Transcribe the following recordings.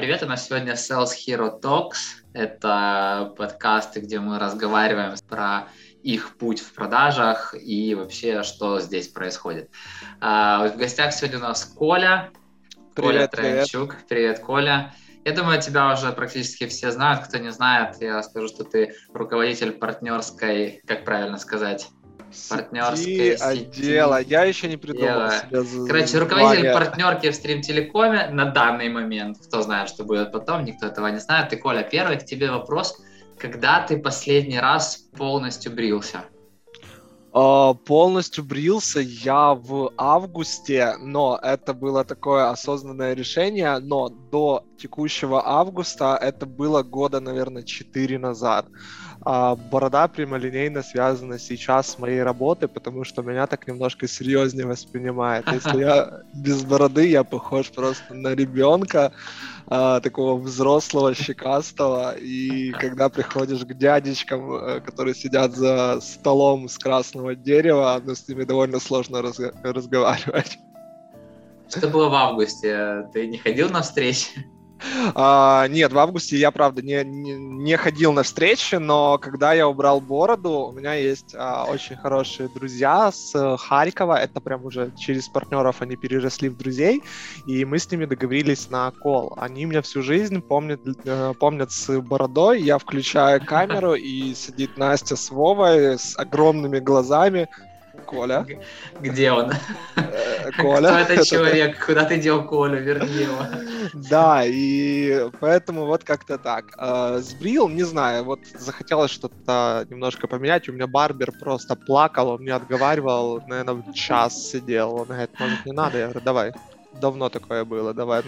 привет! У нас сегодня Sales Hero Talks. Это подкасты, где мы разговариваем про их путь в продажах и вообще, что здесь происходит. В гостях сегодня у нас Коля. Коля Привет, привет. Троянчук. Привет, Коля. Я думаю, тебя уже практически все знают. Кто не знает, я скажу, что ты руководитель партнерской, как правильно сказать, партнерской Отдела. сети. Я еще не придумал себе Короче, руководитель звание. партнерки в Стрим-Телекоме на данный момент. Кто знает, что будет потом, никто этого не знает. И, Коля, первый к тебе вопрос. Когда ты последний раз полностью брился? Полностью брился я в августе, но это было такое осознанное решение, но до текущего августа это было года, наверное, 4 назад. Борода прямолинейно связана сейчас с моей работой, потому что меня так немножко серьезнее воспринимает. Если я без бороды, я похож просто на ребенка, такого взрослого, щекастого, и когда приходишь к дядечкам, которые сидят за столом с красного дерева, но с ними довольно сложно разговаривать. Что было в августе? Ты не ходил на встречи? Нет, в августе я, правда, не ходил на встречи, но когда я убрал бороду, у меня есть очень хорошие друзья с Харькова, это прям уже через партнеров они переросли в друзей, и мы с ними договорились на кол. Они меня всю жизнь помнят с бородой, я включаю камеру, и сидит Настя с Вовой с огромными глазами. Коля. Где он? Коля. Кто этот человек? Куда ты дел Колю? Верни его. Да, и поэтому вот как-то так. Сбрил, не знаю, вот захотелось что-то немножко поменять. У меня барбер просто плакал, он мне отговаривал, наверное, час сидел. Он говорит, может, не надо? Я говорю, давай. Давно такое было, давай.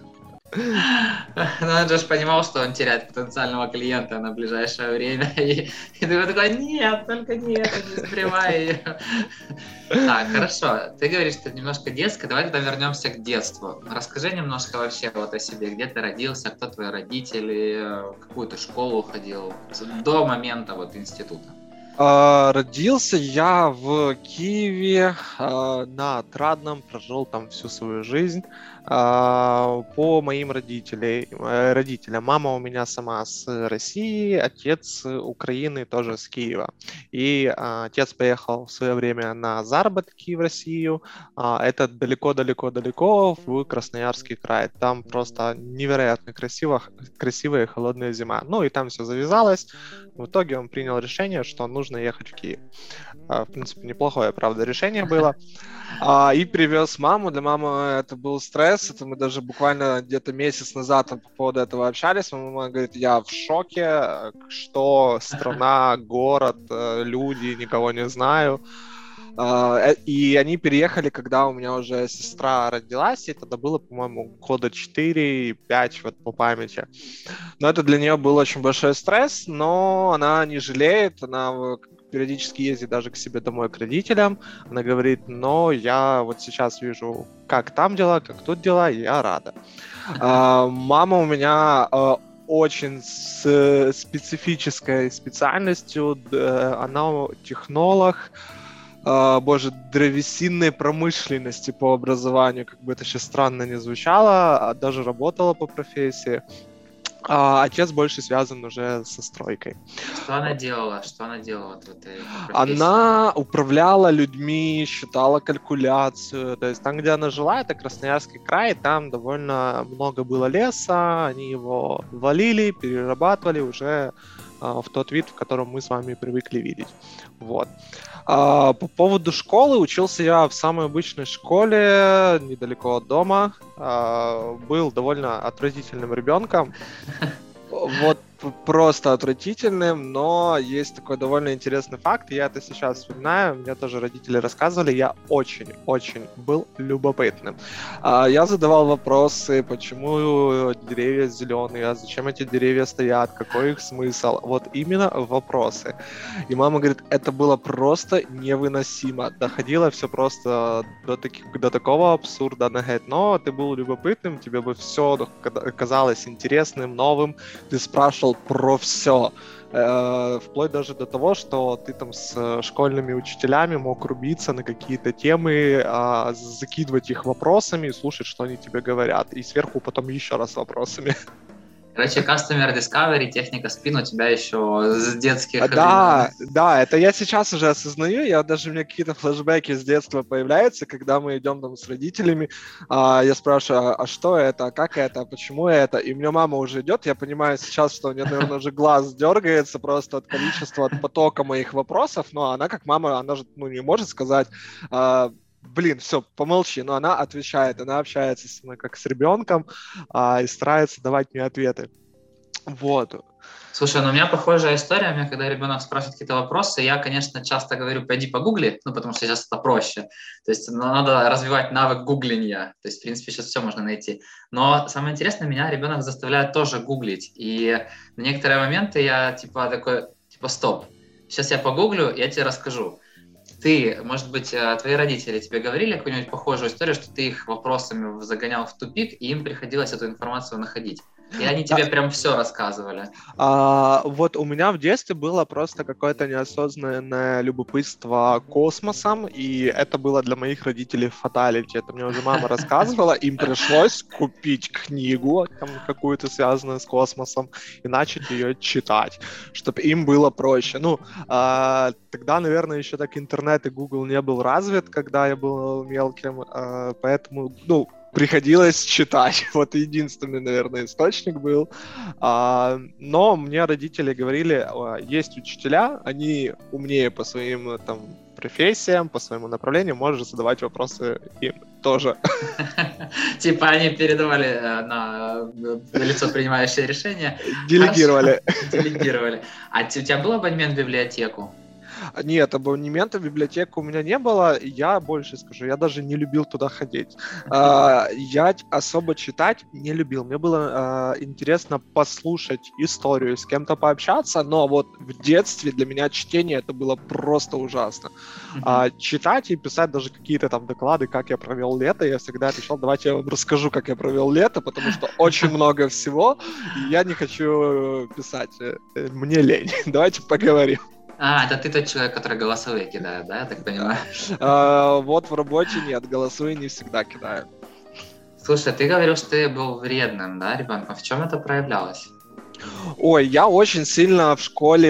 Но он же понимал, что он теряет потенциального клиента на ближайшее время. И ты такой, нет, только нет, не сбривай ее. Так, хорошо. Ты говоришь, что немножко детское. Давай тогда вернемся к детству. Расскажи немножко вообще вот о себе. Где ты родился, кто твои родители, в какую ты школу ходил до момента вот института. Родился я в Киеве, на Отрадном, прожил там всю свою жизнь. По моим родителям. Мама у меня сама с России, отец с Украины, тоже с Киева. И отец поехал в свое время на заработки в Россию. Это далеко-далеко-далеко в Красноярский край. Там просто невероятно красивая и холодная зима. Ну и там все завязалось. В итоге он принял решение, что нужно ехать в Киев. В принципе, неплохое, правда, решение было. И привез маму. Для мамы это был стресс. Это мы даже буквально где-то месяц назад по поводу этого общались. Мама говорит, я в шоке, что страна, город, люди, никого не знаю. И они переехали, когда у меня уже сестра родилась, и тогда было, по-моему, года 4-5, вот по памяти. Но это для нее был очень большой стресс, но она не жалеет, она периодически ездит даже к себе домой, к родителям. Она говорит, но я вот сейчас вижу, как там дела, как тут дела, и я рада. Мама у меня очень с специфической специальностью, она технолог, древесинной промышленности по образованию, как бы это сейчас странно не звучало, даже работала по профессии. Отец больше связан уже со стройкой. Что она делала? Что она делала в этой профессии? Она управляла людьми, считала калькуляцию. То есть там, где она жила, это Красноярский край, там довольно много было леса, они его валили, перерабатывали уже в тот вид, в котором мы с вами привыкли видеть. Вот. По поводу школы, учился я в самой обычной школе, недалеко от дома. Был довольно отвратительным ребенком. Вот просто отвратительным, но есть такой довольно интересный факт, я это сейчас вспоминаю, мне тоже родители рассказывали, я очень-очень был любопытным. Я задавал вопросы, почему деревья зеленые, а зачем эти деревья стоят, какой их смысл, вот именно вопросы. И мама говорит, это было просто невыносимо, доходило все просто до такого абсурда, она говорит, но ты был любопытным, тебе бы все казалось интересным, новым, ты спрашивал про все. Вплоть даже до того, что ты там с школьными учителями мог рубиться на какие-то темы, закидывать их вопросами, слушать, что они тебе говорят, и сверху потом еще раз вопросами. Короче, Customer Discovery, техника спин у тебя еще с детских Да, да, это я сейчас уже осознаю, у меня какие-то флешбеки с детства появляются, когда мы идем там с родителями, я спрашиваю, а что это, а как это, а почему это, и у меня мама уже идет, я понимаю сейчас, что у нее, наверное, уже глаз дергается просто от количества, от потока моих вопросов, но она как мама, она же не может сказать... Блин, все, помолчи. Но она отвечает, она общается со мной как с ребенком и старается давать мне ответы. Вот. Слушай, у меня похожая история. У меня, когда ребенок спрашивает какие-то вопросы, я, конечно, часто говорю, пойди погугли, потому что сейчас это проще. То есть надо развивать навык гугления. То есть, в принципе, сейчас все можно найти. Но самое интересное, меня ребенок заставляет тоже гуглить. И на некоторые моменты я такой, стоп, сейчас я погуглю, я тебе расскажу. Ты, может быть, твои родители тебе говорили какую-нибудь похожую историю, что ты их вопросами загонял в тупик, и им приходилось эту информацию находить? И они тебе прям все рассказывали? Вот у меня в детстве было просто какое-то неосознанное любопытство космосом, и это было для моих родителей фаталити. Это мне уже мама рассказывала, им пришлось купить книгу там какую-то, связанную с космосом, и начать ее читать, чтобы им было проще. Тогда, наверное, еще так интернет и Google не был развит, когда я был мелким, поэтому, приходилось читать. Вот единственный, наверное, источник был. Но мне родители говорили, есть учителя, они умнее по своим профессиям, по своему направлению, можешь задавать вопросы им тоже. Типа они передавали на лицо, принимающее решение. Делегировали. Делегировали. А у тебя был абонемент в библиотеку? Нет, абонемента в библиотеку у меня не было. Я больше скажу, я даже не любил туда ходить. Я особо читать не любил. Мне было интересно послушать историю, с кем-то пообщаться, но вот в детстве для меня чтение это было просто ужасно. Читать и писать даже какие-то там доклады, как я провел лето, я всегда отвечал, давайте я вам расскажу, как я провел лето, потому что очень много всего, и я не хочу писать. Мне лень. Давайте поговорим. Это ты тот человек, который голосовые кидает, да, я так понимаю? Вот в работе нет, голосовые не всегда кидаю. Слушай, ты говорил, что ты был вредным, да, ребенком? В чем это проявлялось? Ой, я очень сильно в школе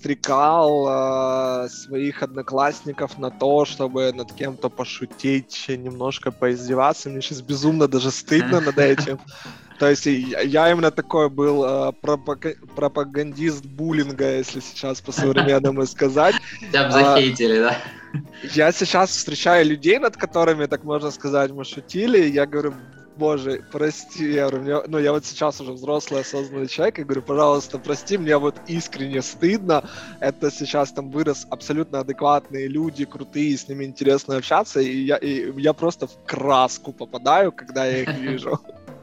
подстрекал своих одноклассников на то, чтобы над кем-то пошутить, немножко поиздеваться. Мне сейчас безумно даже стыдно над этим. То есть я именно такой был пропагандист буллинга, если сейчас по-современному сказать. Тебя бы захейтили, да? Я сейчас встречаю людей, над которыми, так можно сказать, мы шутили, и я говорю, боже, прости, я вот сейчас уже взрослый, осознанный человек, и говорю, пожалуйста, прости, мне вот искренне стыдно, это сейчас там вырос абсолютно адекватные люди, крутые, с ними интересно общаться, и я просто в краску попадаю, когда я их вижу.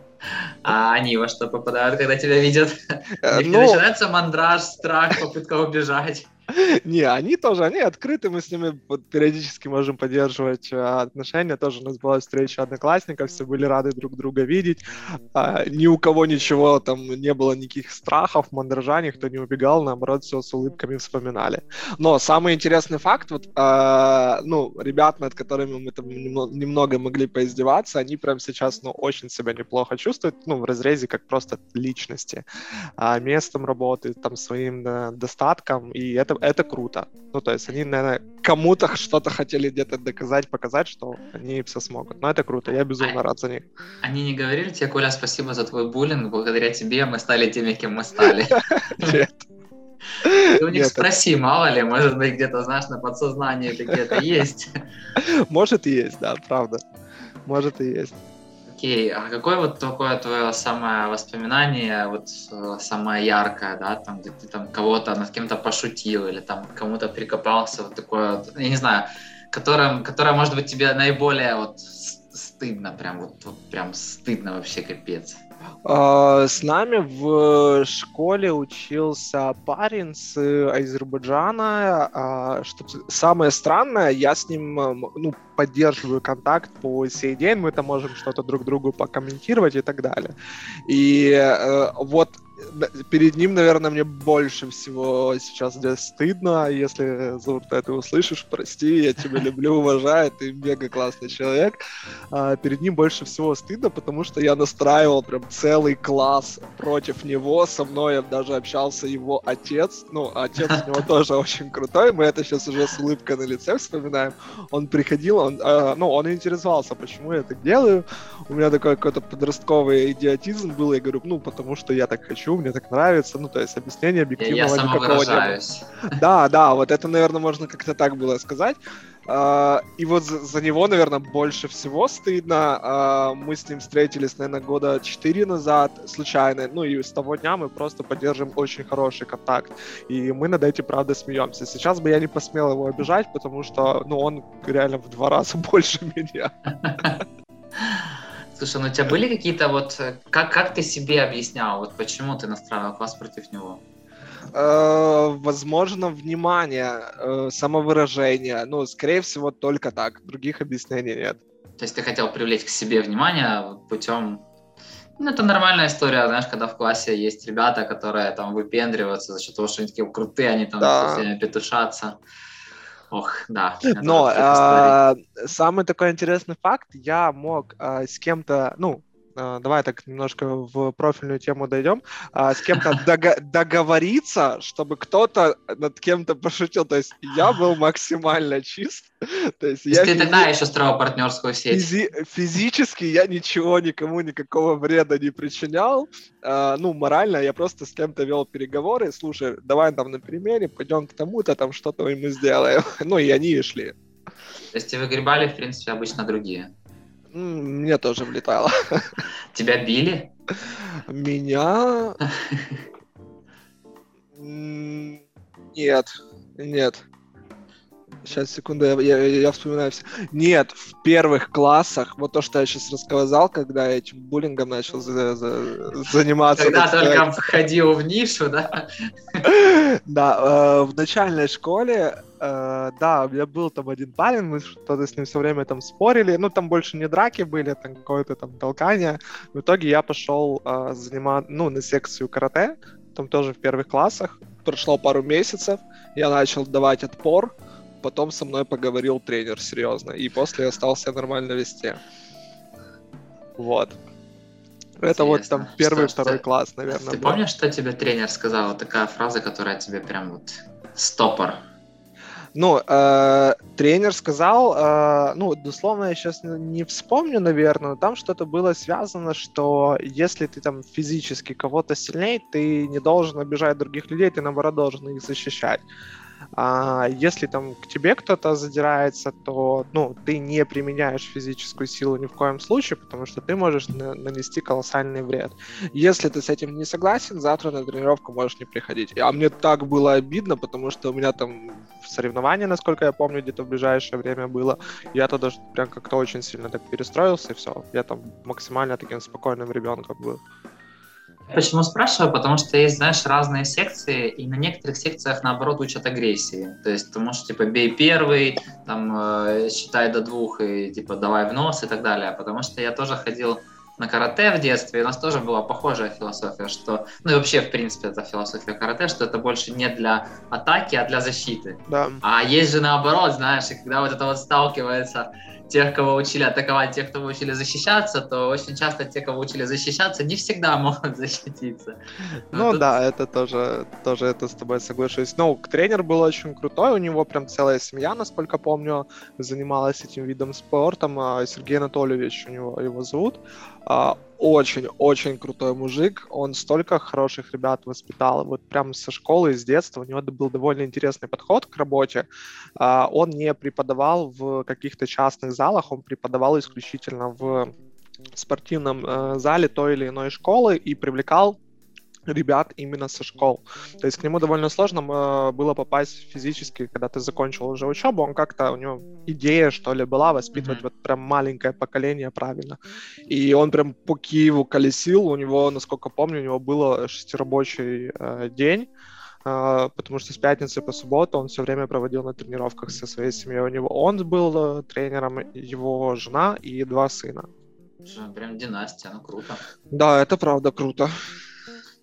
А они во что попадают, когда тебя видят? Начинается мандраж, страх, попытка убежать. Не, они открыты, мы с ними периодически можем поддерживать отношения. Тоже у нас была встреча одноклассников, все были рады друг друга видеть. Ни у кого ничего, там не было никаких страхов, мандража, никто не убегал, наоборот, все с улыбками вспоминали. Но самый интересный факт, ребят, над которыми мы там немного могли поиздеваться, они прямо сейчас, очень себя неплохо чувствуют, в разрезе как просто личности, местом работы, там, своим достатком, и это круто. То есть они, наверное, кому-то что-то хотели где-то доказать, показать, что они все смогут. Но это круто, я безумно рад за них. Они не говорили тебе, Коля, спасибо за твой буллинг, благодаря тебе мы стали теми, кем мы стали? Нет. Ты у них спроси, мало ли, может быть, где-то, знаешь, на подсознании какие-то есть. Может и есть, да, правда. Может и есть. Окей, а какое вот такое твое самое воспоминание, вот самое яркое, да, там, где ты там кого-то над кем-то пошутил или там кому-то прикопался, вот такое вот, я не знаю, которое может быть тебе наиболее вот стыдно, прям прям стыдно вообще, капец. С нами в школе учился парень с Азербайджана. Что самое странное, я с ним поддерживаю контакт по сей день, мы там можем что-то друг другу покомментировать и так далее. И вот перед ним, наверное, мне больше всего сейчас здесь стыдно. Если, Зур, ты это услышишь, прости, я тебя люблю, уважаю, ты мега классный человек. Перед ним больше всего стыдно, потому что я настраивал прям целый класс против него. Со мной даже общался его отец. Ну, отец у него тоже очень крутой. Мы это сейчас уже с улыбкой на лице вспоминаем. Он приходил, он интересовался, почему я так делаю. У меня такой какой-то подростковый идиотизм был. Я говорю, потому что я так хочу, мне так нравится. То есть объяснения объективного никакого не было. Да, вот это, наверное, можно как-то так было сказать. И вот за него, наверное, больше всего стыдно. Мы с ним встретились, наверное, года 4 назад случайно. И с того дня мы просто поддерживаем очень хороший контакт. И мы над этим, правда, смеемся. Сейчас бы я не посмел его обижать, потому что, он реально в 2 раза больше меня. Слушай, у тебя были какие-то как ты себе объяснял, почему ты настраивал класс против него? Возможно, внимание, самовыражение. Скорее всего, только так. Других объяснений нет. То есть ты хотел привлечь к себе внимание путем... это нормальная история, знаешь, когда в классе есть ребята, которые там выпендриваются за счет того, что они такие крутые, они там все время петушатся. Ох, да. Но самый такой интересный факт, я мог с кем-то, давай так немножко в профильную тему дойдем, с кем-то договориться, чтобы кто-то над кем-то пошутил. То есть я был максимально чист. То есть ты тогда еще строил партнерскую сеть? Физически я ничего никому, никакого вреда не причинял. Морально я просто с кем-то вел переговоры. Слушай, давай там на перемене, пойдем к тому-то, там что-то мы сделаем. И они и шли. То есть выгребали, в принципе, обычно другие? Мне тоже влетало. Тебя били? Меня? Нет. Сейчас, секунду, я вспоминаю все. Нет, в первых классах, вот то, что я сейчас рассказал, когда я этим буллингом начал заниматься. Когда только входил в нишу, да? Да, в начальной школе, да, у меня был там один парень, мы что-то с ним все время там спорили, там больше не драки были, там какое-то там толкание. В итоге я пошел заниматься, на секцию карате, там тоже в первых классах. Прошло пару месяцев, я начал давать отпор, потом со мной поговорил тренер серьезно, и после я стал себя нормально вести. Вот. Это вот там первый, второй класс, наверное. Ты помнишь, что тебе тренер сказал? Такая фраза, которая тебе прям стопор. Тренер сказал, дословно я сейчас не вспомню, наверное, но там что-то было связано, что если ты там физически кого-то сильнее, ты не должен обижать других людей, ты наоборот должен их защищать. Если там к тебе кто-то задирается, то ты не применяешь физическую силу ни в коем случае, потому что ты можешь нанести колоссальный вред. Если ты с этим не согласен, завтра на тренировку можешь не приходить. А мне так было обидно, потому что у меня там соревнование, насколько я помню, где-то в ближайшее время было. Я тогда прям как-то очень сильно так перестроился, и все. Я там максимально таким спокойным ребенком был. Почему спрашиваю? Потому что есть, знаешь, разные секции, и на некоторых секциях, наоборот, учат агрессии. То есть ты можешь, бей первый, там, считай до 2 и, давай в нос и так далее. Потому что я тоже ходил на карате в детстве, и у нас тоже была похожая философия, что... и вообще, в принципе, это философия карате, что это больше не для атаки, а для защиты. Да. А есть же наоборот, знаешь, и когда вот это сталкивается... тех, кого учили атаковать, тех, кого учили защищаться, то очень часто те, кого учили защищаться, не всегда могут защититься. Да, это тоже это с тобой соглашусь. Тренер был очень крутой, у него прям целая семья, насколько помню, занималась этим видом спорта. Сергей Анатольевич у него его зовут. Очень-очень крутой мужик, он столько хороших ребят воспитал, вот прям со школы, с детства, у него был довольно интересный подход к работе. Он не преподавал в каких-то частных залах, он преподавал исключительно в спортивном зале той или иной школы и привлекал ребят именно со школ. То есть к нему довольно сложно было попасть физически, когда ты закончил уже учебу. Он как-то, у него идея, что ли, была воспитывать вот прям маленькое поколение правильно. И он прям по Киеву колесил. У него, насколько помню, у него был 6-рабочий день, потому что с пятницы по субботу он все время проводил на тренировках со своей семьей. У него он был тренером, его жена и 2 сына. Прям династия, круто. Да, это правда круто.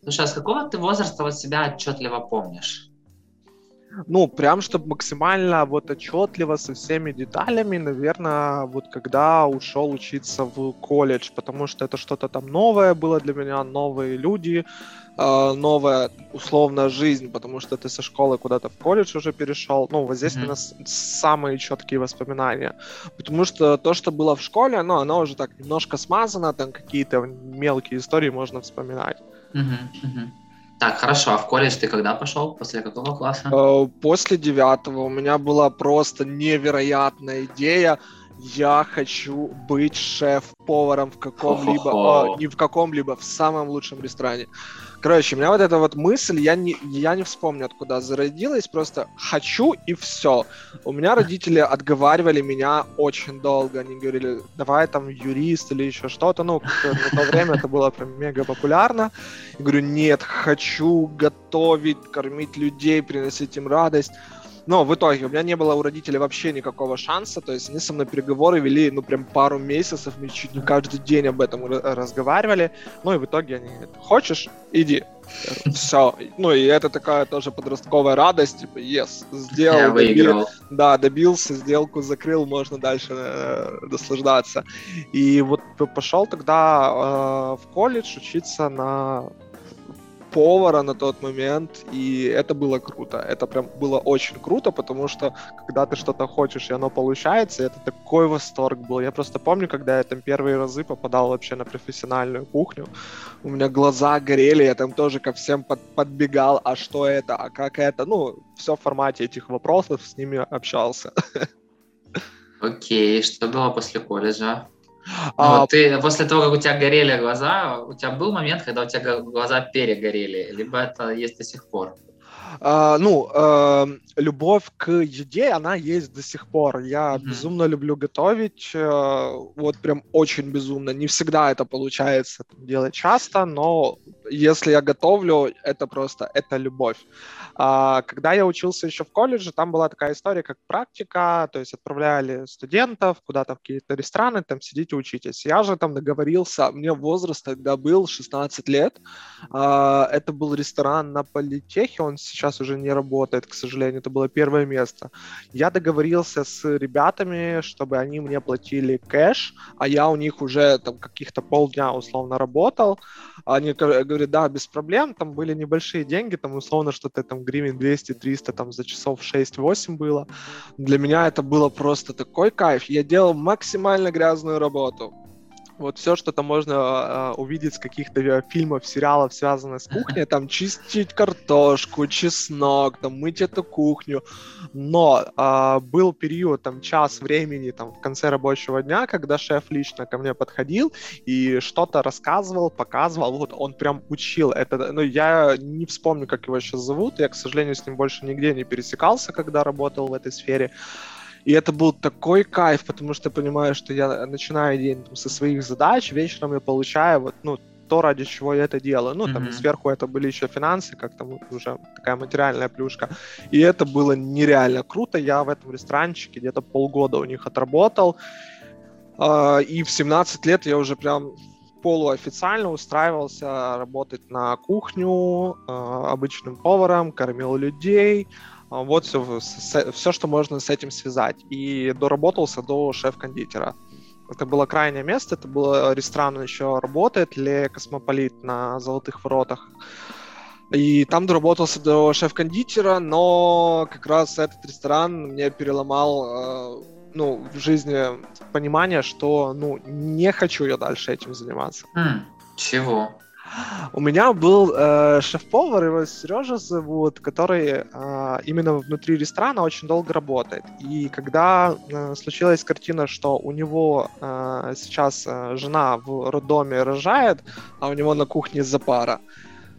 Слушай, а с какого ты возраста вот себя отчетливо помнишь? Ну, прям, чтобы максимально вот отчетливо со всеми деталями, наверное, вот когда ушел учиться в колледж, потому что это что-то там новое было для меня, новые люди, новая условная жизнь, потому что ты со школы куда-то в колледж уже перешел. Ну, вот здесь, наверное, самые четкие воспоминания. Потому что то, что было в школе, ну, оно уже так немножко смазано, там какие-то мелкие истории можно вспоминать. Так, хорошо. А в колледж ты когда пошел? После какого класса? После 9 у меня была просто невероятная идея. Я хочу быть шеф-поваром в каком-либо, не в каком-либо, в самом лучшем ресторане. Короче, у меня вот эта вот мысль, я не вспомню, откуда зародилась, просто хочу и все. У меня родители отговаривали меня очень долго. Они говорили, давай там юрист или еще что-то. Ну, на то время это было прям мега популярно. Я говорю, нет, хочу готовить, кормить людей, приносить им радость. Но в итоге у меня не было у родителей вообще никакого шанса, то есть они со мной переговоры вели, ну, прям пару месяцев, мы чуть не каждый день об этом разговаривали, ну, и в итоге они говорят, хочешь, иди, все, ну, и это такая тоже подростковая радость, типа, yes, сделал, Я выиграл. добился, сделку закрыл, можно дальше наслаждаться. И вот пошел тогда в колледж учиться на повара на тот момент, и это было круто. Это прям было очень круто, потому что когда ты что-то хочешь, и оно получается, это такой восторг был. Я просто помню, когда я там первые разы попадал вообще на профессиональную кухню, у меня глаза горели, я там тоже ко всем подбегал, а что это, а как это, ну, все в формате этих вопросов, с ними общался. Окей, что было после колледжа? Ну, ты после того, как у тебя горели глаза, у тебя был момент, когда у тебя глаза перегорели, либо это есть до сих пор? Любовь к еде, она есть до сих пор. Я безумно люблю готовить, вот прям очень безумно. Не всегда это получается делать часто, но если я готовлю, это просто, это любовь. Когда я учился еще в колледже, там была такая история, как практика, то есть отправляли студентов куда-то в какие-то рестораны, там сидите, учитесь. Я же там договорился, мне возраст тогда был 16 лет, это был ресторан на Политехе, он сейчас уже не работает, к сожалению, это было первое место. Я договорился с ребятами, чтобы они мне платили кэш, а я у них уже там каких-то полдня условно работал. Они говорят, да, без проблем, там были небольшие деньги, там условно что-то там гривен 200-300 там за часов 6-8 было. Для меня это было просто такой кайф. Я делал максимально грязную работу. Вот все, что там можно увидеть с каких-то фильмов, сериалов, связанных с кухней, там чистить картошку, чеснок, там мыть эту кухню. Но был период, там час времени там в конце рабочего дня, когда шеф лично ко мне подходил и что-то рассказывал, показывал. Вот он прям учил. Это, ну, я не вспомню, как его сейчас зовут. Я, к сожалению, с ним больше нигде не пересекался, когда работал в этой сфере. И это был такой кайф, потому что понимаю, что я начинаю день там, со своих задач, вечером я получаю вот, ну, то, ради чего я это делаю. Ну, там, сверху это были еще финансы, как там уже такая материальная плюшка. И это было нереально круто. Я в этом ресторанчике где-то полгода у них отработал. И в 17 лет я уже прям полуофициально устраивался работать на кухню обычным поваром, кормил людей. Вот все, что можно с этим связать. И доработался до шеф-кондитера. Это было крайнее место, это был ресторан, он еще работает, Le Космополит на Золотых Воротах. И там доработался до шеф-кондитера, но как раз этот ресторан мне переломал в жизни понимание, что не хочу я дальше этим заниматься. Чего? У меня был шеф-повар, его Сережа зовут, который именно внутри ресторана очень долго работает. И когда случилась картина, что у него сейчас жена в роддоме рожает, а у него на кухне запара,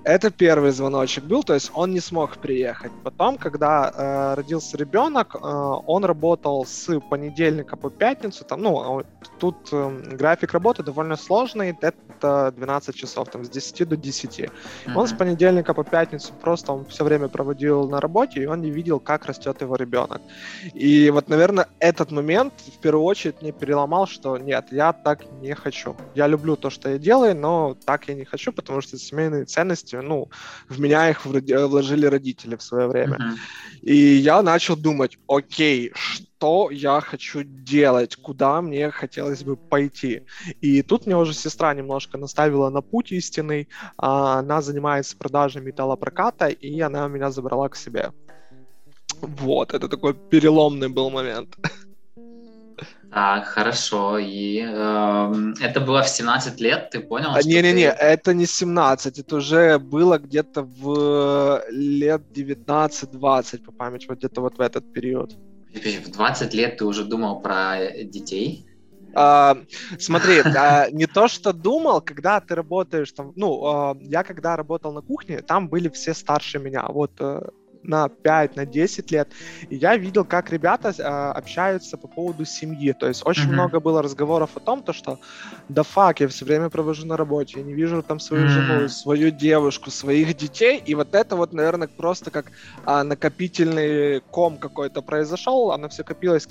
Это первый звоночек был, то есть он не смог приехать. Потом, когда родился ребенок, он работал с понедельника по пятницу. Там, тут график работы довольно сложный, это 12 часов, там, с 10 до 10. Он с понедельника по пятницу просто он все время проводил на работе, и он не видел, как растет его ребенок. И вот, наверное, этот момент в первую очередь мне переломал, что нет, я так не хочу. Я люблю то, что я делаю, но так я не хочу, потому что семейные ценности, в меня их вложили родители в свое время. И я начал думать, окей, что я хочу делать, куда мне хотелось бы пойти. И тут мне уже сестра немножко наставила на путь истинный. Она занимается продажей металлопроката, и она меня забрала к себе. Вот, это такой переломный был момент. Так, хорошо. И это было в 17 лет, ты понял? Не-не-не, это не 17, это уже было где-то в лет 19-20, по памяти, вот где-то вот в этот период. В 20 лет ты уже думал про детей? Смотри, не то, что думал, когда ты работаешь там, я когда работал на кухне, там были все старше меня, вот на 5, на 10 лет, и я видел, как ребята общаются по поводу семьи, то есть очень много было разговоров о том, что да фак, я все время провожу на работе, я не вижу там свою жену, свою девушку, своих детей, и вот это вот, наверное, просто как накопительный ком какой-то произошел, оно все копилось,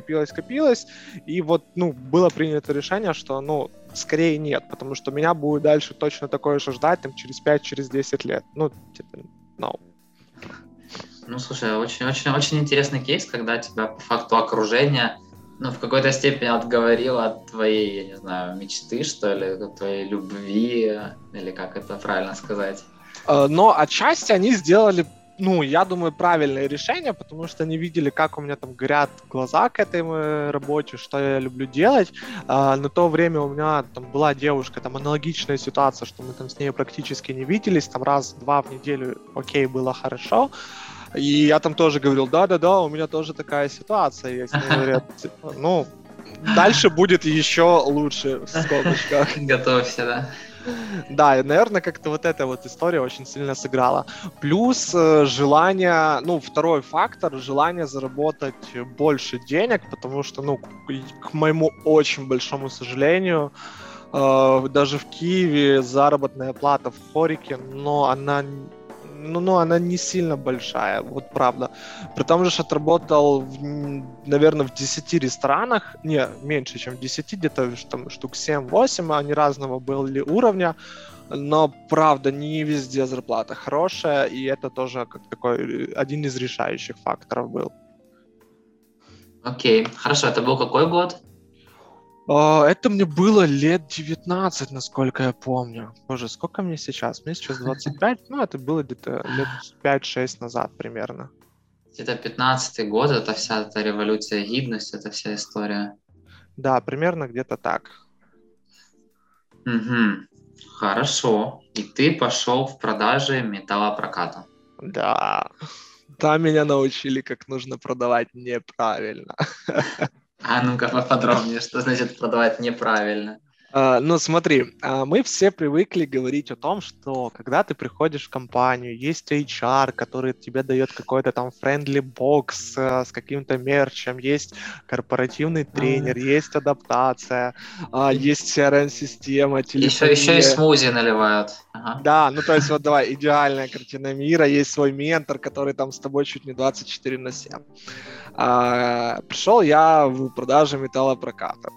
и вот, было принято решение, что, скорее нет, потому что меня будет дальше точно такое же ждать, там, через 5, через 10 лет, no. Слушай, очень-очень-очень интересный кейс, когда тебя по факту окружение, в какой-то степени отговорило от твоей, я не знаю, мечты, что ли, от твоей любви, или как это правильно сказать? Но отчасти они сделали, я думаю, правильное решение, потому что они видели, как у меня там горят глаза к этой работе, что я люблю делать. На то время у меня там была девушка, там аналогичная ситуация, что мы там с ней практически не виделись, там раз-два в неделю, окей, было хорошо. И я там тоже говорил, да, у меня тоже такая ситуация есть. Мне говорят, дальше будет еще лучше, в скобочках. Готовься, да? Да, и, наверное, как-то вот эта вот история очень сильно сыграла. Плюс желание, второй фактор, желание заработать больше денег, потому что, к моему очень большому сожалению, даже в Киеве заработная плата в Хорике, но она не сильно большая, вот правда. При том же, отработал, наверное, в 10 ресторанах, не, меньше, чем в 10, где-то там штук 7-8, они разного были уровня, но, правда, не везде зарплата хорошая, и это тоже как такой один из решающих факторов был. Окей, хорошо, это был какой год? Это мне было лет 19, насколько я помню. Боже, сколько мне сейчас? Мне сейчас 25, это было где-то лет 5-6 назад примерно. Где-то 15-й год, это вся эта революция гидности, это вся история. Да, примерно где-то так. Хорошо. И ты пошел в продажи металлопроката. Да. Там меня научили, как нужно продавать неправильно. Ну-ка поподробнее, что значит продавать неправильно? Смотри, мы все привыкли говорить о том, что когда ты приходишь в компанию, есть HR, который тебе дает какой-то там friendly box с каким-то мерчем, есть корпоративный тренер, есть адаптация, есть CRM-система, телефония. Еще и смузи наливают. Ага. Да, то есть вот давай, идеальная картина мира, есть свой ментор, который там с тобой чуть не 24/7. Пришел я в продажу металлопроката.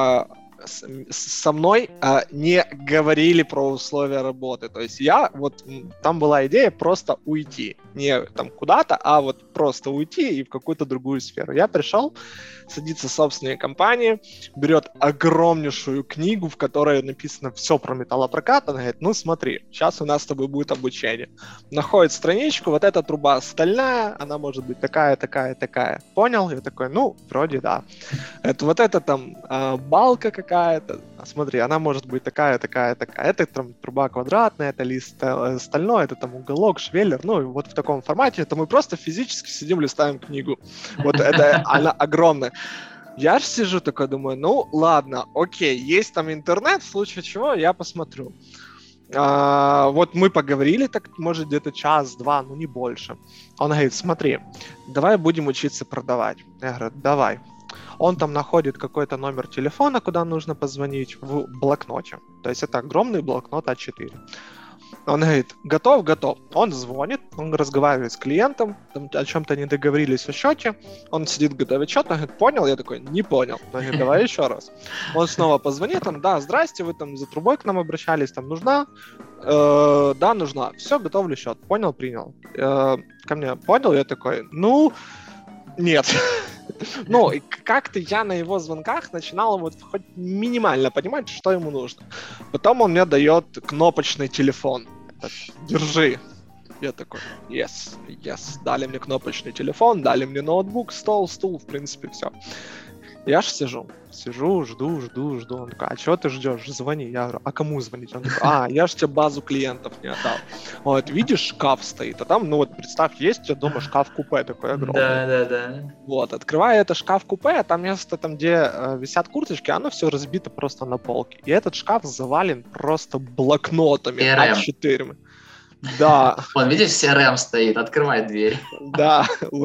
Со мной не говорили про условия работы. То есть там была идея просто уйти. Не там куда-то, а вот просто уйти и в какую-то другую сферу. Я пришел, садится в собственной компании, берет огромнейшую книгу, в которой написано все про металлопрокат. Она говорит, смотри, сейчас у нас с тобой будет обучение. Находит страничку, вот эта труба стальная, она может быть такая, такая, такая. Понял? Я такой, вроде да. Это там балка какая-то. Смотри, она может быть такая, такая, такая. Это там труба квадратная, это лист стальной, это там уголок, швеллер. Вот в таком формате. Это мы просто физически сидим, листаем книгу. Вот это она огромная. Я же сижу такой, думаю, ладно, окей, есть там интернет, в случае чего я посмотрю. Вот мы поговорили, так, может, где-то час-два, ну, не больше. Он говорит, смотри, давай будем учиться продавать. Я говорю, давай. Он там находит какой-то номер телефона, куда нужно позвонить в блокноте. То есть это огромный блокнот А4. Он говорит, готов, готов. Он звонит, он разговаривает с клиентом, там, о чем-то не договорились о счете. Он сидит, готовит счет, он говорит, понял? Я такой, не понял. Он говорит, давай еще раз. Он снова позвонит, там, да, здрасте, вы там за трубой к нам обращались, там, нужна? Да, нужна. Все, готовлю счет. Понял, принял. Ко мне, понял? Я такой, ну, нет. Ну, как-то я на его звонках начинал вот хоть минимально понимать, что ему нужно. Потом он мне дает кнопочный телефон. Держи. Я такой, yes. Дали мне кнопочный телефон, дали мне ноутбук, стол, стул, в принципе, все. Я ж сижу, жду. Он такой, а чего ты ждешь? Звони. Я говорю, а кому звонить? Он такой, я ж тебе базу клиентов не отдал. Он говорит, видишь, шкаф стоит, а там, ну вот представь, есть у тебя дома шкаф-купе такой огромный. Да. Вот, открывая это шкаф-купе, там место, там, где висят курточки, оно все разбито просто на полке. И этот шкаф завален просто блокнотами А4. Да. Вон, видишь, CRM стоит, открывай дверь. Да,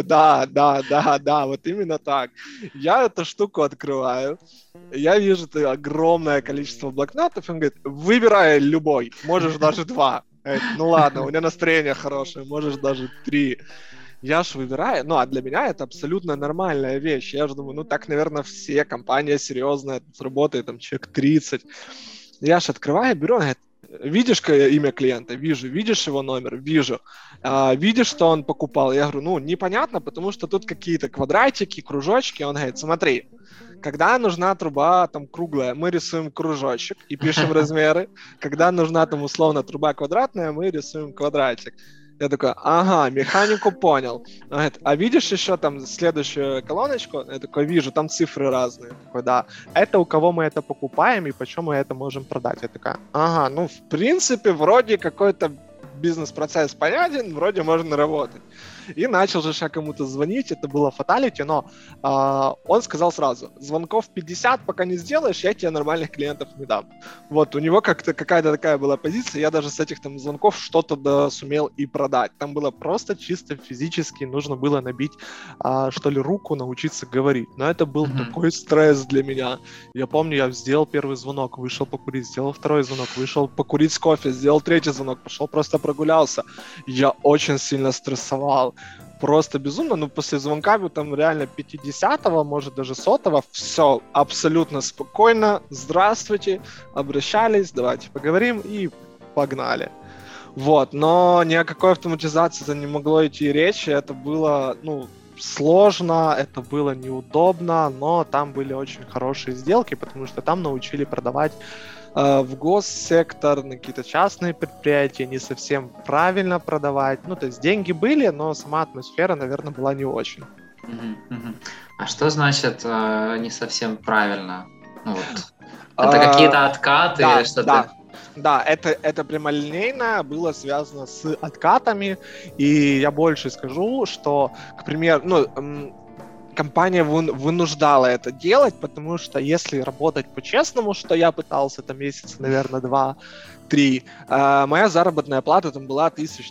вот именно так. Я эту штуку открываю, я вижу огромное количество блокнотов, он говорит, выбирай любой, можешь даже 2. Говорит, ну ладно, у меня настроение хорошее, можешь даже 3. Я ж выбираю, ну, а для меня это абсолютно нормальная вещь. Я же думаю, ну, так, наверное, все, компания серьезная, работает там человек 30. Я ж открываю, беру, он говорит, видишь имя клиента? Вижу. Видишь его номер? Вижу. Видишь, что он покупал? Я говорю, ну, непонятно, потому что тут какие-то квадратики, кружочки. Он говорит, смотри, когда нужна труба там круглая, мы рисуем кружочек и пишем размеры. Когда нужна там условно труба квадратная, мы рисуем квадратик. Я такой, ага, механику понял. Он говорит, а видишь еще там следующую колоночку? Я такой, вижу, там цифры разные. Я такой, да. Это у кого мы это покупаем и почем мы это можем продать? Я такая, ага, ну, в принципе, вроде какой-то бизнес-процесс понятен, вроде можно работать. И начал же я кому-то звонить, это было фаталити, но он сказал сразу, звонков 50 пока не сделаешь, я тебе нормальных клиентов не дам. Вот, у него как-то какая-то такая была позиция, я даже с этих там звонков что-то сумел и продать. Там было просто чисто физически, нужно было набить, что ли, руку, научиться говорить. Но это был такой стресс для меня. Я помню, я сделал первый звонок, вышел покурить, сделал второй звонок, вышел покурить с кофе, сделал третий звонок, пошел просто прогулялся. Я очень сильно стрессовал. Просто безумно, ну, после звонка там реально 50-го, может даже 100-го, все абсолютно спокойно, здравствуйте, обращались, давайте поговорим и погнали. Вот, но ни о какой автоматизации не могло идти речи, это было, ну, сложно, это было неудобно, но там были очень хорошие сделки, потому что там научили продавать в госсектор, на какие-то частные предприятия, не совсем правильно продавать. Ну, то есть деньги были, но сама атмосфера, наверное, была не очень. А что значит не совсем правильно? Ну, вот. Это какие-то откаты да, или что-то? Да, это прямолинейно было связано с откатами, и я больше скажу, что, к примеру, ну, компания вынуждала это делать, потому что если работать по-честному, что я пытался там месяца, наверное, 2-3, моя заработная плата там была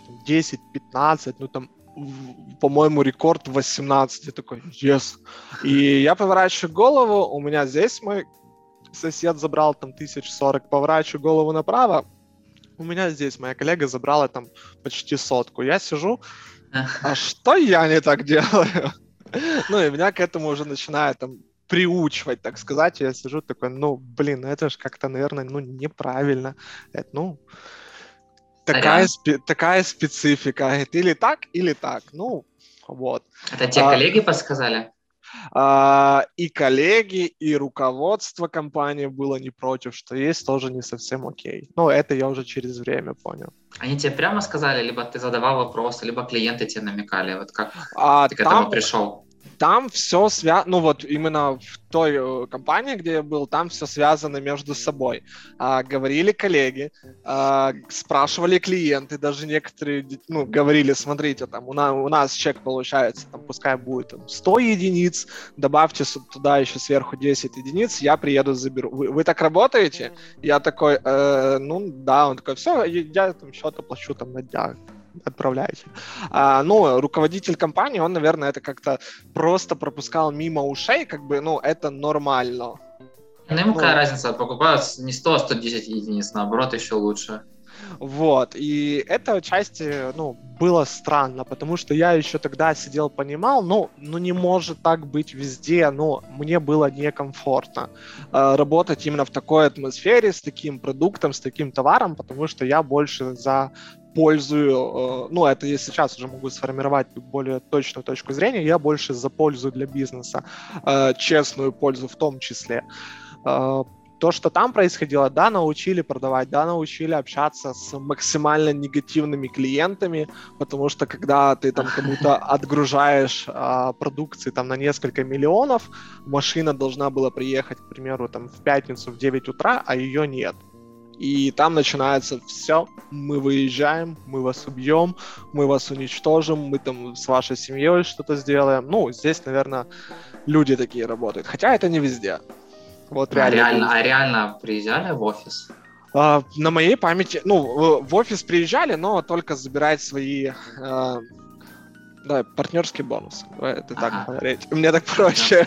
10-15, ну там, по-моему, рекорд 18. Я такой, yes. И я поворачиваю голову, у меня здесь мой сосед забрал там 1040, поворачиваю голову направо, у меня здесь моя коллега забрала там почти 100. Я сижу, а что я не так делаю? Ну, и меня к этому уже начинает там приучивать, так сказать. Я сижу такой, ну, блин, это же как-то, наверное, ну, неправильно. Это, ну, такая специфика. Это или так. Ну, вот. Это те коллеги подсказали? И коллеги, и руководство компании было не против, что есть тоже не совсем окей. Но это я уже через время понял. Они тебе прямо сказали, либо ты задавал вопросы, либо клиенты тебе намекали? Вот как ты к там, этому пришел? Там все связано, ну вот именно в той компании, где я был, там все связано между собой. Говорили коллеги, спрашивали клиенты, даже некоторые, ну, говорили, смотрите, там у нас чек получается, там, пускай будет там, 100 единиц, добавьте туда еще сверху 10 единиц, я приеду, заберу. Вы так работаете? Я такой, ну да, он такой, все, я там счет оплачу там на днях. Отправляйте. Ну, руководитель компании, он, наверное, это как-то просто пропускал мимо ушей, как бы, ну, это нормально. Ну, ему какая разница, покупают не 100, а 110 единиц, наоборот, еще лучше. Вот, и это отчасти, ну, было странно, потому что я еще тогда сидел, понимал, ну не может так быть везде, но мне было некомфортно работать именно в такой атмосфере, с таким продуктом, с таким товаром, потому что я больше за пользу, ну, это я сейчас уже могу сформировать более точную точку зрения, я больше за пользу для бизнеса, честную пользу в том числе. То, что там происходило, да, научили продавать, да, научили общаться с максимально негативными клиентами, потому что когда ты там кому-то отгружаешь продукции там на несколько миллионов, машина должна была приехать, к примеру, там в пятницу в 9 утра, а ее нет. И там начинается все, мы выезжаем, мы вас убьем, мы вас уничтожим, мы там с вашей семьей что-то сделаем. Ну, здесь, наверное, люди такие работают, хотя это не везде. Вот реально приезжали в офис? На моей памяти, ну, в офис приезжали, но только забирать свои партнерский бонус. Это так говорить. Мне так проще.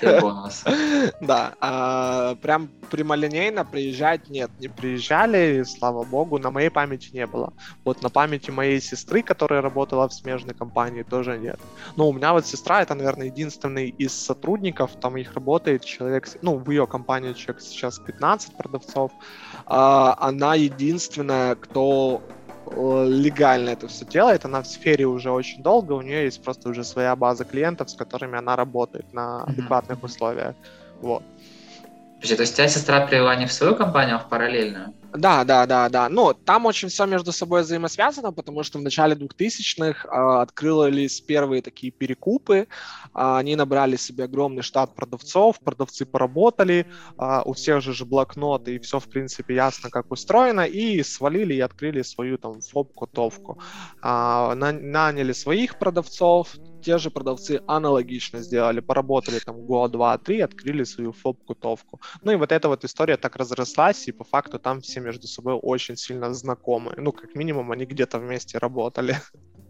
Да. Прям прямолинейно приезжать нет, не приезжали, слава богу, на моей памяти не было. Вот на памяти моей сестры, которая работала в смежной компании, тоже нет. Но у меня вот сестра, это, наверное, единственный из сотрудников, там их работает человек, ну, в ее компании человек сейчас 15 продавцов. Она единственная, кто легально это все делает, она в сфере уже очень долго, у нее есть просто уже своя база клиентов, с которыми она работает на адекватных условиях. Вот. То есть у тебя сестра привела не в свою компанию, а в параллельную? Да. Ну, там очень все между собой взаимосвязано, потому что в начале 2000-х открылись первые такие перекупы, они набрали себе огромный штат продавцов, продавцы поработали, у всех же блокноты, и все, в принципе, ясно, как устроено, и свалили и открыли свою там ФОП-котовку. Наняли своих продавцов, те же продавцы аналогично сделали, поработали там год, два, три, открыли свою ФОП-котовку. Ну и вот эта вот история так разрослась, и по факту там все между собой очень сильно знакомы. Ну, как минимум, они где-то вместе работали.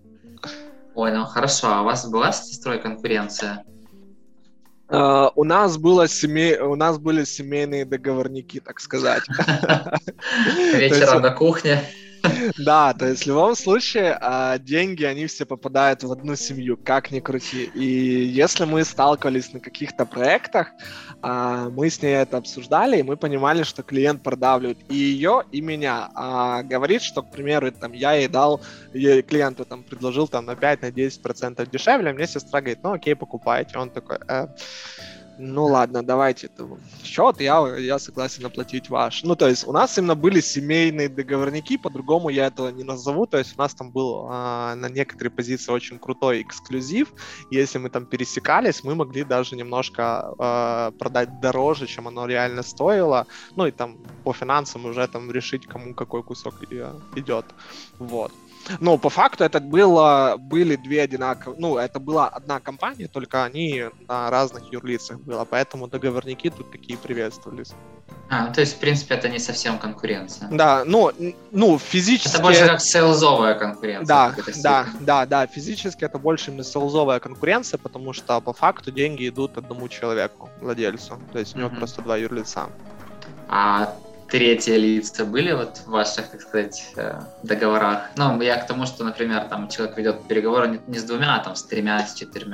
Ой, ну хорошо. А у вас была с сестрой конкуренция? У нас были семейные договорники, так сказать. Вечером на кухне. Да, то есть в любом случае деньги, они все попадают в одну семью, как ни крути. И если мы сталкивались на каких-то проектах, мы с ней это обсуждали, и мы понимали, что клиент продавливает и ее, и меня. Говорит, что, к примеру, там, я ей клиенту там, предложил там, на 5-10% дешевле, мне сестра говорит, ну окей, покупайте. Он такой... Ну ладно, давайте счет, я согласен оплатить ваш. Ну, то есть у нас именно были семейные договорники, по-другому я этого не назову, то есть у нас там был на некоторые позиции очень крутой эксклюзив, если мы там пересекались, мы могли даже немножко продать дороже, чем оно реально стоило, ну и там по финансам уже там решить, кому какой кусок идет, вот. Ну, по факту это были две одинаковые, ну, это была одна компания, только они на разных юрлицах было, поэтому договорники тут такие приветствовались. То есть, в принципе, это не совсем конкуренция. Да, ну, физически... Это больше как селзовая конкуренция. Да, физически это больше именно селзовая конкуренция, потому что по факту деньги идут одному человеку, владельцу, то есть у него просто два юрлица. А третьи лица были вот в ваших, так сказать, договорах? Ну, я к тому, что, например, там человек ведет переговоры не с двумя, а там с 3, с 4.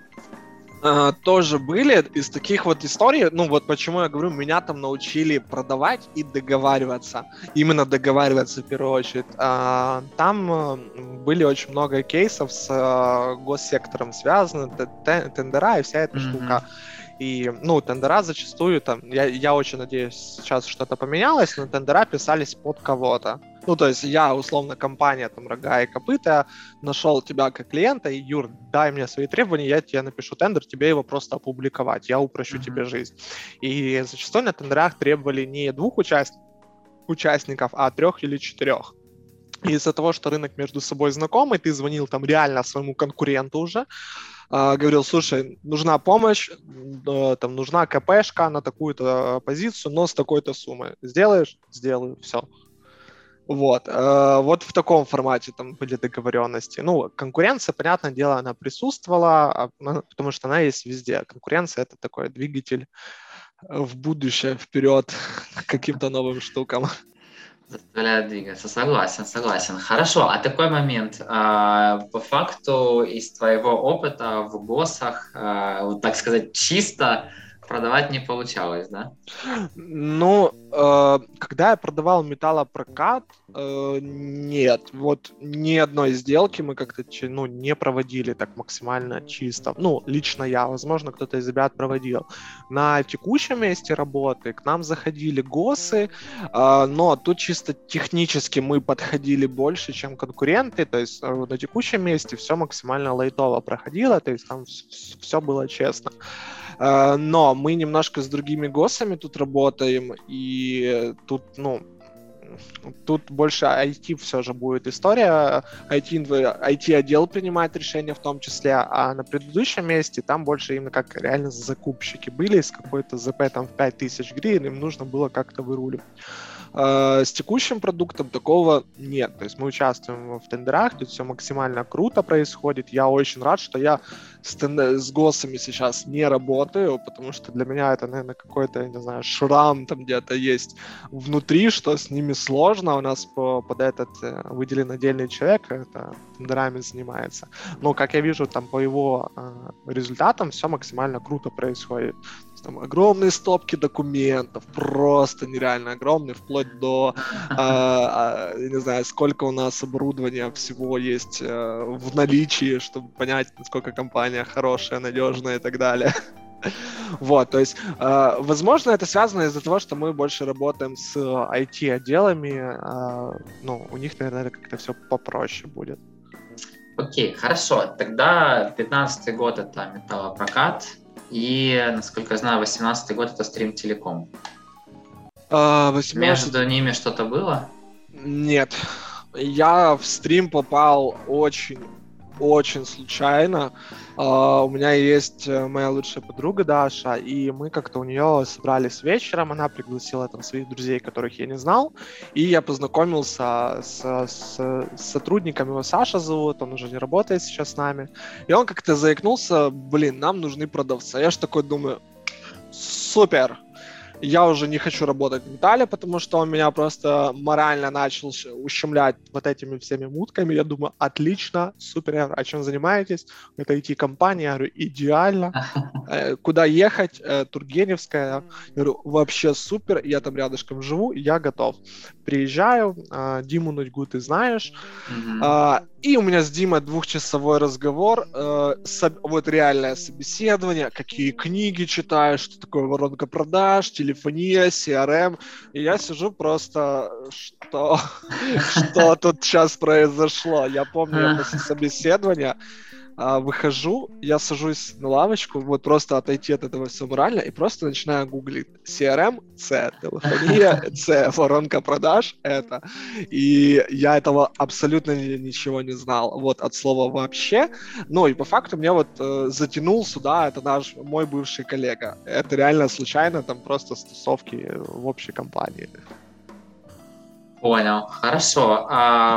Тоже были из таких вот историй, ну вот почему я говорю, меня там научили продавать и договариваться, именно договариваться в первую очередь. Там были очень много кейсов с госсектором связаны, тендера и вся эта штука. И, ну, тендера зачастую там, я очень надеюсь, сейчас что-то поменялось, но тендера писались под кого-то. Ну, то есть я, условно, компания там «Рога и копыта», нашел тебя как клиента, и, Юр, дай мне свои требования, я тебе напишу тендер, тебе его просто опубликовать, я упрощу тебе жизнь. И зачастую на тендерах требовали не 2 участников, а 3 или 4. И из-за того, что рынок между собой знакомый, ты звонил там реально своему конкуренту уже, говорил, слушай, нужна помощь, там нужна КПшка на такую-то позицию, но с такой-то суммой. Сделаешь? Сделаю, все. Вот. Вот в таком формате там были договоренности. Ну, конкуренция, понятное дело, она присутствовала, потому что она есть везде. Конкуренция — это такой двигатель в будущее, вперед, к каким-то новым штукам. Заставляет двигаться. Согласен. Хорошо, а такой момент. По факту из твоего опыта в ГОСах, вот так сказать, чисто продавать не получалось, да? Ну, когда я продавал металлопрокат, нет. Вот ни одной сделки мы как-то не проводили так максимально чисто. Ну, лично я, возможно, кто-то из ребят проводил. На текущем месте работы к нам заходили ГОСы, но тут чисто технически мы подходили больше, чем конкуренты. То есть на текущем месте все максимально лайтово проходило, то есть там все было честно. Но мы немножко с другими ГОСами тут работаем, и тут больше IT все же будет история. IT-отдел принимает решения в том числе, а на предыдущем месте там больше именно как реально закупщики были с какой-то ЗП там в 5000 гривен, им нужно было как-то выруливать. С текущим продуктом такого нет. То есть мы участвуем в тендерах, тут все максимально круто происходит. Я очень рад, что я с ГОСами сейчас не работаю, потому что для меня это, наверное, какой-то, не знаю, шрам там где-то есть внутри, что с ними сложно. У нас под этот выделен отдельный человек, это тендерами занимается. Но, как я вижу, там по его результатам все максимально круто происходит. Там огромные стопки документов, просто нереально огромные, вплоть до, не знаю, сколько у нас оборудования всего есть в наличии, чтобы понять, насколько компания хорошая, надежная и так далее. Вот, то есть, возможно, это связано из-за того, что мы больше работаем с IT-отделами, ну, у них, наверное, как-то все попроще будет. Окей, хорошо. Тогда 15-й год — это металлопрокат, и, насколько я знаю, 18-й год — это Стрим Телеком. 18... Между ними что-то было? Нет. Я в Стрим попал очень случайно. У меня есть моя лучшая подруга Даша, и мы как-то у нее собрались вечером, она пригласила там своих друзей, которых я не знал, и я познакомился с сотрудником, его Саша зовут, он уже не работает сейчас с нами, и он как-то заикнулся, нам нужны продавцы. Я ж такой думаю, супер! Я уже не хочу работать в металле, потому что он меня просто морально начал ущемлять вот этими всеми мутками. Я думаю, отлично, супер, а чем занимаетесь? Это IT-компания. Я говорю, идеально. Куда ехать? Тургеневская. Я говорю, вообще супер, я там рядышком живу, я готов. Приезжаю, Диму Нудьгу ты знаешь. И у меня с Димой 2-часовой разговор, вот реальное собеседование, какие книги читаешь, что такое воронка продаж, телефония, CRM. И я сижу просто, что тут сейчас произошло. Я помню, я после собеседования выхожу, я сажусь на лавочку, вот просто отойти от этого все морально, и просто начинаю гуглить. CRM — С, телефония — С, воронка продаж — это. И я этого абсолютно ничего не знал, вот от слова вообще. Ну и по факту меня вот затянул сюда, это мой бывший коллега. Это реально случайно, там просто стусовки в общей компании. Понял, хорошо.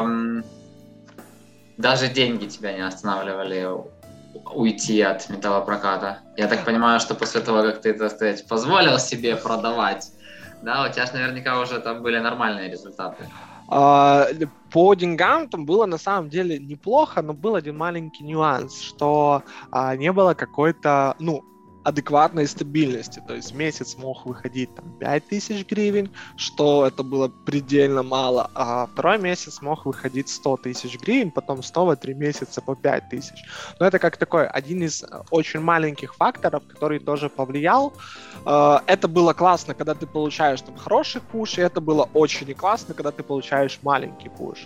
Даже деньги тебя не останавливали уйти от металлопроката. Я так понимаю, что после того, как ты, так сказать, позволил себе продавать, да, у тебя же наверняка уже там были нормальные результаты. По деньгам там было на самом деле неплохо, но был один маленький нюанс, что не было какой-то, адекватной стабильности. То есть в месяц мог выходить там 5000 гривен, что это было предельно мало, а второй месяц мог выходить 100 тысяч гривен, потом снова 3 месяца по 5000. Но это как такой один из очень маленьких факторов, который тоже повлиял. Это было классно, когда ты получаешь там хороший пуш, и это было очень не классно, когда ты получаешь маленький пуш.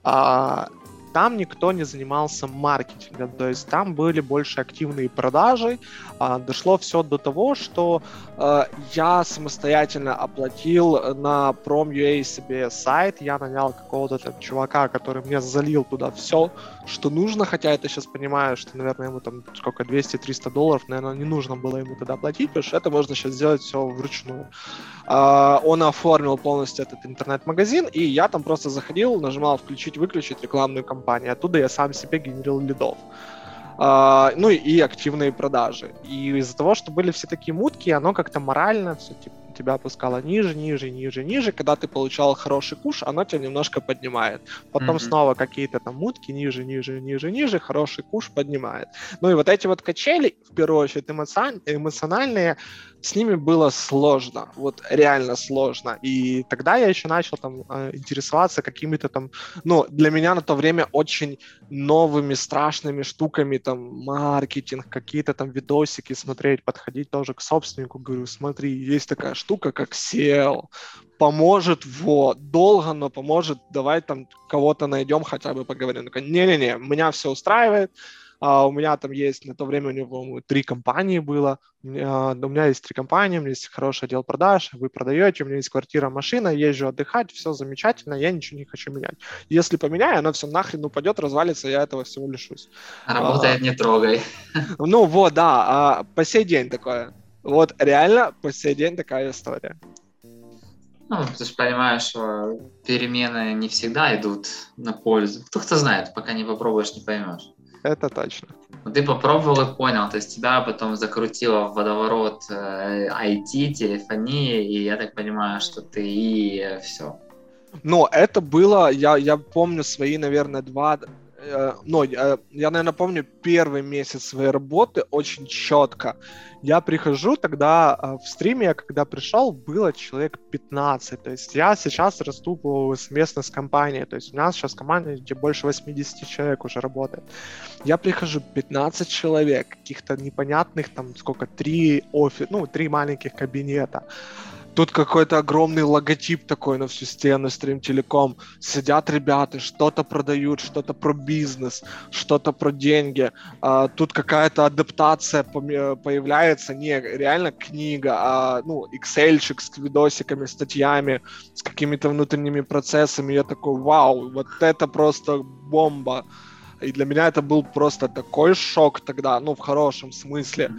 Там никто не занимался маркетингом, то есть там были больше активные продажи. Дошло все до того, что я самостоятельно оплатил на Prom.ua себе сайт, я нанял какого-то там чувака, который мне залил туда все, что нужно, хотя это сейчас понимаю, что, наверное, ему там сколько, $200-300, наверное, не нужно было ему тогда платить, потому что это можно сейчас сделать все вручную. Он оформил полностью этот интернет-магазин, и я там просто заходил, нажимал включить-выключить рекламную кампанию. Оттуда я сам себе генерил лидов. Ну и активные продажи. И из-за того, что были все такие мутки, оно как-то морально все тебя опускало ниже, ниже, ниже, ниже. Когда ты получал хороший куш, оно тебя немножко поднимает. Потом снова какие-то там мутки, ниже, ниже, ниже, ниже, хороший куш поднимает. Ну и вот эти вот качели, в первую очередь эмоциональные, с ними было сложно, вот реально сложно. И тогда я еще начал там интересоваться какими-то там, ну, для меня на то время очень новыми, страшными штуками, там, маркетинг, какие-то там видосики смотреть, подходить тоже к собственнику, говорю, смотри, есть такая штука, как SEO, поможет, вот, долго, но поможет, давай там кого-то найдем, хотя бы поговорим. Не-не-не, меня все устраивает. У меня там есть, на то время у него, по-моему, 3 компании было. У меня есть 3 компании, у меня есть хороший отдел продаж, вы продаете, у меня есть квартира, машина, езжу отдыхать, все замечательно, я ничего не хочу менять. Если поменяю, оно все нахрен упадет, развалится, я этого всего лишусь. Работает, не трогай. Ну вот, да, по сей день такое. Вот реально по сей день такая история. Ну, ты же понимаешь, что перемены не всегда идут на пользу. Кто знает, пока не попробуешь, не поймешь. Это точно. Но ты попробовал и понял, то есть тебя потом закрутило в водоворот IT, телефонии, и я так понимаю, что ты и все. Ну, это было, я помню свои, наверное, я, наверное, помню первый месяц своей работы очень четко. Я прихожу, тогда в стриме, когда пришел, было человек 15. То есть я сейчас расту совместно с компанией. То есть у нас сейчас в команде где больше 80 человек уже работает. Я прихожу, 15 человек, каких-то непонятных, там, сколько, 3 маленьких кабинета. Тут какой-то огромный логотип такой на всю стену, Stream Telecom. Сидят ребята, что-то продают, что-то про бизнес, что-то про деньги. Тут какая-то адаптация появляется, не реально книга, Excel-чик с видосиками, статьями, с какими-то внутренними процессами. Я такой, вау, вот это просто бомба. И для меня это был просто такой шок тогда, в хорошем смысле.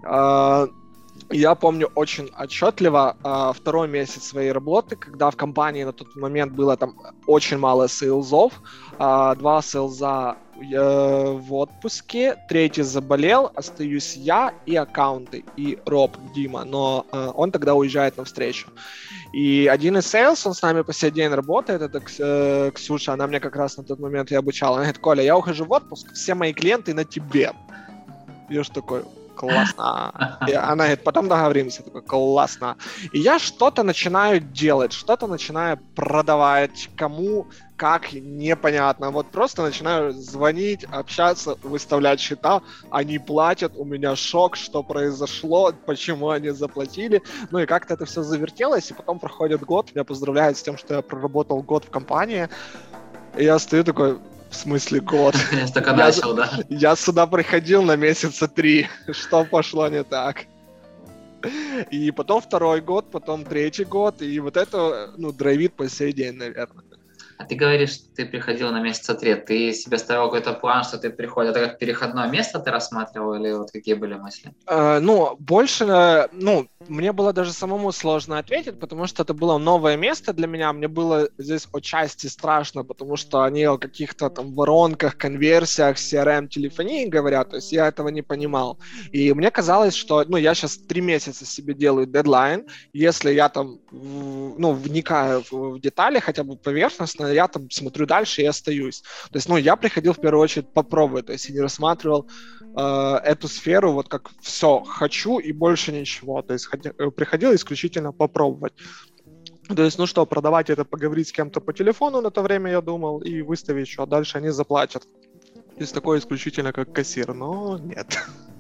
Я помню очень отчетливо второй месяц своей работы, когда в компании на тот момент было там очень мало сейлзов, 2 сейлза в отпуске, 3 заболел, остаюсь я и аккаунты, и Роб, Дима, но он тогда уезжает на встречу. И один из сейлс, он с нами по сей день работает, это Ксюша, она меня как раз на тот момент и обучала. Она говорит, Коля, я ухожу в отпуск, все мои клиенты на тебе. Я же такой... Классно. И она говорит, потом договоримся. Такой, классно. И я что-то начинаю делать, что-то начинаю продавать, кому, как, непонятно. Вот просто начинаю звонить, общаться, выставлять счета. Они платят, у меня шок, что произошло, почему они заплатили. Ну и как-то это все завертелось, и потом проходит год, меня поздравляют с тем, что я проработал год в компании. И я стою такой... В смысле год? Я только начал, да? Я сюда приходил на месяца 3. Что пошло не так? И потом 2-й год, потом 3-й год. И вот это, драйвит по сей день, наверное. А ты говоришь, что ты приходил на месяца 3. Ты себе ставил какой-то план, что ты приходишь? Это как переходное место ты рассматривал? Или вот какие были мысли? Больше, мне было даже самому сложно ответить, потому что это было новое место для меня. Мне было здесь отчасти страшно, потому что они о каких-то там воронках, конверсиях, CRM-телефонии говорят, то есть я этого не понимал. И мне казалось, что, я сейчас 3 месяца себе делаю дедлайн, если я там, вникаю в детали, хотя бы поверхностно, я там смотрю дальше и остаюсь. То есть, я приходил в первую очередь попробовать, то есть я не рассматривал эту сферу вот как все, хочу и больше ничего. То есть приходил исключительно попробовать. То есть, продавать это, поговорить с кем-то по телефону на то время, я думал, и выставить еще, а дальше они заплатят. Есть такое исключительно как кассир, но нет.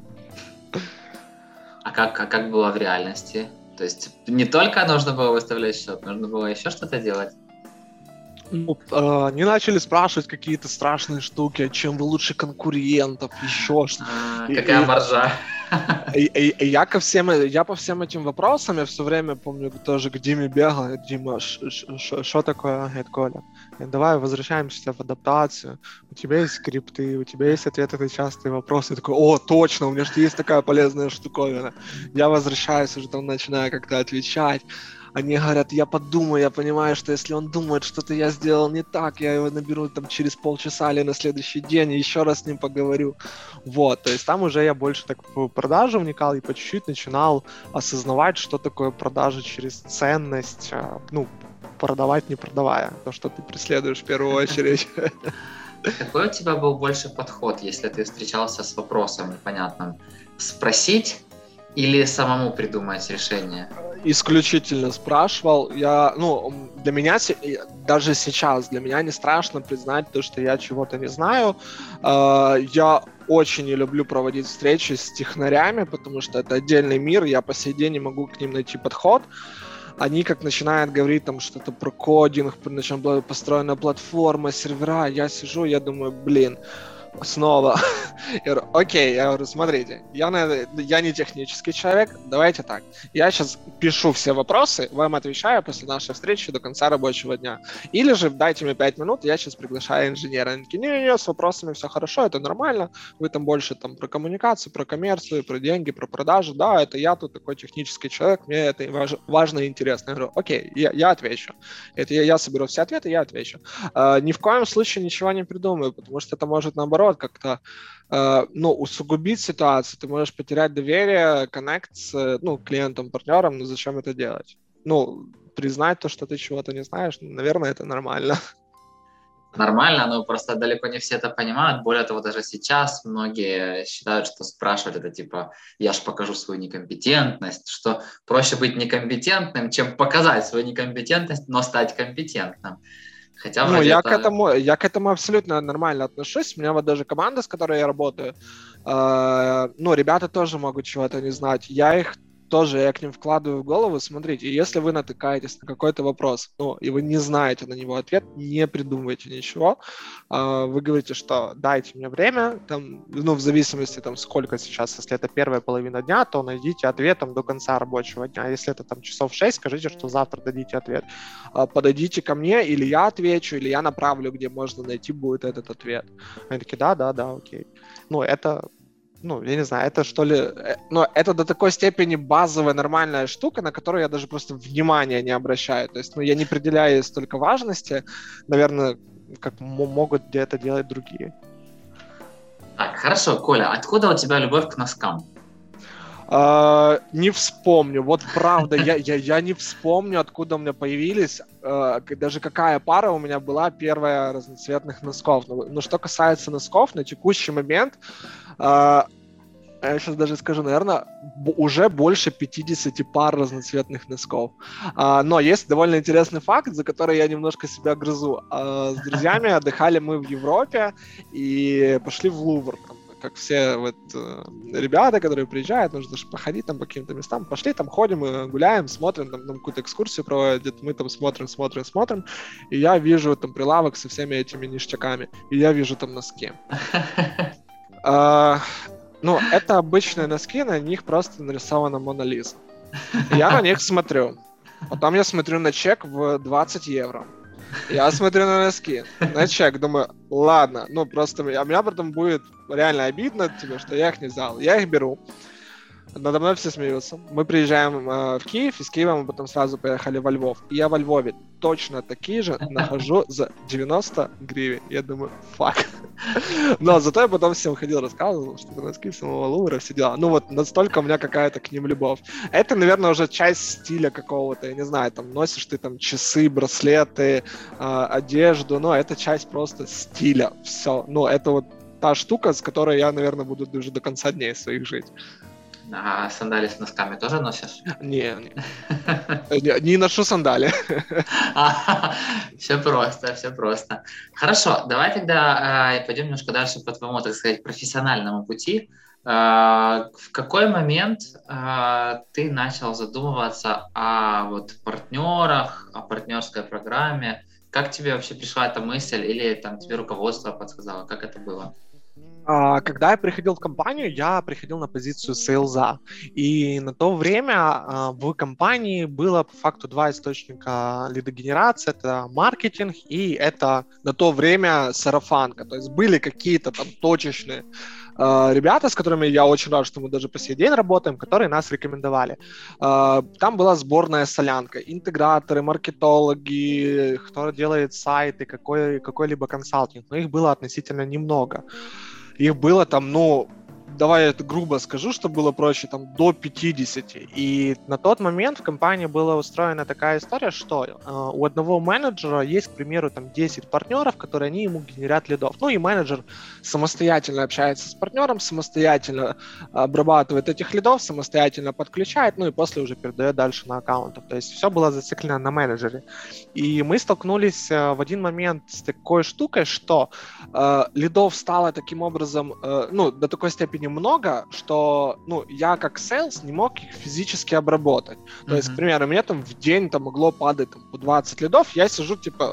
А как было в реальности? То есть не только нужно было выставлять счет, нужно было еще что-то делать? Они начали спрашивать какие-то страшные штуки, чем вы лучше конкурентов, еще что-то. Какая маржа? Я по всем этим вопросам, я все время помню, тоже к Диме бегал, Дима, что такое? Он говорит, Коля, давай возвращаемся в адаптацию, у тебя есть скрипты, у тебя есть ответы на частые вопросы. Я такой, о, точно, у меня же есть такая полезная штуковина. Я возвращаюсь, уже там начинаю как-то отвечать. Они говорят, я подумаю, я понимаю, что если он думает, что-то я сделал не так, я его наберу там через полчаса или на следующий день и еще раз с ним поговорю. Вот, то есть там уже я больше так в продажу вникал и по чуть-чуть начинал осознавать, что такое продажа через ценность, продавать не продавая, то, что ты преследуешь в первую очередь. Какой у тебя был больше подход, если ты встречался с вопросом непонятным? Спросить или самому придумать решение? Исключительно спрашивал. Для меня, даже сейчас, для меня не страшно признать то, что я чего-то не знаю. Я очень не люблю проводить встречи с технарями, потому что это отдельный мир, я по сей день не могу к ним найти подход. Они как начинают говорить там что-то про кодинг, на чем была построена платформа, сервера, я сижу, я думаю, снова. Я говорю, окей, смотрите, я не технический человек, давайте так. Я сейчас пишу все вопросы, вам отвечаю после нашей встречи до конца рабочего дня. Или же дайте мне 5 минут, я сейчас приглашаю инженера. Они такие, не, с вопросами все хорошо, это нормально, вы там больше там про коммуникацию, про коммерцию, про деньги, про продажи. Да, это я тут такой технический человек, мне это важно и интересно. Я говорю, окей, я отвечу. Это я соберу все ответы, я отвечу. Ни в коем случае ничего не придумаю, потому что это может наоборот как-то усугубить ситуацию, ты можешь потерять доверие, коннект с клиентом, партнером, но зачем это делать? Признать то, что ты чего-то не знаешь, наверное, это нормально. Нормально, но просто далеко не все это понимают. Более того, даже сейчас многие считают, что спрашивать это типа «я ж покажу свою некомпетентность», что проще быть некомпетентным, чем показать свою некомпетентность, но стать компетентным. Хотя я к этому абсолютно нормально отношусь. У меня вот даже команда, с которой я работаю, ребята тоже могут чего-то не знать. Я к ним вкладываю в голову, смотрите, если вы натыкаетесь на какой-то вопрос, и вы не знаете на него ответ, не придумывайте ничего, вы говорите, что дайте мне время, там, в зависимости, там, сколько сейчас, если это первая половина дня, то найдите ответ там до конца рабочего дня, если это там часов 6, скажите, что завтра дадите ответ, подойдите ко мне, или я отвечу, или я направлю, где можно найти будет этот ответ. Они такие, да, окей. Это... я не знаю, это что ли... это до такой степени базовая, нормальная штука, на которую я даже просто внимания не обращаю. То есть, я не приділяю столько важности, наверное, как могут это делать другие. Так, хорошо, Коля, откуда у тебя любовь к носкам? Не вспомню. Вот правда, я не вспомню, откуда у меня появились, даже какая пара у меня была первая разноцветных носков. Но что касается носков, на текущий момент, я сейчас даже скажу, наверное, уже больше 50 пар разноцветных носков. Но есть довольно интересный факт, за который я немножко себя грызу. С друзьями отдыхали мы в Европе и пошли в Лувр. Как все ребята, которые приезжают, нужно же походить там по каким-то местам. Пошли, там ходим, гуляем, смотрим, там какую-то экскурсию проводят, мы там смотрим, и я вижу там прилавок со всеми этими ништяками, и я вижу там носки. Это обычные носки, на них просто нарисована Мона Лиза. Я на них смотрю. Потом я смотрю на чек в 20 евро. Я смотрю на носки, на чек, думаю, ладно, просто меня потом будет реально обидно, что я их не взял. Я их беру, надо мной все смеются. Мы приезжаем в Киев, из Киева мы потом сразу поехали во Львов. И я во Львове точно такие же нахожу за 90 гривен. Я думаю, фак. Но зато я потом всем ходил, рассказывал, что это носки самого Лувра, все дела. Ну вот настолько у меня какая-то к ним любовь. Это, наверное, уже часть стиля какого-то, я не знаю, там носишь ты там часы, браслеты, одежду, но это часть просто стиля, все. Ну это вот та штука, с которой я, наверное, буду уже до конца дней своих жить. А сандали с носками тоже носишь? Не ношу сандали. Все просто, все просто. Хорошо, давай тогда пойдем немножко дальше по твоему, так сказать, профессиональному пути. В какой момент ты начал задумываться о вот партнерах, о партнерской программе? Как тебе вообще пришла эта мысль или там тебе руководство подсказало? Как это было? Когда я приходил в компанию, я приходил на позицию сейлза. И на то время в компании было по факту два источника лидогенерации. Это маркетинг и это на то время сарафанка. То есть были какие-то там точечные ребята, с которыми я очень рад, что мы даже по сей день работаем, которые нас рекомендовали. Там была сборная солянка. Интеграторы, маркетологи, кто делает сайты, какой-либо консалтинг. Но их было относительно немного. Их было там, давай я это грубо скажу, чтобы было проще, там до 50. И на тот момент в компании была устроена такая история, что у одного менеджера есть, к примеру, там 10 партнеров, которые они ему генерят лидов. Ну и менеджер самостоятельно общается с партнером, самостоятельно обрабатывает этих лидов, самостоятельно подключает, и после уже передает дальше на аккаунты. То есть все было зациклено на менеджере. И мы столкнулись в один момент с такой штукой, что лидов стало таким образом, до такой степени много, что, я как сейлс не мог их физически обработать. То есть, к примеру, у меня там в день могло падать по 20 лидов, я сижу типа,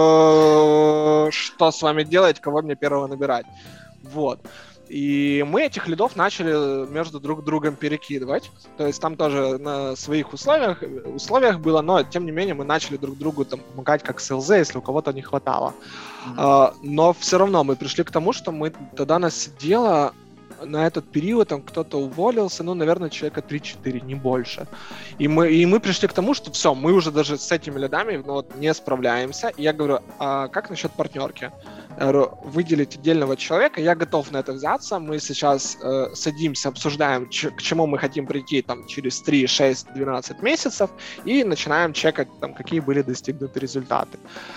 что с вами делать, кого мне первого набирать? Вот. И мы этих лидов начали между друг другом перекидывать. То есть там тоже на своих условиях было, но тем не менее мы начали друг другу помогать как СЛЗ, если у кого-то не хватало. Но все равно мы пришли к тому, что тогда нас сидело на этот период, кто-то уволился, наверное, человека 3-4, не больше. И мы пришли к тому, что все, мы уже даже с этими лидами не справляемся. И я говорю, а как насчет партнерки? Я говорю, выделить отдельного человека, я готов на это взяться. Мы сейчас садимся, обсуждаем, к чему мы хотим прийти через 3, 6, 12 месяцев и начинаем чекать, какие были достигнуты результаты.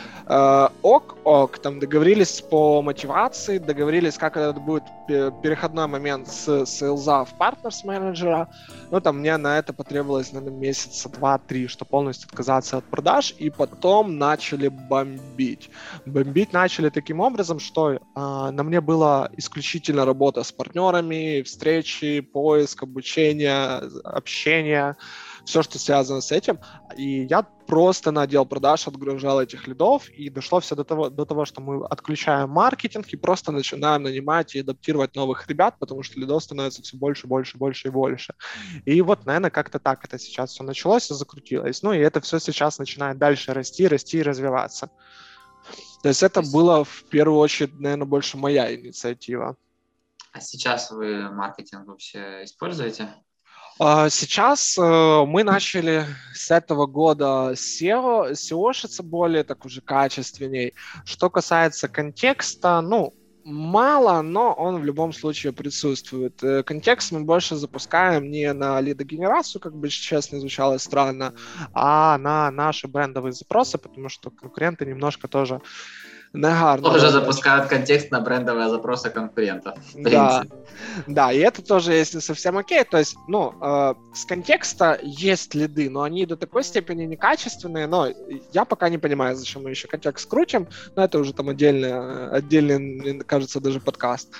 Договорились по мотивации, договорились, как это будет переходной момент с сейлза в партнерс менеджера. Мне на это потребовалось, наверное, месяца 2-3, чтобы полностью отказаться от продаж, и потом начали бомбить. Бомбить начали таким образом, что на мне была исключительно работа с партнерами, встречи, поиск, обучение, общение, все, что связано с этим. И я просто на отдел продаж отгружал этих лидов, и дошло все до того, что мы отключаем маркетинг и просто начинаем нанимать и адаптировать новых ребят, потому что лидов становится все больше, больше, больше и больше. И наверное, как-то так это сейчас все началось и закрутилось. И это все сейчас начинает дальше расти и развиваться. То есть это было в первую очередь, наверное, больше моя инициатива. А сейчас вы маркетинг вообще используете? Сейчас мы начали с этого года SEO-шиться более так уже качественней. Что касается контекста, мало, но он в любом случае присутствует. Контекст мы больше запускаем не на лидогенерацию, как бы сейчас не звучало странно, а на наши брендовые запросы, потому что конкуренты немножко тоже негарно. Тоже запускают контекст на брендовые запросы конкурентов. Да, и это тоже есть не совсем окей. То есть, с контекста есть лиды, но они до такой степени некачественные, но я пока не понимаю, зачем мы еще контекст крутим, но это уже отдельный, кажется, даже подкаст.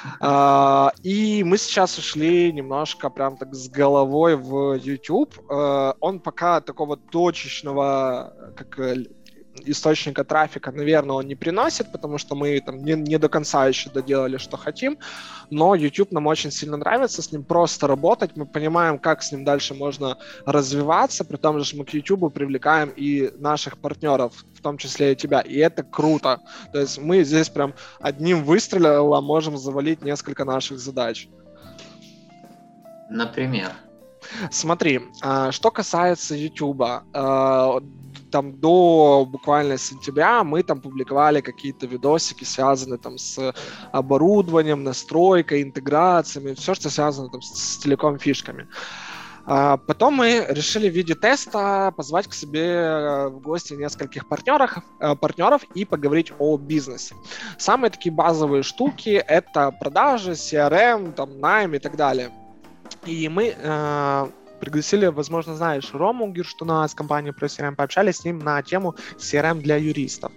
И мы сейчас ушли немножко прям так с головой в YouTube. Он пока такого точечного, как источника трафика, наверное, он не приносит, потому что мы не до конца еще доделали, что хотим, но YouTube нам очень сильно нравится, с ним просто работать, мы понимаем, как с ним дальше можно развиваться, при том же, что мы к YouTube привлекаем и наших партнеров, в том числе и тебя, и это круто. То есть мы здесь прям одним выстрелом можем завалить несколько наших задач. Например? Смотри, что касается YouTube, там до буквально сентября мы там публиковали какие-то видосики, связанные там с оборудованием, настройкой, интеграциями, все, что связано там с телеком-фишками. Потом мы решили в виде теста позвать к себе в гости нескольких партнеров и поговорить о бизнесе. Самые такие базовые штуки — это продажи, CRM, там, найм и так далее. И мы пригласили, возможно, знаешь, Рому Гирштуна с компанией про CRM, пообщались с ним на тему CRM для юристов.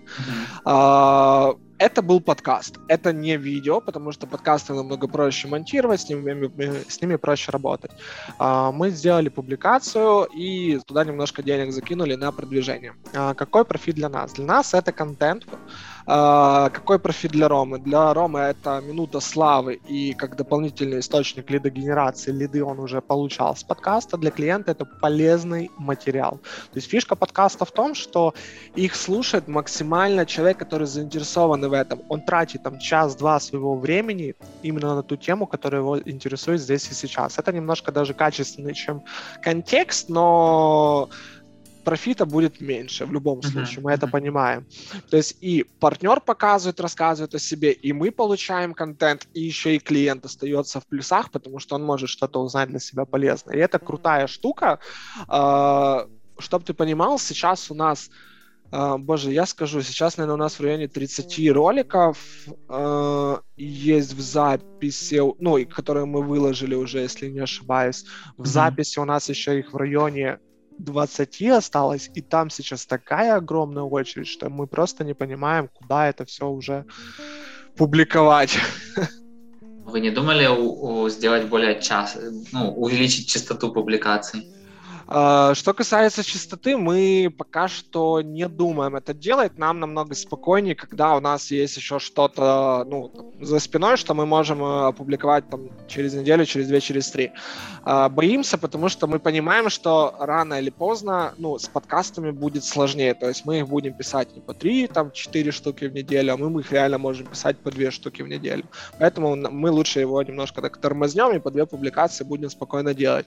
Это был подкаст, это не видео, потому что подкасты намного проще монтировать, с ними проще работать. Мы сделали публикацию и туда немножко денег закинули на продвижение. Какой профит для нас? Для нас это контент. Какой профит для Ромы? Для Ромы это минута славы и как дополнительный источник лидогенерации. Лиды он уже получал с подкаста. Для клиента это полезный материал. То есть фишка подкаста в том, что их слушает максимально человек, который заинтересован в этом. Он тратит там час-два своего времени именно на ту тему, которая его интересует здесь и сейчас. Это немножко даже качественнее, чем контекст, но профита будет меньше в любом случае, мы это понимаем. То есть и партнер показывает, рассказывает о себе, и мы получаем контент, и еще и клиент остается в плюсах, потому что он может что-то узнать для себя полезное. И это крутая штука. Чтобы ты понимал, сейчас у нас, боже, я скажу, сейчас, наверное, у нас в районе 30 роликов есть в записи, ну, которые мы выложили уже, если не ошибаюсь. В записи у нас еще их в районе 20 осталось, и там сейчас такая огромная очередь, что мы просто не понимаем, куда это все уже публиковать. Вы не думали сделать более увеличить частоту публикаций? Что касается частоты, мы пока что не думаем это делать. Нам намного спокойнее, когда у нас есть еще что-то за спиной, что мы можем опубликовать там, через неделю, через 2, через 3. Боимся, потому что мы понимаем, что рано или поздно с подкастами будет сложнее. То есть мы их будем писать не по 3, там, 4 штуки в неделю, а мы их реально можем писать по 2 штуки в неделю. Поэтому мы лучше его немножко так тормознем и по 2 публикации будем спокойно делать.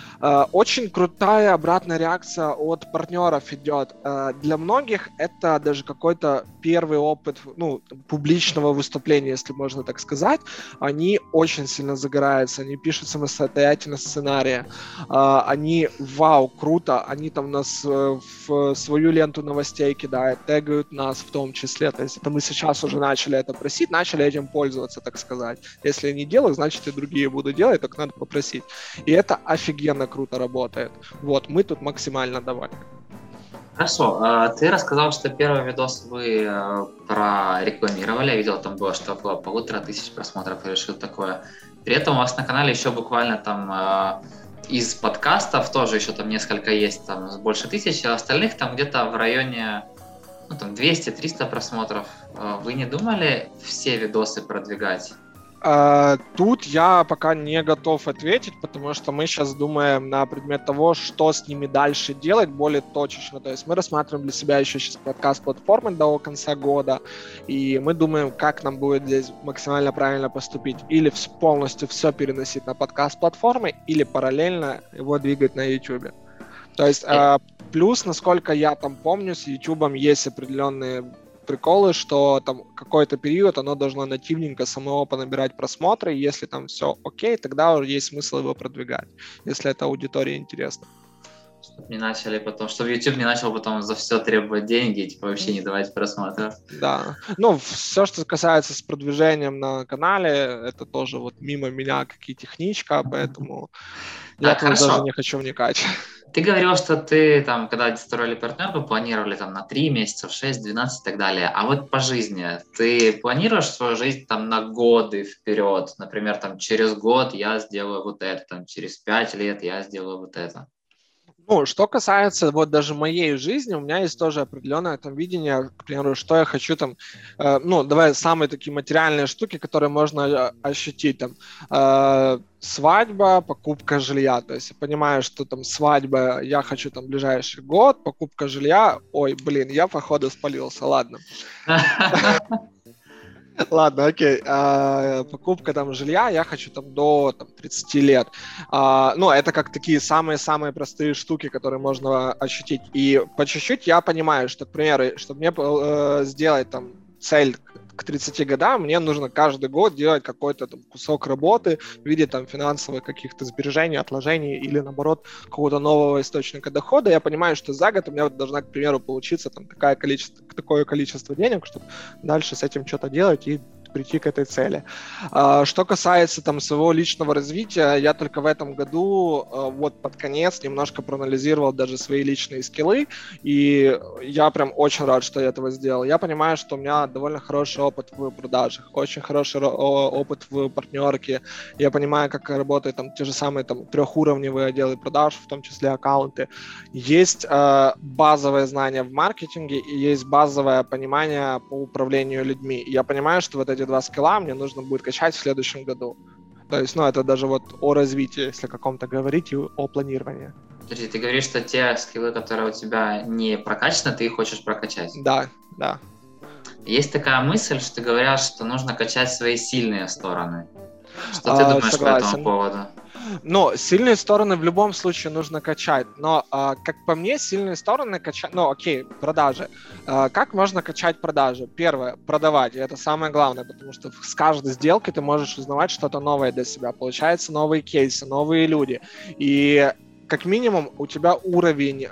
Очень крутая обратная реакция от партнеров идет. Для многих это даже какой-то первый опыт публичного выступления, если можно так сказать. Они очень сильно загораются, они пишут самостоятельно сценарии. Они, вау, круто, они там нас в свою ленту новостей кидают, тегают нас в том числе. То есть это мы сейчас уже начали это просить, начали этим пользоваться, так сказать. Если я не делаю, значит и другие будут делать, только надо попросить. И это офигенно круто работает. Вот, мы тут максимально довольны. Хорошо. Ты рассказал, что первый видос вы прорекламировали. Я видел, там было что около 1500 просмотров, я решил такое. При этом у вас на канале еще буквально там из подкастов тоже еще там несколько есть, там больше 1000, а остальных там где-то в районе 200-300 просмотров. Вы не думали все видосы продвигать? Тут я пока не готов ответить, потому что мы сейчас думаем на предмет того, что с ними дальше делать более точечно. То есть мы рассматриваем для себя еще сейчас подкаст-платформы до конца года, и мы думаем, как нам будет здесь максимально правильно поступить. Или полностью все переносить на подкаст-платформы, или параллельно его двигать на YouTube. То есть плюс, насколько я там помню, с YouTube есть определенные приколы, что там какой-то период оно должно нативненько самого понабирать просмотры, и если там все окей, тогда уже есть смысл его продвигать, если это аудитории интересно. Чтобы YouTube не начал потом за все требовать деньги и вообще не давать просмотров. Да. Все, что касается с продвижением на канале, это тоже мимо меня как и техничка, поэтому я тут даже не хочу вникать. Ты говорил, что ты там, когда строили партнерку, планировали там на 3 месяца, 6, 12 и так далее. А вот по жизни, ты планируешь свою жизнь там на годы вперед? Например, там через год я сделаю вот это, там через 5 лет я сделаю вот это. Что касается даже моей жизни, у меня есть тоже определенное там видение, к примеру, что я хочу там, давай самые такие материальные штуки, которые можно ощутить там. Свадьба, покупка жилья. То есть я понимаю, что там свадьба, я хочу там ближайший год, покупка жилья, я походу спалился, ладно. Ладно, окей. Покупка там жилья, я хочу там до 30 лет. Ну, это как такие самые-самые простые штуки, которые можно ощутить. И по чуть-чуть я понимаю, что, к примеру, чтобы мне сделать там цель к 30 годам, мне нужно каждый год делать какой-то там кусок работы в виде там финансовых каких-то сбережений, отложений или, наоборот, какого-то нового источника дохода. Я понимаю, что за год у меня вот должна, к примеру, получиться там такое количество денег, чтобы дальше с этим что-то делать и прийти к этой цели. Что касается там своего личного развития, я только в этом году вот под конец немножко проанализировал даже свои личные скиллы, и я прям очень рад, что я этого сделал. Я понимаю, что у меня довольно хороший опыт в продажах, очень хороший опыт в партнерке. Я понимаю, как работают там те же самые там трехуровневые отделы продаж, в том числе аккаунты. Есть базовое знание в маркетинге и есть базовое понимание по управлению людьми. И я понимаю, что вот эти два скилла мне нужно будет качать в следующем году. То есть, ну, это даже вот о развитии, если о каком-то говорить, и о планировании. Подожди, ты говоришь, что те скиллы, которые у тебя не прокачаны, ты их хочешь прокачать? Да, да. Есть такая мысль, что говорят, что нужно качать свои сильные стороны. Что ты думаешь согласен. по этому поводу? Но сильные стороны в любом случае нужно качать. Но, как по мне, сильные стороны качать... Ну, окей, продажи. Как можно качать продажи? Первое, продавать. И это самое главное, потому что с каждой сделки ты можешь узнавать что-то новое для себя. Получается новые кейсы, новые люди. И как минимум у тебя уровень...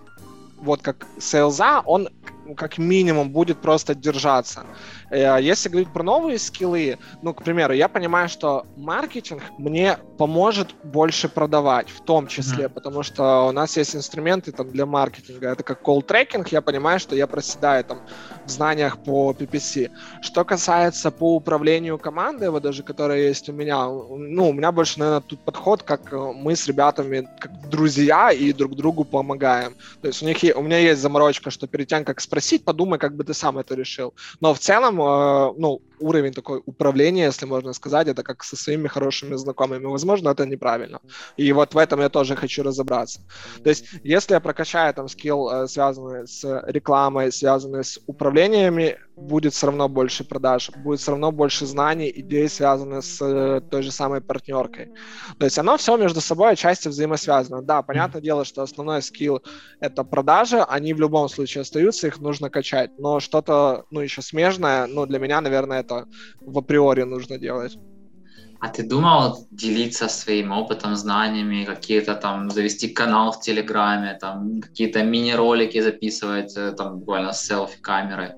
вот как сейлза, он как минимум будет просто держаться. Если говорить про новые скиллы, ну, к примеру, я понимаю, что маркетинг мне поможет больше продавать, в том числе, потому что у нас есть инструменты там для маркетинга. Это как колл-трекинг, я понимаю, что я проседаю там в знаниях по PPC. Что касается по управлению командой, вот даже которая есть у меня, ну, у меня больше, наверное, тут подход, как мы с ребятами, как друзья и друг другу помогаем. То есть у меня есть заморочка, что перед тем, как спросить, подумай, как бы ты сам это решил. Но в целом, ну, уровень такой управления, если можно сказать, это как со своими хорошими знакомыми. Возможно, это неправильно. И вот в этом я тоже хочу разобраться. То есть, если я прокачаю там скилл, связанный с рекламой, связанный с управлениями, будет все равно больше продаж, будет все равно больше знаний, идей, связанных с той же самой партнеркой. То есть оно все между собой отчасти взаимосвязано. Да, понятное дело, что основной скилл — это продажи, они в любом случае остаются, их нужно качать. Но что-то, ну, еще смежное, ну, для меня, наверное, это в априори нужно делать. А ты думал делиться своим опытом, знаниями, какие-то там, завести канал в Телеграме, там, какие-то мини-ролики записывать, там, буквально с селфи-камерой?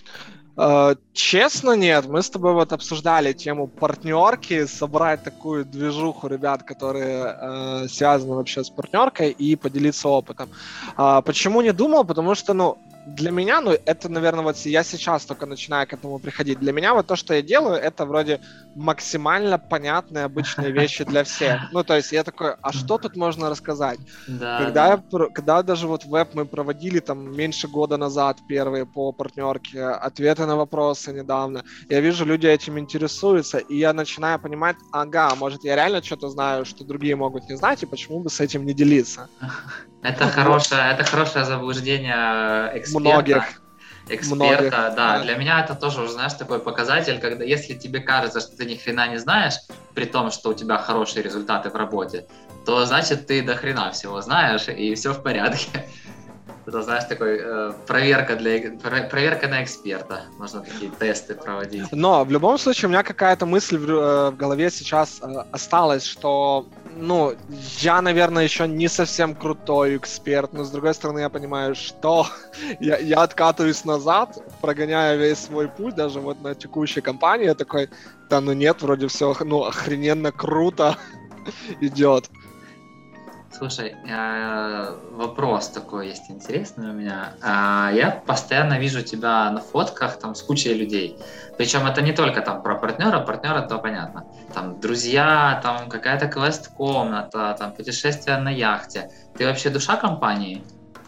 Честно, нет. Мы с тобой вот обсуждали тему партнерки, собрать такую движуху ребят, которые связаны вообще с партнеркой, и поделиться опытом. Почему не думал? Потому что, ну, для меня, ну, это, наверное, вот я сейчас только начинаю к этому приходить. Для меня вот то, что я делаю, это вроде максимально понятные обычные вещи для всех. Ну, то есть я такой, а что тут можно рассказать? Да, Когда даже вот веб мы проводили там меньше года назад первые по партнерке, ответы на вопросы недавно, я вижу, люди этим интересуются, и я начинаю понимать, ага, может, я реально что-то знаю, что другие могут не знать, и почему бы с этим не делиться? Это хорошее заблуждение эксперта. Многих. Эксперта, да. Для меня это тоже, уже, знаешь, такой показатель, когда если тебе кажется, что ты ни хрена не знаешь, при том, что у тебя хорошие результаты в работе, то значит ты до хрена всего знаешь, и все в порядке. Это, знаешь, такой проверка на эксперта. Можно такие тесты проводить. Но в любом случае у меня какая-то мысль в голове сейчас осталась, что, ну, я, наверное, еще не совсем крутой эксперт, но с другой стороны я понимаю, что я откатываюсь назад, прогоняя весь свой путь, даже вот на текущей компании, я такой, да ну нет, вроде все, ну, охрененно круто идет. Слушай, вопрос такой есть интересный у меня. Я постоянно вижу тебя на фотках там с кучей людей. Причем это не только там про партнера то понятно. Там друзья, там какая-то квест-комната, там путешествие на яхте. Ты вообще душа компании?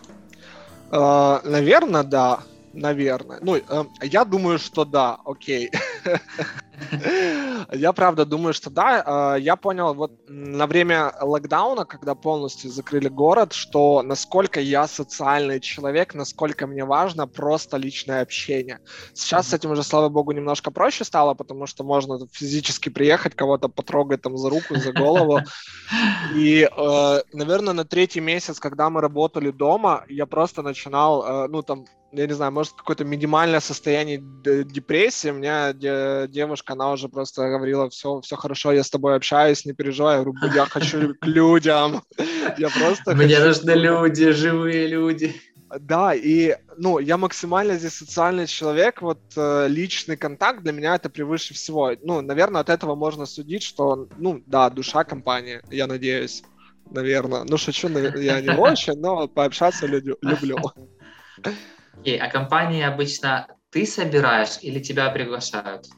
Наверное, да. Наверное. Ну, я думаю, что да, окей. Я правда думаю, что да. Я понял вот на время локдауна, когда полностью закрыли город, что насколько я социальный человек, насколько мне важно просто личное общение. Сейчас с этим уже, слава богу, немножко проще стало, потому что можно физически приехать, кого-то потрогать там за руку, за голову. И, наверное, на 3-й месяц, когда мы работали дома, я просто начинал, я не знаю, может, какое-то минимальное состояние депрессии. У меня девушка, она уже просто говорила, все хорошо, я с тобой общаюсь, не переживай. Я говорю, я хочу к людям. Я просто Мне нужны люди, живые люди. Да, и, я максимально здесь социальный человек, вот личный контакт для меня это превыше всего. Наверное, от этого можно судить, что, да, душа компании, я надеюсь, наверное. Шучу, я не очень, но пообщаться люблю. Окей, а компании обычно ты собираешь или тебя приглашают?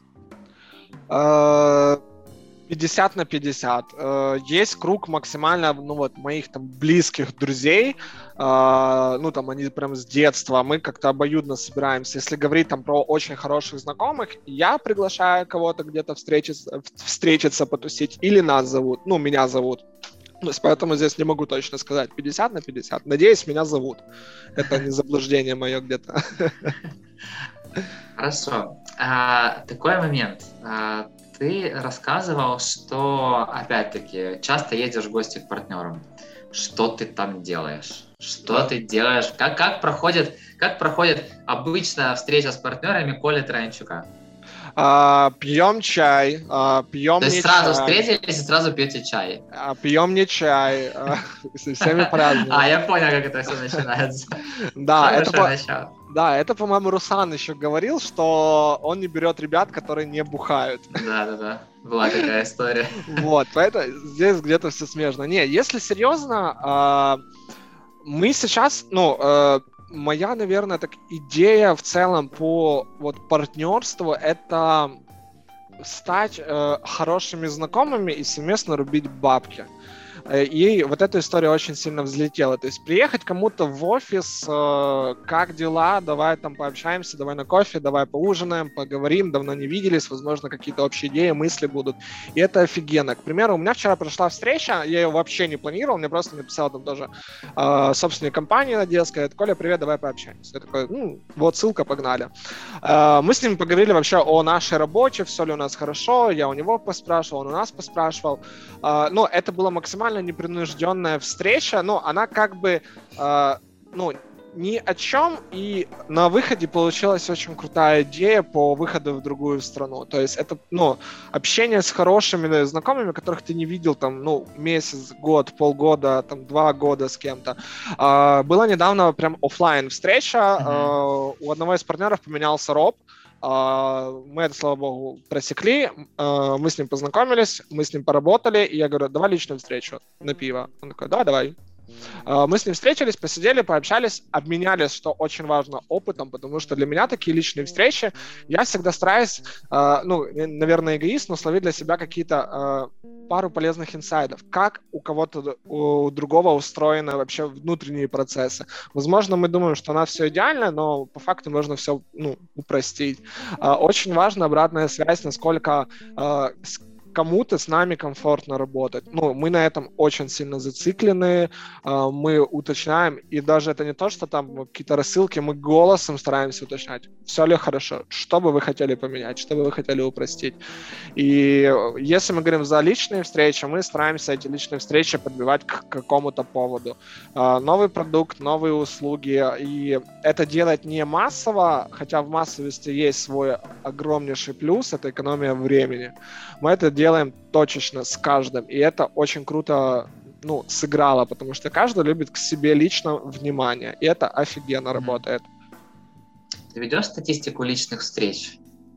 50 на 50. Есть круг максимально, моих там близких друзей, они прям с детства, мы как-то обоюдно собираемся. Если говорить там про очень хороших знакомых, я приглашаю кого-то где-то встретиться, потусить, или нас зовут, меня зовут. Поэтому здесь не могу точно сказать, 50 на 50. Надеюсь, меня зовут. Это не заблуждение мое где-то. Хорошо. Такой момент. Ты рассказывал, что, опять-таки, часто едешь в гости к партнерам. Что ты там делаешь? Что ты делаешь? Как проходит обычная встреча с партнерами Коли Троянчука? Пьем чай, пьем. То есть сразу встретились и сразу пьете чай? Пьем не чай, со всеми праздниками. Я понял, как это все начинается. Да, это, по-моему, Руслан еще говорил, что он не берет ребят, которые не бухают. Да, была такая история. Вот, поэтому здесь где-то все смежно. Не, если серьезно, мы сейчас, моя, наверное, идея в целом по партнерству — это стать хорошими знакомыми и совместно рубить бабки. И вот эта история очень сильно взлетела. То есть приехать кому-то в офис, как дела, давай там пообщаемся, давай на кофе, давай поужинаем, поговорим, давно не виделись, возможно, какие-то общие идеи, мысли будут. И это офигенно. К примеру, у меня вчера прошла встреча, я ее вообще не планировал, мне просто написал там тоже собственник компании одесской: Коля, привет, давай пообщаемся. Я такой, вот ссылка, погнали. Мы с ним поговорили вообще о нашей работе, все ли у нас хорошо, я у него поспрашивал, он у нас поспрашивал. Это было максимально непринужденная встреча, она как бы, ни о чем, и на выходе получилась очень крутая идея по выходу в другую страну. То есть это, общение с хорошими знакомыми, которых ты не видел там, месяц, год, полгода, там, 2 года с кем-то. Была недавно прям офлайн встреча, у одного из партнеров поменялся роб. Мы это, слава богу, просекли, мы с ним познакомились, мы с ним поработали, и я говорю, давай личную встречу на пиво. Он такой, да, давай. Мы с ним встретились, посидели, пообщались, обменялись, что очень важно, опытом, потому что для меня такие личные встречи, я всегда стараюсь, наверное, эгоист, но словить для себя какие-то пару полезных инсайдов, как у кого-то, у другого устроены вообще внутренние процессы. Возможно, мы думаем, что у нас все идеально, но по факту можно все упростить. Очень важна обратная связь, насколько кому-то с нами комфортно работать. Мы на этом очень сильно зациклены, мы уточняем, и даже это не то, что там какие-то рассылки, мы голосом стараемся уточнять, все ли хорошо, что бы вы хотели поменять, что бы вы хотели упростить. И если мы говорим за личные встречи, мы стараемся эти личные встречи подбивать к какому-то поводу. Новый продукт, новые услуги, и это делать не массово, хотя в массовости есть свой огромнейший плюс, это экономия времени. Мы это делаем точечно с каждым, и это очень круто сыграло, потому что каждый любит к себе лично внимание, и это офигенно работает. Ты ведешь статистику личных встреч?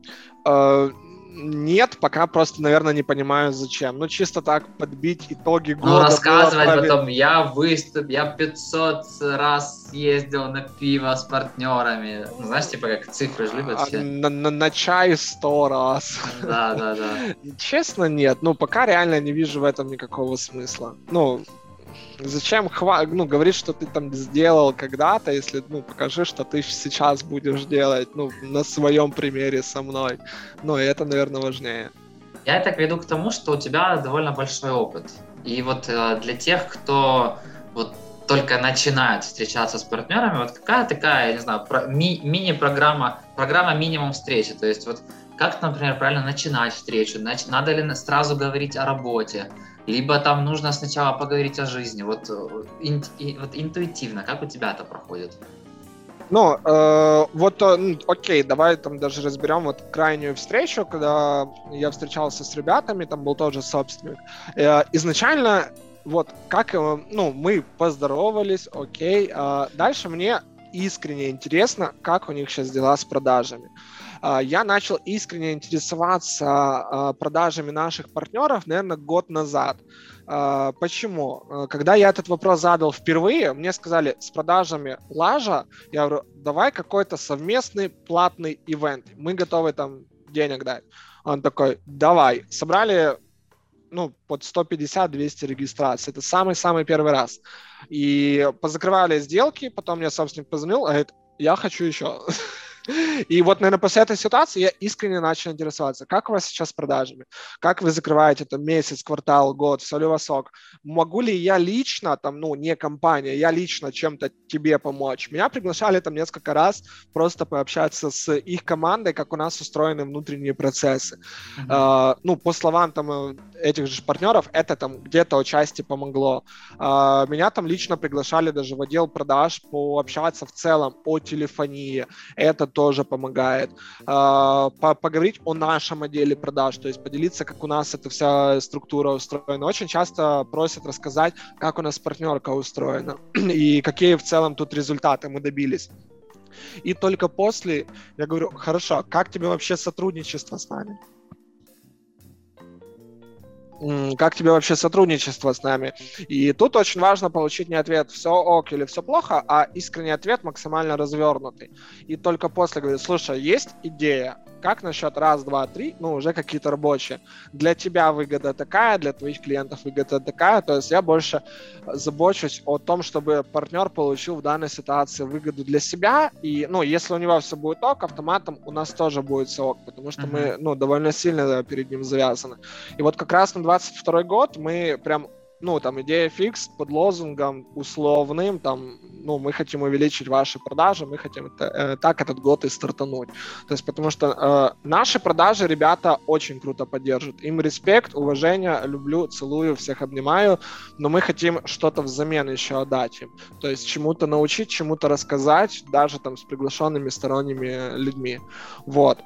Нет, пока просто, наверное, не понимаю, зачем. Чисто так подбить итоги года. Рассказывать потом, я 500 раз ездил на пиво с партнерами. Знаешь, типа как цифры же любят все. На чай 100 раз. Да. Честно, нет. Пока реально не вижу в этом никакого смысла. Зачем говорить, что ты там сделал когда-то, если, покажи, что ты сейчас будешь делать, на своем примере со мной. И это, наверное, важнее. Я это веду к тому, что у тебя довольно большой опыт. И вот для тех, кто вот только начинает встречаться с партнерами, вот какая такая, я не знаю, мини-программа, программа минимум встречи. То есть вот как, например, правильно начинать встречу, надо ли сразу говорить о работе, либо там нужно сначала поговорить о жизни. Вот интуитивно, как у тебя это проходит? Ну, окей, давай там даже разберем вот крайнюю встречу, когда я встречался с ребятами, там был тоже собственник. Изначально, вот, мы поздоровались, окей, дальше мне искренне интересно, как у них сейчас дела с продажами. Я начал искренне интересоваться продажами наших партнеров, наверное, год назад. Почему? Когда я этот вопрос задал впервые, мне сказали, с продажами лажа. Я говорю, давай какой-то совместный платный ивент. Мы готовы там денег дать. Он такой, давай. Собрали под 150-200 регистраций. Это самый-самый первый раз. И позакрывали сделки, потом мне собственник позвонил, говорит, я хочу еще. И вот, наверное, после этой ситуации я искренне начал интересоваться, как у вас сейчас с продажами, как вы закрываете там месяц, квартал, год, все ли у вас ок, могу ли я лично, там, не компания, я лично чем-то тебе помочь. Меня приглашали там несколько раз просто пообщаться с их командой, как у нас устроены внутренние процессы. По словам там этих же партнеров, это там где-то отчасти помогло. Меня там лично приглашали даже в отдел продаж пообщаться в целом о телефонии. Это тоже помогает. Поговорить о нашем отделе продаж, то есть поделиться, как у нас эта вся структура устроена. Очень часто просят рассказать, как у нас партнерка устроена и какие в целом тут результаты мы добились. И только после я говорю, хорошо, как тебе вообще сотрудничество с нами? Как тебе вообще сотрудничество с нами? И тут очень важно получить не ответ «все ок» или «все плохо», а искренний ответ максимально развернутый. И только после говорит, слушай, есть идея, как насчет раз, два, три, уже какие-то рабочие. Для тебя выгода такая, для твоих клиентов выгода такая. То есть я больше забочусь о том, чтобы партнер получил в данной ситуации выгоду для себя. И, если у него все будет ок, автоматом у нас тоже будет все ок, потому что мы, довольно сильно перед ним завязаны. И вот как раз на 22 год мы прям идея фикс под лозунгом условным, мы хотим увеличить ваши продажи, мы хотим так этот год и стартануть. То есть, потому что наши продажи ребята очень круто поддерживают. Им респект, уважение, люблю, целую, всех обнимаю, но мы хотим что-то взамен еще отдать им. То есть, чему-то научить, чему-то рассказать, даже там с приглашенными сторонними людьми. Вот.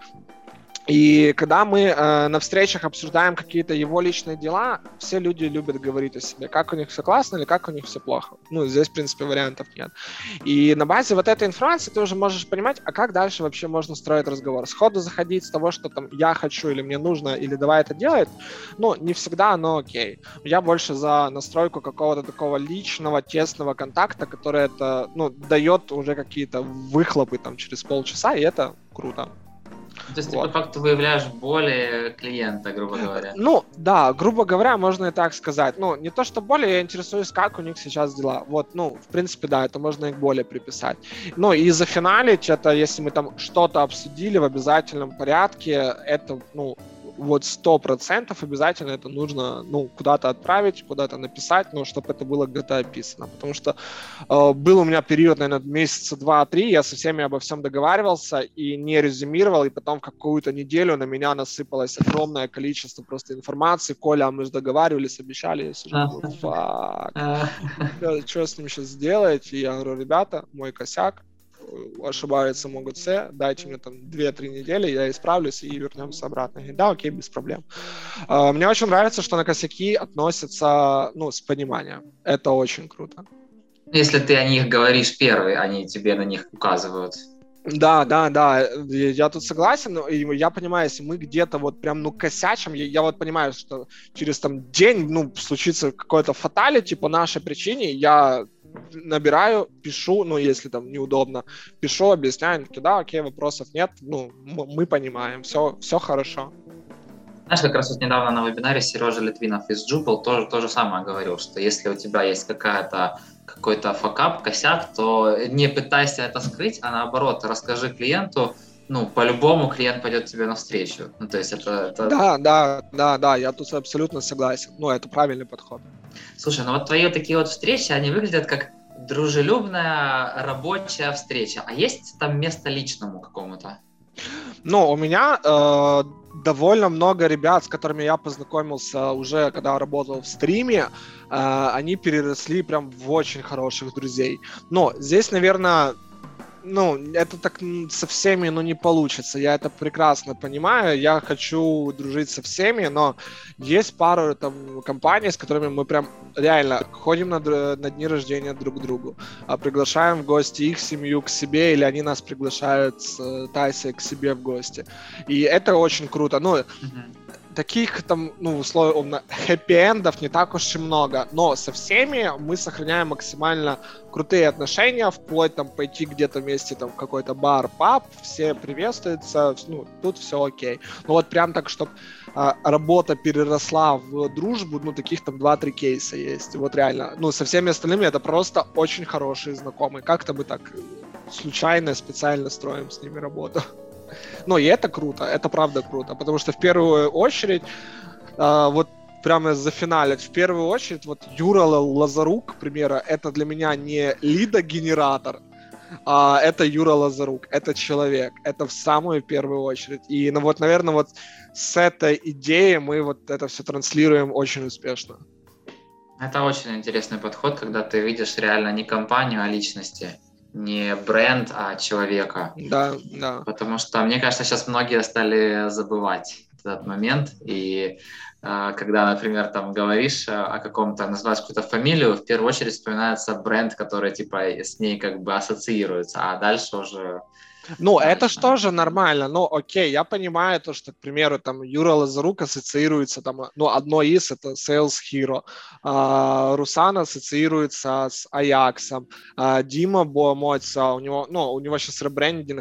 И когда мы на встречах обсуждаем какие-то его личные дела, все люди любят говорить о себе, как у них все классно или как у них все плохо. Здесь, в принципе, вариантов нет. И на базе вот этой информации ты уже можешь понимать, а как дальше вообще можно строить разговор. Сходу заходить с того, что там я хочу или мне нужно, или давай это делать, не всегда, но окей. Я больше за настройку какого-то такого личного, тесного контакта, который это, дает уже какие-то выхлопы там через полчаса, и это круто. То есть ты по факту выявляешь боли клиента, грубо говоря. Да, грубо говоря, можно и так сказать. Не то, что боли, я интересуюсь, как у них сейчас дела. Вот, в принципе, да, это можно и к боли приписать. И зафиналить это, если мы там что-то обсудили в обязательном порядке, это, вот 100% обязательно это нужно, куда-то отправить, куда-то написать, чтобы это было где-то описано. Потому что был у меня период, наверное, месяца 2-3, я со всеми обо всем договаривался и не резюмировал, и потом в какую-то неделю на меня насыпалось огромное количество просто информации. Коля, мы же договаривались, обещали, я сижу, думаю, фак, что с ним сейчас сделать? И я говорю, ребята, мой косяк, ошибаются могут все, дайте мне там 2-3 недели, я исправлюсь и вернемся обратно. И да, окей, без проблем. Мне очень нравится, что на косяки относятся, с пониманием. Это очень круто. Если ты о них говоришь первый, они тебе на них указывают. Да, я тут согласен, но я понимаю, если мы где-то вот прям, косячим, я вот понимаю, что через там день, случится какое-то фаталити по нашей причине, я набираю, пишу, если там неудобно, пишу, объясняю, да, окей, вопросов нет, мы понимаем, все хорошо. Знаешь, как раз вот недавно на вебинаре Сережа Литвинов из Drupal то же самое говорил, что если у тебя есть какой-то факап, косяк, то не пытайся это скрыть, а наоборот, расскажи клиенту, ну, по-любому клиент пойдет тебе навстречу. Ну, то есть это... Да, я тут абсолютно согласен. Ну, это правильный подход. Слушай, ну вот твои такие вот встречи, они выглядят как дружелюбная рабочая встреча. А есть там место личному какому-то? Ну, у меня довольно много ребят, с которыми я познакомился уже, когда работал в стриме, они переросли прям в очень хороших друзей. Но здесь, наверное, ну, это так со всеми, ну, не получится. Я это прекрасно понимаю. Я хочу дружить со всеми, но есть пару там компаний, с которыми мы прям реально ходим на дни рождения друг к другу, приглашаем в гости их семью к себе, или они нас приглашают с Тайсой к себе в гости. И это очень круто. Ну, таких там, ну, условно, хэппи-эндов не так уж и много, но со всеми мы сохраняем максимально крутые отношения, вплоть там пойти где-то вместе там в какой-то бар, паб, все приветствуются, ну, тут все окей. Но вот прям так, чтобы работа переросла в дружбу, ну, таких там 2-3 кейса есть, вот реально. Ну, со всеми остальными это просто очень хорошие знакомые, как-то мы так случайно, специально строим с ними работу. Ну, и это круто, это правда круто, потому что в первую очередь, вот прямо зафиналить, в первую очередь, вот Юра Лазарук, к примеру, это для меня не лидогенератор, а это Юра Лазарук, это человек, это в самую первую очередь. И, ну, вот, наверное, вот с этой идеей мы вот это все транслируем очень успешно. Это очень интересный подход, когда ты видишь реально не компанию, а личности. Не бренд, а человека. Да. Потому что, мне кажется, сейчас многие стали забывать этот момент. И когда, например, там говоришь о каком-то, называешь какую-то фамилию, в первую очередь вспоминается бренд, который типа с ней как бы ассоциируется, а дальше уже... Ну, это же тоже нормально, ну, окей, я понимаю то, что, к примеру, там, Юра Лазарук ассоциируется, там, ну, одно из, это Sales Hero, Руслан ассоциируется с Аяксом, Дима Бомотса, у него сейчас ребрендинг,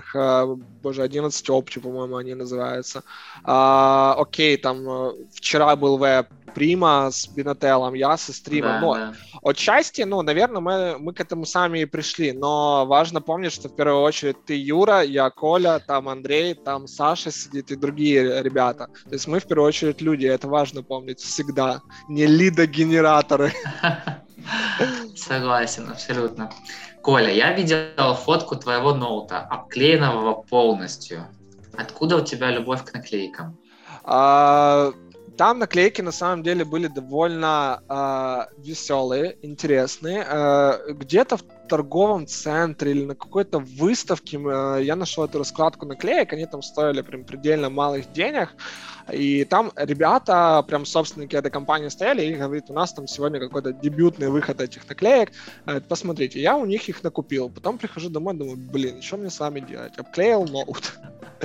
11 Opti, по-моему, они называются, окей, там, вчера был Прима с Бинателлом, я со стримом. Да. Отчасти, ну, наверное, мы к этому сами и пришли, но важно помнить, что в первую очередь ты Юра, я Коля, там Андрей, там Саша сидит и другие ребята. То есть мы в первую очередь люди, это важно помнить всегда, не лидогенераторы. Согласен, абсолютно. Коля, я видел фотку твоего ноута, обклеенного полностью. Откуда у тебя любовь к наклейкам? Там наклейки на самом деле были довольно веселые, интересные. Где-то в торговом центре или на какой-то выставке я нашел эту раскладку наклеек, они там стоили прям предельно малых денег. И там ребята, прям собственники этой компании стояли и говорят, у нас там сегодня какой-то дебютный выход этих наклеек. Посмотрите, я у них их накупил. Потом прихожу домой, думаю, блин, что мне с вами делать? Обклеил ноут.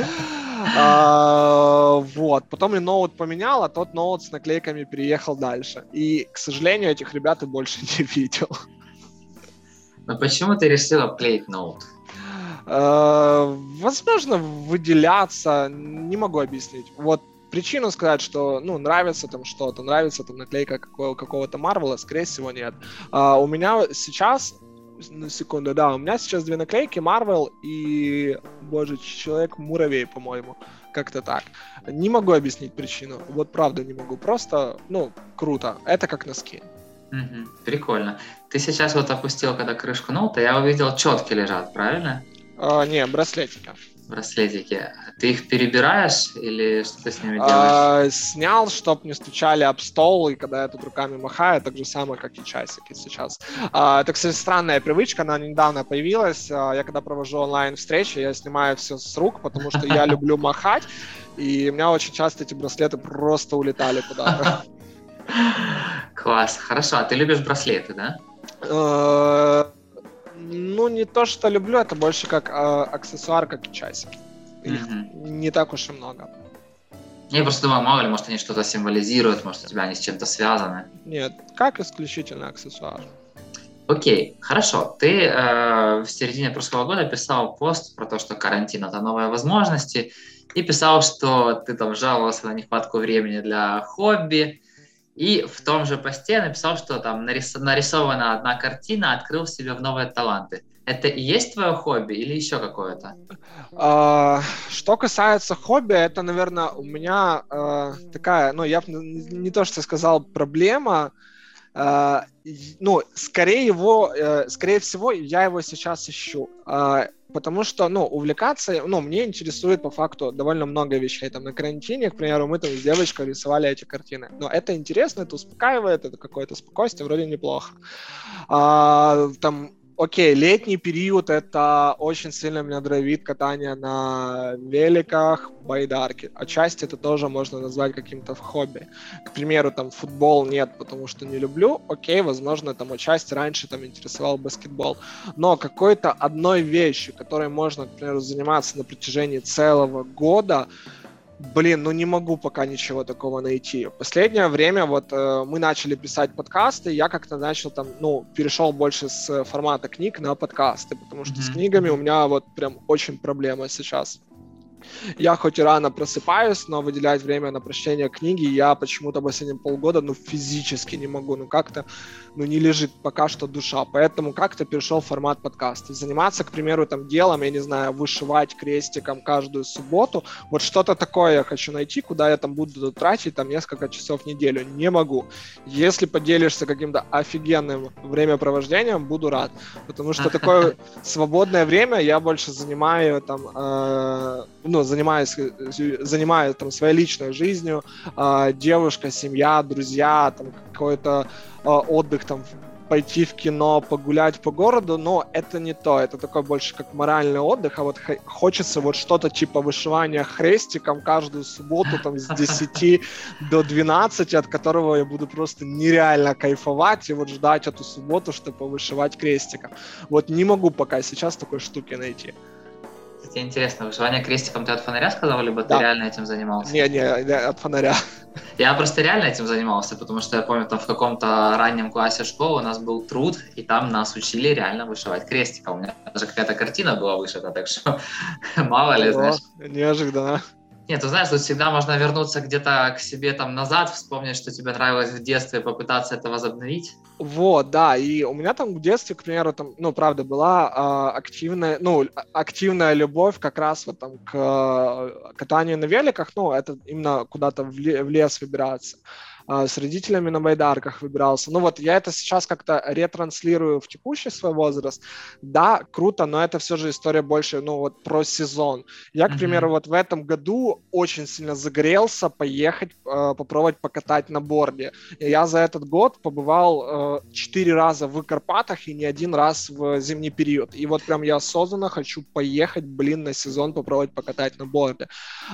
Вот. Потом и ноут поменял, а тот ноут с наклейками переехал дальше. И, к сожалению, этих ребят я больше не видел. Но почему ты решил обклеить ноут? Возможно, выделяться, не могу объяснить. Вот причину сказать, что, ну, нравится там что-то, нравится там наклейка какого-то Марвела, скорее всего, нет. У меня сейчас, на секунду, да, у меня сейчас 2 наклейки, Marvel и, боже, Человек-муравей, по-моему, как-то так. Не могу объяснить причину, вот правда не могу, просто, ну, круто, это как носки. Прикольно. Ты сейчас вот опустил, когда крышку ноута, я увидел, четки лежат, правильно? Не, браслетики. Браслетики. Ты их перебираешь или что ты с ними делаешь? Снял, чтоб не стучали об стол, и когда я тут руками махаю, так же самое, как и часики сейчас. Это, кстати, странная привычка, она недавно появилась. Я когда провожу онлайн-встречи, я снимаю все с рук, потому что я люблю махать, и у меня очень часто эти браслеты просто улетали куда-то. Класс. Хорошо, а ты любишь браслеты, да? Ну, не то, что люблю, это больше как аксессуар, как и часики. Их не так уж и много. Я просто думал, мало ли, может, они что-то символизируют, может, у тебя они с чем-то связаны. Нет, как исключительно аксессуар. Окей, хорошо. Ты в середине прошлого года писал пост про то, что карантин — это новые возможности, и писал, что ты там жаловался на нехватку времени для хобби, и в том же посте написал, что там нарисована одна картина, открыл в себе в новые таланты. Это и есть твое хобби или еще какое-то? Что касается хобби, это, наверное, у меня такая, ну, я б не то, что сказал, проблема. Ну, скорее всего, я его сейчас ищу. Потому что, ну, увлекаться, ну, мне интересует по факту довольно много вещей. Там на карантине, к примеру, мы там с девочкой рисовали эти картины. Но это интересно, это успокаивает, это какое-то спокойствие, вроде неплохо. Там, окей, летний период, это очень сильно меня драйвит катание на великах, байдарки. Отчасти это тоже можно назвать каким-то хобби. К примеру, там, футбол нет, потому что не люблю. Окей, возможно, там, отчасти раньше там интересовал баскетбол. Но какой-то одной вещью, которой можно, к примеру, заниматься на протяжении целого года, блин, ну не могу пока ничего такого найти. В последнее время вот мы начали писать подкасты, я как-то начал там, ну, перешел больше с формата книг на подкасты, потому что с книгами у меня вот прям очень проблема сейчас. Я хоть и рано просыпаюсь, но выделять время на прочтение книги я почему-то последние полгода, ну, физически не могу, ну, как-то, ну, не лежит пока что душа, поэтому как-то перешел в формат подкаста. Заниматься, к примеру, там, делом, я не знаю, вышивать крестиком каждую субботу, вот что-то такое я хочу найти, куда я там буду тратить там несколько часов в неделю, не могу. Если поделишься каким-то офигенным времяпровождением, буду рад, потому что такое свободное время я больше занимаю там, ну, занимаюсь там своей личной жизнью, девушка, семья, друзья, там какой-то отдых, там пойти в кино, погулять по городу, но это не то, это такой больше как моральный отдых, а вот хочется вот что-то типа вышивания хрестиком каждую субботу там с 10 до 12, от которого я буду просто нереально кайфовать и вот ждать эту субботу, чтобы повышивать крестиком. Вот не могу пока сейчас такой штуки найти. Кстати, интересно, вышивание крестиком ты от фонаря сказал, либо ты реально этим занимался? Не, от фонаря. Я просто реально этим занимался, потому что я помню, там в каком-то раннем классе школы у нас был труд, и там нас учили реально вышивать крестиком. У меня даже какая-то картина была вышита, так что мало ли, знаешь. Неожиданно. Нет, ты знаешь, тут всегда можно вернуться где-то к себе там назад, вспомнить, что тебе нравилось в детстве, попытаться это возобновить. Вот, да, и у меня там в детстве, к примеру, там, ну, правда, была активная любовь как раз вот там к катанию на великах, ну, это именно куда-то в лес выбираться. С родителями на байдарках выбирался. Ну вот я это сейчас как-то ретранслирую в текущий свой возраст. Да, круто, но это все же история больше, ну вот про сезон. Я, к примеру, вот в этом году очень сильно загорелся поехать, попробовать покатать на борде. И я за этот год побывал 4 раза в Карпатах и не один раз в зимний период. И вот прям я осознанно хочу поехать, на сезон попробовать покатать на борде.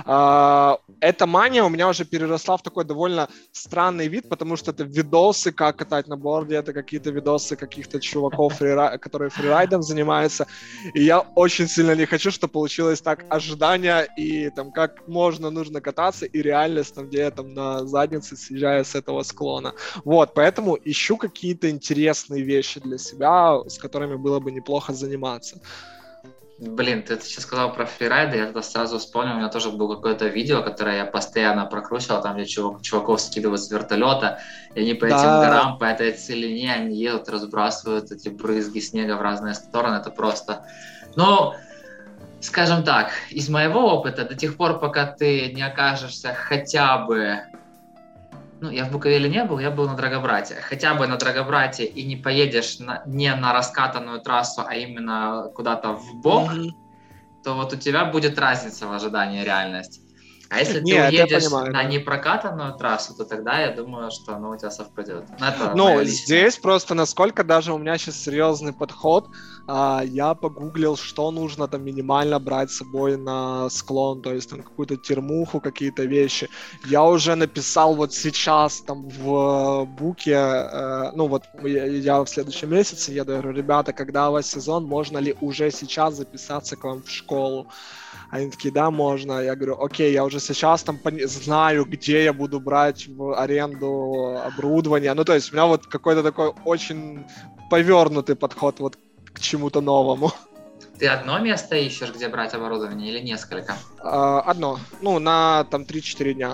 Эта мания у меня уже переросла в такой довольно странный вид, потому что это видосы, как катать на борде, это какие-то видосы каких-то чуваков, которые фрирайдом занимаются, и я очень сильно не хочу, чтобы получилось так ожидание, и там как нужно кататься, и реальность, там, где я там на заднице съезжаю с этого склона. Вот, поэтому ищу какие-то интересные вещи для себя, с которыми было бы неплохо заниматься. Блин, ты сейчас сказал про фрирайды, я тогда сразу вспомнил, у меня тоже было какое-то видео, которое я постоянно прокручивал, там, где чуваков скидывают с вертолета, и они по этим горам, по этой целине, они едут, разбрасывают эти брызги снега в разные стороны, это просто... Ну, скажем так, из моего опыта, до тех пор, пока ты не окажешься хотя бы... Ну, я в Буковеле не был, я был на Драгобрате. Хотя бы на Драгобрате и не поедешь не на раскатанную трассу, а именно куда-то в бок, то вот у тебя будет разница в ожидании реальности. А если ты уедешь на непрокатанную трассу, то тогда я думаю, что у тебя совпадет. Ну, здесь просто насколько даже у меня сейчас серьезный подход. Я погуглил, что нужно там минимально брать с собой на склон, то есть там какую-то термуху, какие-то вещи. Я уже написал вот сейчас там в буке, ну вот я в следующем месяце еду, я говорю, ребята, когда у вас сезон, можно ли уже сейчас записаться к вам в школу? Они такие, да, можно. Я говорю, окей, я уже сейчас там знаю, где я буду брать в аренду оборудование. Ну, то есть у меня вот какой-то такой очень повернутый подход вот к чему-то новому. Ты одно место ищешь, где брать оборудование, или несколько? Одно. Ну, на там 3-4 дня.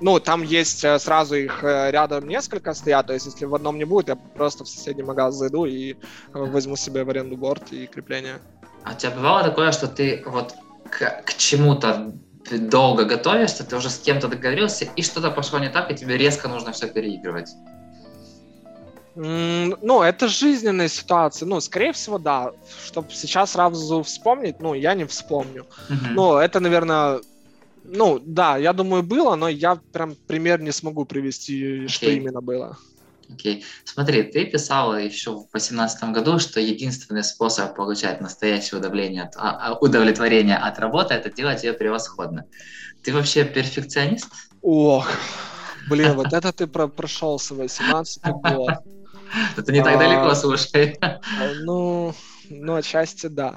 Ну, там есть сразу их рядом несколько стоят, то есть если в одном не будет, я просто в соседний магаз зайду и возьму себе в аренду борт и крепление. А у тебя бывало такое, что ты вот к чему-то долго готовишься, ты уже с кем-то договорился, и что-то пошло не так, и тебе резко нужно все переигрывать? Ну, это жизненная ситуация. Ну, скорее всего, да. Чтобы сейчас сразу вспомнить, ну, я не вспомню. Ну, это, наверное... Ну, да, я думаю, было, но я прям пример не смогу привести, что именно было. Окей. Смотри, ты писала еще в 2018 году, что единственный способ получать настоящее удовлетворение от работы – это делать ее превосходно. Ты вообще перфекционист? Ох, блин, вот это ты прошелся 18-й год. Это не так далеко, слушай. Ну, отчасти да.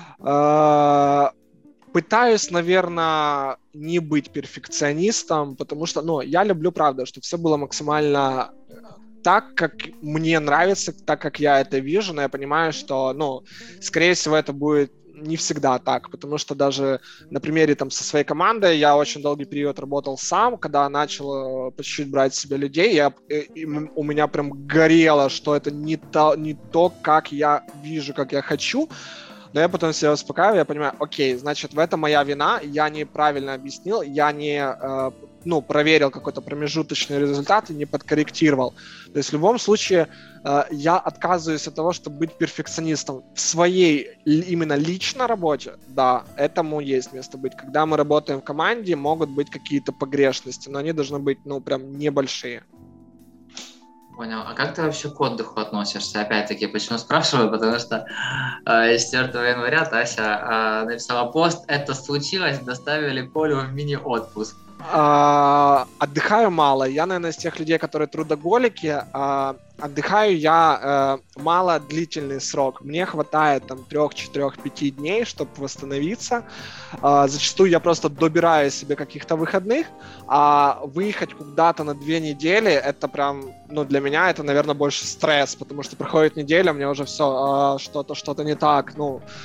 Пытаюсь, наверное, не быть перфекционистом, потому что, ну, я люблю, правда, чтобы все было максимально так, как мне нравится, так, как я это вижу, но я понимаю, что, ну, скорее всего, это будет не всегда так, потому что даже на примере там со своей командой я очень долгий период работал сам, когда начал по чуть-чуть брать себе людей, у меня прям горело, что это не то, как я вижу, как я хочу. Но я потом себя успокаиваю, я понимаю, окей, значит, в этом моя вина, я неправильно объяснил, я не, проверил какой-то промежуточный результат и не подкорректировал. То есть в любом случае я отказываюсь от того, чтобы быть перфекционистом в своей именно личной работе. Да, этому есть место быть. Когда мы работаем в команде, могут быть какие-то погрешности, но они должны быть, прям небольшие. Понял. А как ты вообще к отдыху относишься? Опять-таки, почему спрашиваю? Потому что 4 января Тася написала пост: «Это случилось, доставили Колю в мини-отпуск». Отдыхаю мало. Я, наверное, из тех людей, которые трудоголики. Отдыхаю я мало длительный срок. Мне хватает там 3, 4, 5 дней, чтобы восстановиться. Зачастую я просто добираю себе каких-то выходных, а выехать куда-то на 2 недели, это прям, для меня это, наверное, больше стресс, потому что проходит неделя, мне уже все, что-то не так,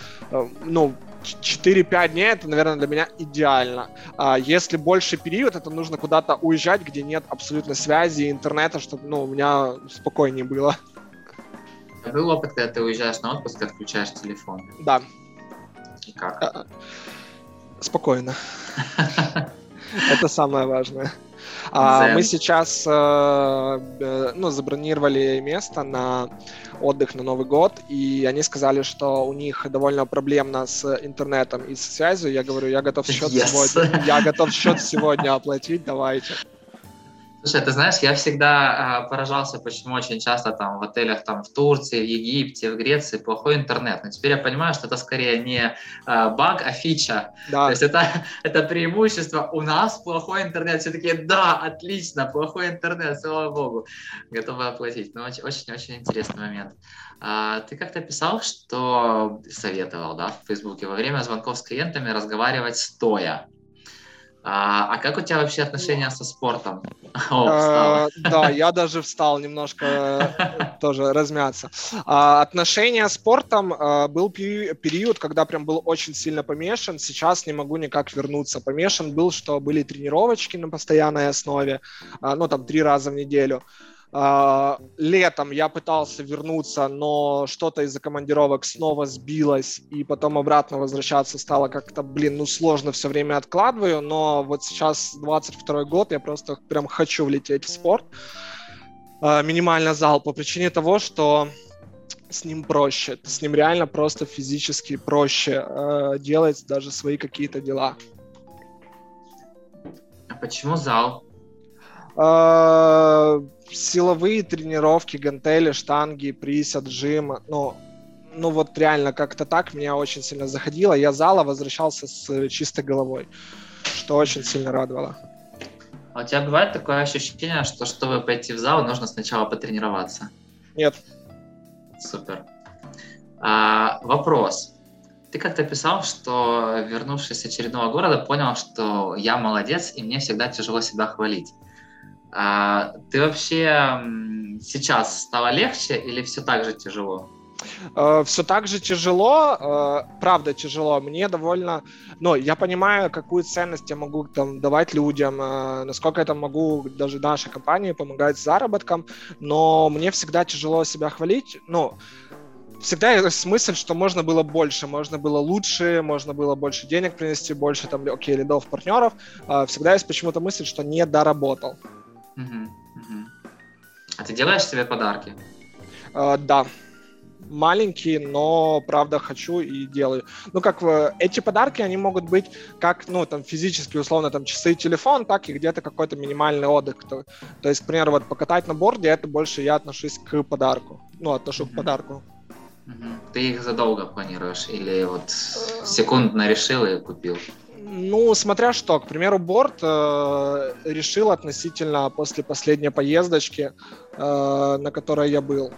4-5 дней, это, наверное, для меня идеально. Если больше период, это нужно куда-то уезжать, где нет абсолютно связи, интернета, чтобы, у меня спокойнее было. Был опыт, когда ты уезжаешь на отпуск и отключаешь телефон? Да. И как? Спокойно. Это самое важное. Мы сейчас забронировали место на отдых на Новый год, и они сказали, что у них довольно проблемно с интернетом и со связью. Я говорю, я готов счет сегодня оплатить, давайте. Слушай, ты знаешь, я всегда поражался, почему очень часто там в отелях там в Турции, в Египте, в Греции плохой интернет. Но теперь я понимаю, что это скорее не баг, а фича. Да. То есть это преимущество. У нас плохой интернет. Все такие, да, отлично, плохой интернет, слава богу. Готовы оплатить. Но очень-очень интересный момент. Ты как-то писал, что советовал, да, в Фейсбуке во время звонков с клиентами разговаривать стоя. А как у тебя вообще отношения со спортом? Да, я даже встал немножко тоже размяться. Отношения с спортом был период, когда прям был очень сильно помешан. Сейчас не могу никак вернуться. Помешан был, что были тренировочки на постоянной основе, 3 раза в неделю. Летом я пытался вернуться, но что-то из-за командировок снова сбилось, и потом обратно возвращаться стало как-то, сложно, все время откладываю, но вот сейчас 22 год, я просто прям хочу влететь в спорт, минимально зал, по причине того, что с ним проще, с ним реально просто физически проще делать даже свои какие-то дела. А почему зал? Силовые тренировки, гантели, штанги, присед, отжим, вот реально как-то так меня очень сильно заходило. Я зала возвращался с чистой головой, что очень сильно радовало. А у тебя бывает такое ощущение, что чтобы пойти в зал, нужно сначала потренироваться? Нет. Супер. Вопрос. Ты как-то писал, что, вернувшись с очередного города, понял, что я молодец, и мне всегда тяжело себя хвалить. Ты вообще сейчас стало легче или все так же тяжело? Все так же тяжело, правда тяжело. Мне довольно... Ну, я понимаю, какую ценность я могу там давать людям, насколько я там могу даже нашей компании помогать с заработком, но мне всегда тяжело себя хвалить. Ну, всегда есть мысль, что можно было больше, можно было лучше, можно было больше денег принести, больше там, лидов, партнеров. Всегда есть почему-то мысль, что не доработал. А ты делаешь себе подарки? Да. Маленькие, но правда хочу и делаю. Ну, как эти подарки, они могут быть как, ну, там, физически, условно, там, часы и телефон, так и где-то какой-то минимальный отдых. То есть, к примеру, вот покатать на борде, это больше я отношусь к подарку. Ну, отношу к подарку. Ты их задолго планируешь или вот секундно решил и купил? Ну, смотря что. К примеру, борд решил относительно после последней поездочки, на которой я был.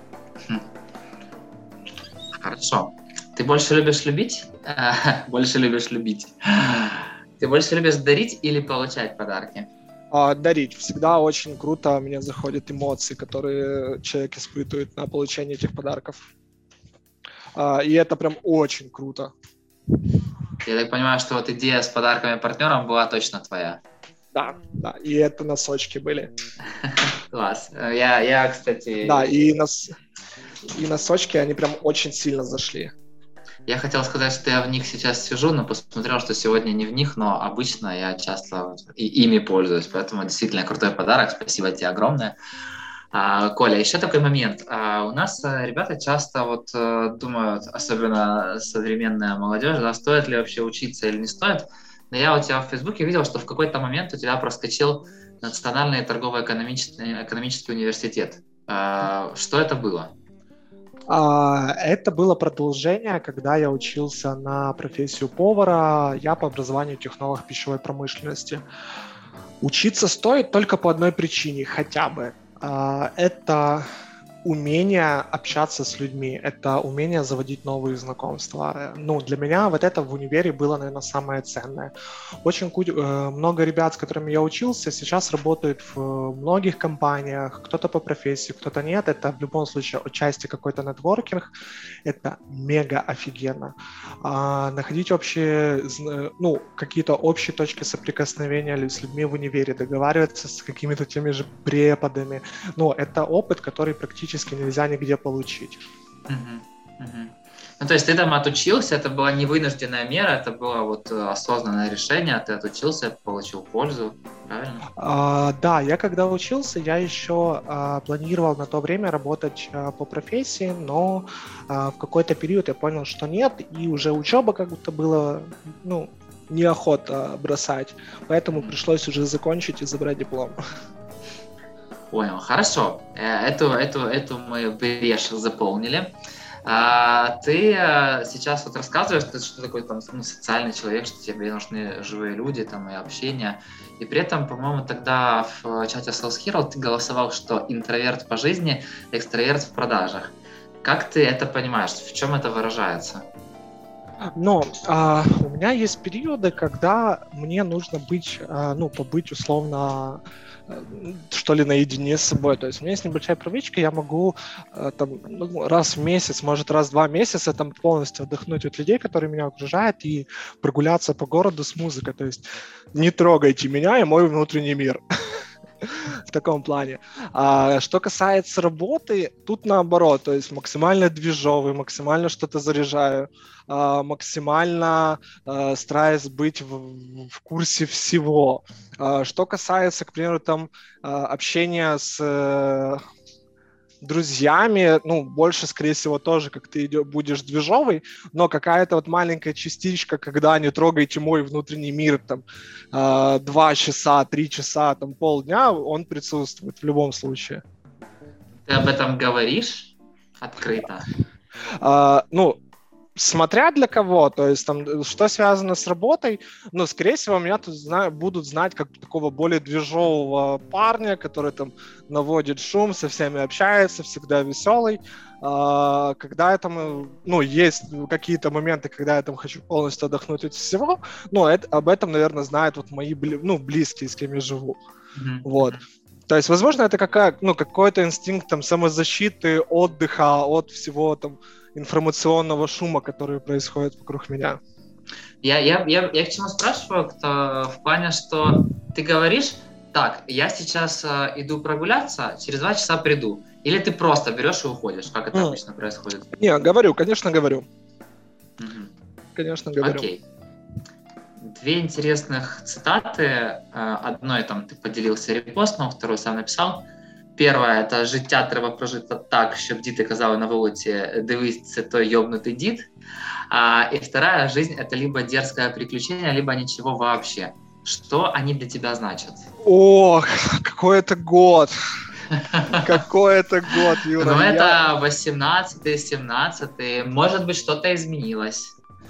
Хорошо. Ты больше любишь любить? Больше любишь любить. Ты больше любишь дарить или получать подарки? Дарить. Всегда очень круто. Мне заходят эмоции, которые человек испытывает на получение этих подарков. И это прям очень круто. Я так понимаю, что вот идея с подарками партнерам была точно твоя. Да. И это носочки были. Класс. Я, кстати... Да, и носочки, они прям очень сильно зашли. Я хотел сказать, что я в них сейчас сижу, но посмотрел, что сегодня не в них, но обычно я часто ими пользуюсь, поэтому действительно крутой подарок, спасибо тебе огромное. Коля, еще такой момент. У нас ребята часто вот думают, особенно современная молодежь, да, стоит ли вообще учиться или не стоит. Но я у тебя в Фейсбуке видел, что в какой-то момент у тебя проскочил Национальный торгово-экономический университет. Что это было? Это было продолжение, когда я учился на профессию повара. Я по образованию технолог пищевой промышленности. Учиться стоит только по одной причине, хотя бы. Это умение общаться с людьми, это умение заводить новые знакомства. Ну, для меня вот это в универе было, наверное, самое ценное. Очень много ребят, с которыми я учился, сейчас работают в многих компаниях, кто-то по профессии, кто-то нет. Это в любом случае отчасти какой-то нетворкинг. Это мега офигенно. Находить какие-то общие точки соприкосновения с людьми в универе, договариваться с какими-то теми же преподами. Ну, это опыт, который практически нельзя нигде получить. Ну, то есть ты там отучился, это была не вынужденная мера, это было вот осознанное решение, ты отучился, получил пользу, правильно? Да, я когда учился, я еще планировал на то время работать по профессии, но в какой-то период я понял, что нет, и уже учеба как будто было, неохота бросать, поэтому пришлось уже закончить и забрать диплом. Понял, хорошо. Эту мы брешь заполнили. Ты сейчас вот рассказываешь, что ты такой там, социальный человек, что тебе нужны живые люди там, и общение. И при этом, по-моему, тогда в чате Sales Hero ты голосовал, что интроверт по жизни, экстраверт в продажах. Как ты это понимаешь? В чем это выражается? Но у меня есть периоды, когда мне нужно побыть условно, что ли, наедине с собой. То есть у меня есть небольшая привычка, я могу раз в месяц, может, раз в 2 месяца там полностью отдохнуть от людей, которые меня окружают, и прогуляться по городу с музыкой. То есть не трогайте меня и мой внутренний мир. В таком плане. Что касается работы, тут наоборот, то есть максимально движовый, максимально что-то заряжаю, максимально стараюсь быть в курсе всего. Что касается, к примеру, там общения с друзьями, больше, скорее всего, тоже, как ты будешь движовый, но какая-то вот маленькая частичка, когда не трогайте мой внутренний мир, там, 2 часа, 3 часа, там, полдня, он присутствует в любом случае. Ты об этом говоришь открыто? Смотря для кого, то есть там, что связано с работой, скорее всего, меня тут будут знать как такого более движового парня, который там наводит шум, со всеми общается, всегда веселый. Когда я там, есть какие-то моменты, когда я там хочу полностью отдохнуть от всего, об этом, наверное, знают вот мои близкие, с кем я живу. Вот. То есть, возможно, это какой-то инстинкт там самозащиты, отдыха от всего там информационного шума, который происходит вокруг меня. Я к чему спрашиваю, в плане, что ты говоришь, так, я сейчас иду прогуляться, через 2 часа приду. Или ты просто берешь и уходишь, как это обычно происходит? Не, говорю, конечно, говорю. Мгм. Конечно, говорю. Окей. 2 интересных цитаты. Одной там ты поделился репостом, вторую сам написал. Перша – це життя треба прожити так, щоб діти казали на вулиці «дивись, це той ёбнутый дід». И вторая – жизнь – это либо дерзкое приключение, либо ничего вообще. Что они для тебя значат? Ох, какой это год! Какой это год, Юра! Ну, это 18-й, 17-й. Может быть, что-то изменилось.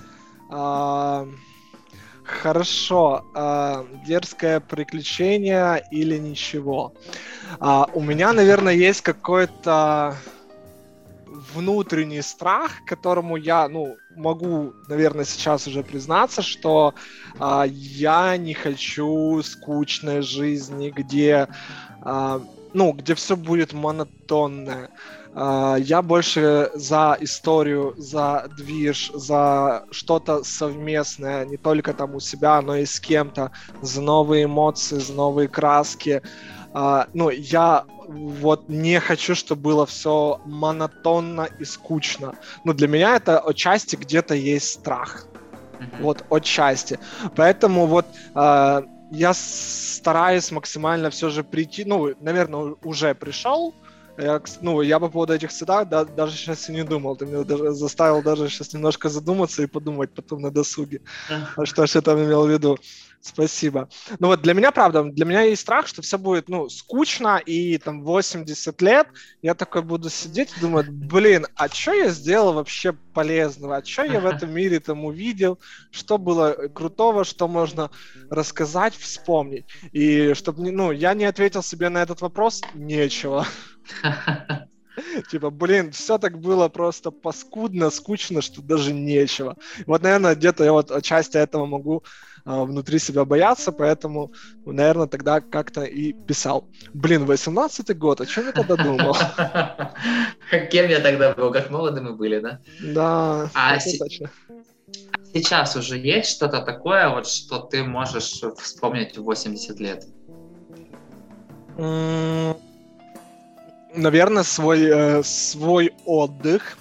Хорошо. Дерзкое приключение или ничего? У меня, наверное, есть какой-то внутренний страх, которому я, могу, наверное, сейчас уже признаться, что я не хочу скучной жизни, где все будет монотонное. Я больше за историю, за движ, за что-то совместное, не только там у себя, но и с кем-то, за новые эмоции, за новые краски. Я вот не хочу, чтобы было все монотонно и скучно. Для меня это отчасти где-то есть страх. Вот отчасти. Поэтому вот я стараюсь максимально все же прийти, наверное, уже пришел. Я по поводу этих цитат даже сейчас и не думал. Ты меня даже заставил даже сейчас немножко задуматься и подумать потом на досуге, что же я там имел в виду. Спасибо. Для меня, правда, есть страх, что все будет, скучно, и там 80 лет я такой буду сидеть и думать, а что я сделал вообще полезного? А что я в этом мире там увидел? Что было крутого, что можно рассказать, вспомнить? И чтобы, я не ответил себе на этот вопрос, нечего. Все так было просто паскудно, скучно, что даже нечего. Вот, наверное, где-то я вот отчасти этого могу внутри себя бояться, поэтому, наверное, тогда как-то и писал. 18-й год, о чем я тогда думал? Кем я тогда был? Как молоды мы были, да? Да, точно. Сейчас уже есть что-то такое, вот, что ты можешь вспомнить в 80 лет? Наверное, свой отдых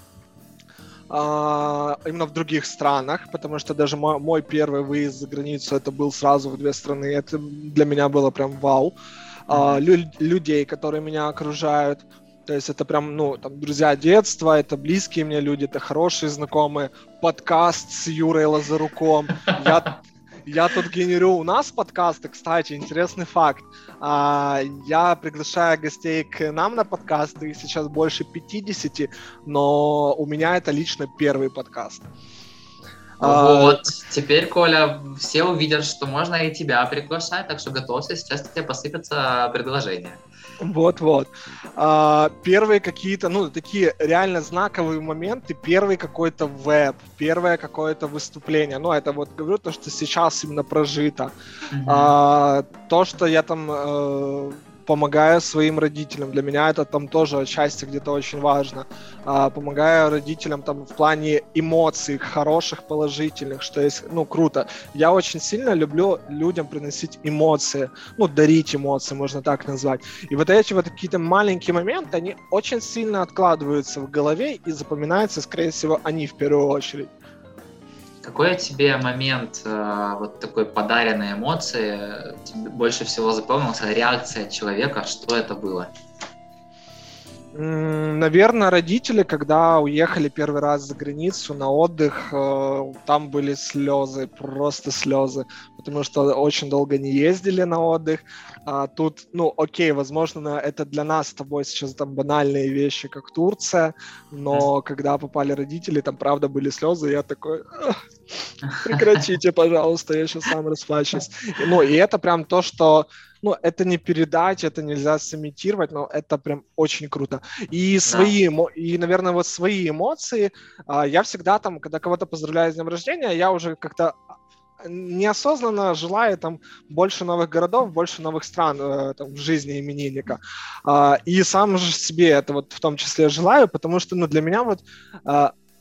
именно в других странах, потому что даже мой первый выезд за границу, это был сразу в 2 страны, это для меня было прям вау. Людей, которые меня окружают, то есть это прям, друзья детства, это близкие мне люди, это хорошие знакомые, подкаст с Юрой Лазаруком, я тут генерю у нас подкасты, кстати, интересный факт. Я приглашаю гостей к нам на подкасты, их сейчас больше 50, но у меня это лично первый подкаст. Вот, теперь, Коля, все увидят, что можно и тебя приглашать, так что готовься, сейчас тебе посыпятся предложения. Вот. Первые какие-то, такие реально знаковые моменты, первый какой-то веб, первое какое-то выступление, это вот говорю, то, что сейчас именно прожито, то, что я там помогаю своим родителям, для меня это там тоже отчасти где-то очень важно, помогаю родителям там в плане эмоций, хороших, положительных, что есть, круто. Я очень сильно люблю людям приносить эмоции, дарить эмоции, можно так назвать. И вот эти вот какие-то маленькие моменты, они очень сильно откладываются в голове и запоминаются, скорее всего, они в первую очередь. Какой тебе момент вот такой подаренной эмоции тебе больше всего запомнился, реакция человека, что это было? Наверное, родители, когда уехали первый раз за границу на отдых, там были слезы, просто слезы, потому что очень долго не ездили на отдых. Тут, окей, возможно, это для нас с тобой сейчас там банальные вещи, как Турция, но когда попали родители, там правда были слезы, и я такой, прекратите, пожалуйста, я сейчас сам расплачусь. И это прям то, что это не передать, это нельзя сымитировать, но это прям очень круто. И наверное, вот свои эмоции, я всегда там, когда кого-то поздравляю с днем рождения, я уже как-то неосознанно желаю там больше новых городов, больше новых стран там, в жизни именинника. И сам же себе это вот в том числе желаю, потому что, для меня вот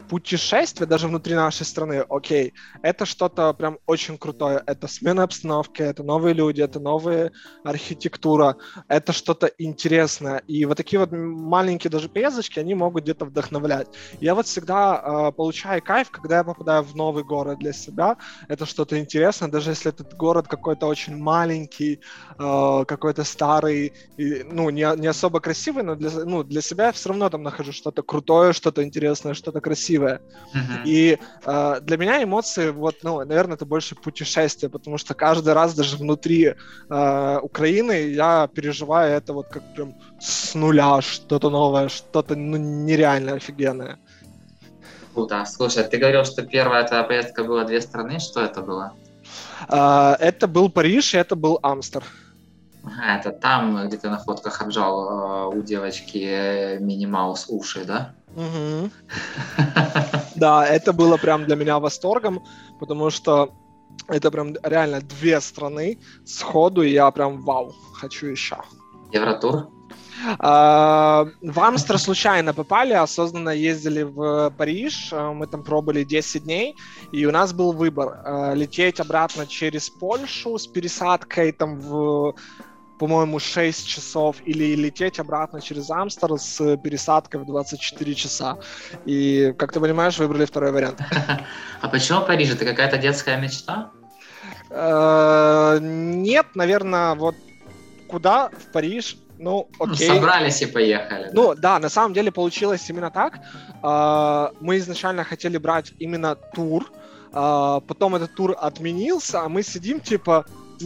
путешествие даже внутри нашей страны, окей, это что-то прям очень крутое. Это смена обстановки, это новые люди, это новая архитектура, это что-то интересное. И вот такие вот маленькие даже поездочки, они могут где-то вдохновлять. Я вот всегда получаю кайф, когда я попадаю в новый город для себя. Это что-то интересное, даже если этот город какой-то очень маленький, какой-то старый, ну, не особо красивый, но для себя я все равно там нахожу что-то крутое, что-то интересное, что-то красивое. И для меня эмоции, вот, ну, наверное, это больше путешествие, потому что каждый раз даже внутри Украины я переживаю это вот как прям с нуля, что-то новое, что-то нереально офигенное. Круто. Слушай, ты говорил, что первая твоя поездка была 2 страны. Что это было? Это был Париж, и это был Амстер. Это там, где ты на фотках отжал у девочки Мини Маус уши, да? Угу. Да, это было прям для меня восторгом, потому что это прям реально 2 страны сходу, и я прям вау, хочу еще. Евротур? В Амстер случайно попали, осознанно ездили в Париж, мы там пробыли 10 дней, и у нас был выбор, лететь обратно через Польшу с пересадкой там в, по-моему, 6 часов, или лететь обратно через Амстер с пересадкой в 24 часа. И, как ты понимаешь, выбрали второй вариант. А почему Париж? Это какая-то детская мечта? Нет, наверное, вот куда в Париж? Ну, окей. Собрались и поехали. Ну, да, на самом деле получилось именно так. Мы изначально хотели брать именно тур, потом этот тур отменился, а мы сидим, типа,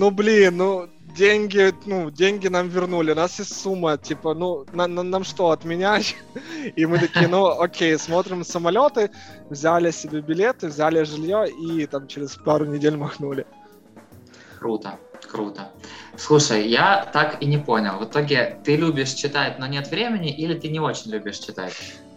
деньги нам вернули, у нас есть сумма, типа, нам что, отменять? И мы такие, окей, смотрим самолеты, взяли себе билеты, взяли жилье и там через пару недель махнули. Круто. Слушай, я так и не понял. В итоге ты любишь читать, но нет времени, или ты не очень любишь читать?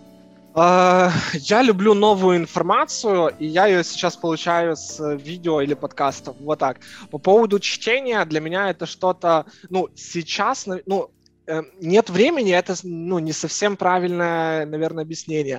Я люблю новую информацию, и я ее сейчас получаю с видео или подкастов. Вот так. По поводу чтения, для меня это что-то, сейчас, нет времени, это, не совсем правильное, наверное, объяснение.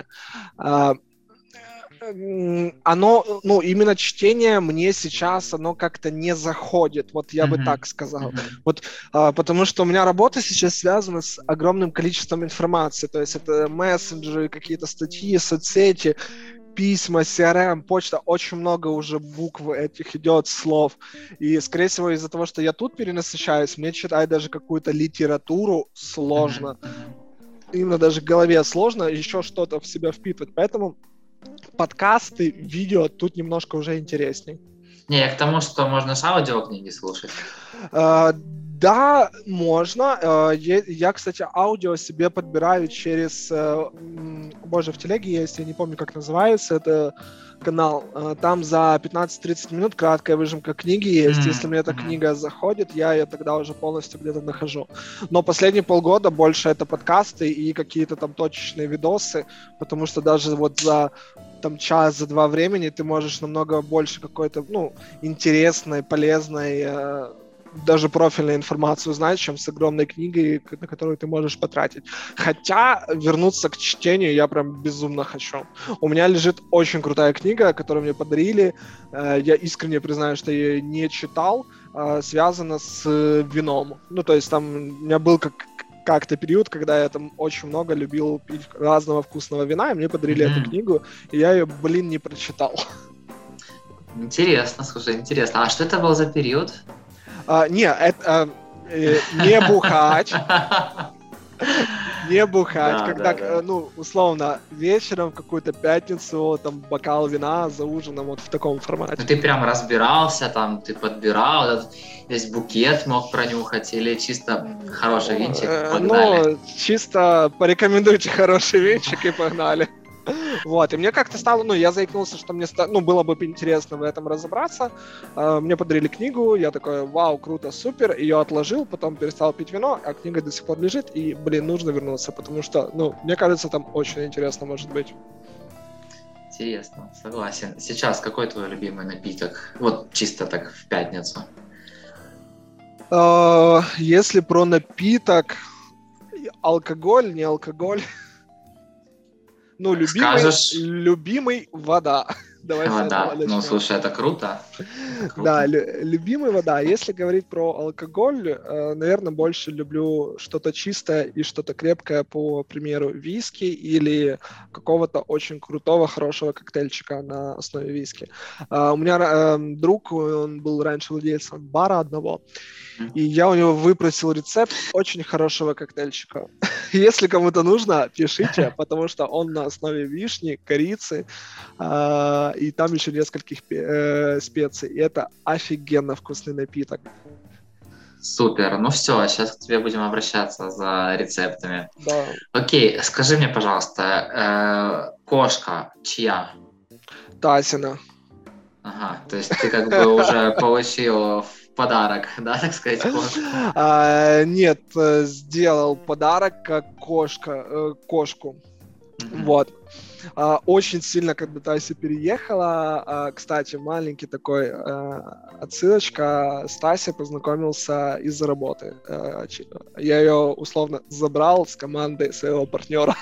Оно, именно чтение мне сейчас, оно как-то не заходит, вот я бы так сказал. Вот, потому что у меня работа сейчас связана с огромным количеством информации, то есть это мессенджеры, какие-то статьи, соцсети, письма, CRM, почта, очень много уже букв этих идет, слов. И, скорее всего, из-за того, что я тут перенасыщаюсь, мне читать даже какую-то литературу сложно. Именно даже в голове сложно еще что-то в себя впитывать, поэтому подкасты, видео тут немножко уже интересней. Не, я к тому, что можно с аудиокниги слушать. Да, можно. Я, кстати, аудио себе подбираю через... в телеге есть, я не помню, как называется, это канал. Там за 15-30 минут краткая выжимка книги есть. Если мне эта книга заходит, я ее тогда уже полностью где-то нахожу. Но последние полгода больше это подкасты и какие-то там точечные видосы, потому что даже вот за там час, за 2 времени ты можешь намного больше какой-то, интересной, полезной, даже профильной информацию узнать, чем с огромной книгой, на которую ты можешь потратить. Хотя вернуться к чтению я прям безумно хочу. У меня лежит очень крутая книга, которую мне подарили. Я искренне признаю, что я ее не читал. Связана с вином. То есть там у меня был как-то период, когда я там очень много любил пить разного вкусного вина, и мне подарили эту книгу, и я ее, не прочитал. Интересно, слушай, интересно. А что это был за период? Не бухать. Не бухать, когда, условно, вечером в какую-то пятницу, там, бокал вина за ужином, вот в таком формате. Ты прям разбирался, там, ты подбирал, весь букет мог пронюхать, или чисто хороший винчик, погнали? Чисто порекомендуйте хороший винчик и погнали. Вот, и мне как-то стало, я заикнулся, что мне было бы интересно в этом разобраться. Мне подарили книгу, я такой, вау, круто, супер, ее отложил, потом перестал пить вино, а книга до сих пор лежит, и, нужно вернуться, потому что, мне кажется, там очень интересно может быть. Интересно, согласен. Сейчас какой твой любимый напиток? Вот чисто так в пятницу. Если про напиток, алкоголь, не алкоголь. Ну, Скажешь, любимый вода. Давай с этого вода. Ну, начнем. слушай, это круто. Да, любимый вода. Если говорить про алкоголь, наверное, больше люблю что-то чистое и что-то крепкое, по примеру, виски или какого-то очень крутого, хорошего коктейльчика на основе виски. У меня друг, он был раньше владельцем бара одного, и я у него выпросил рецепт очень хорошего коктейльчика. Если кому-то нужно, пишите, потому что он на основе вишни, корицы и там еще нескольких специй. И это офигенно вкусный напиток. Супер. Ну все, сейчас к тебе будем обращаться за рецептами. Да. Окей, скажи мне, пожалуйста, кошка чья? Тасина. Ага, то есть ты как бы уже получил в подарок, да, так сказать, кошку? Нет, сделал подарок как кошку. Вот. Очень сильно, когда Тася переехала, кстати, маленький такой отсылочка, с Тасей познакомился из-за работы. Я ее условно забрал с команды своего партнера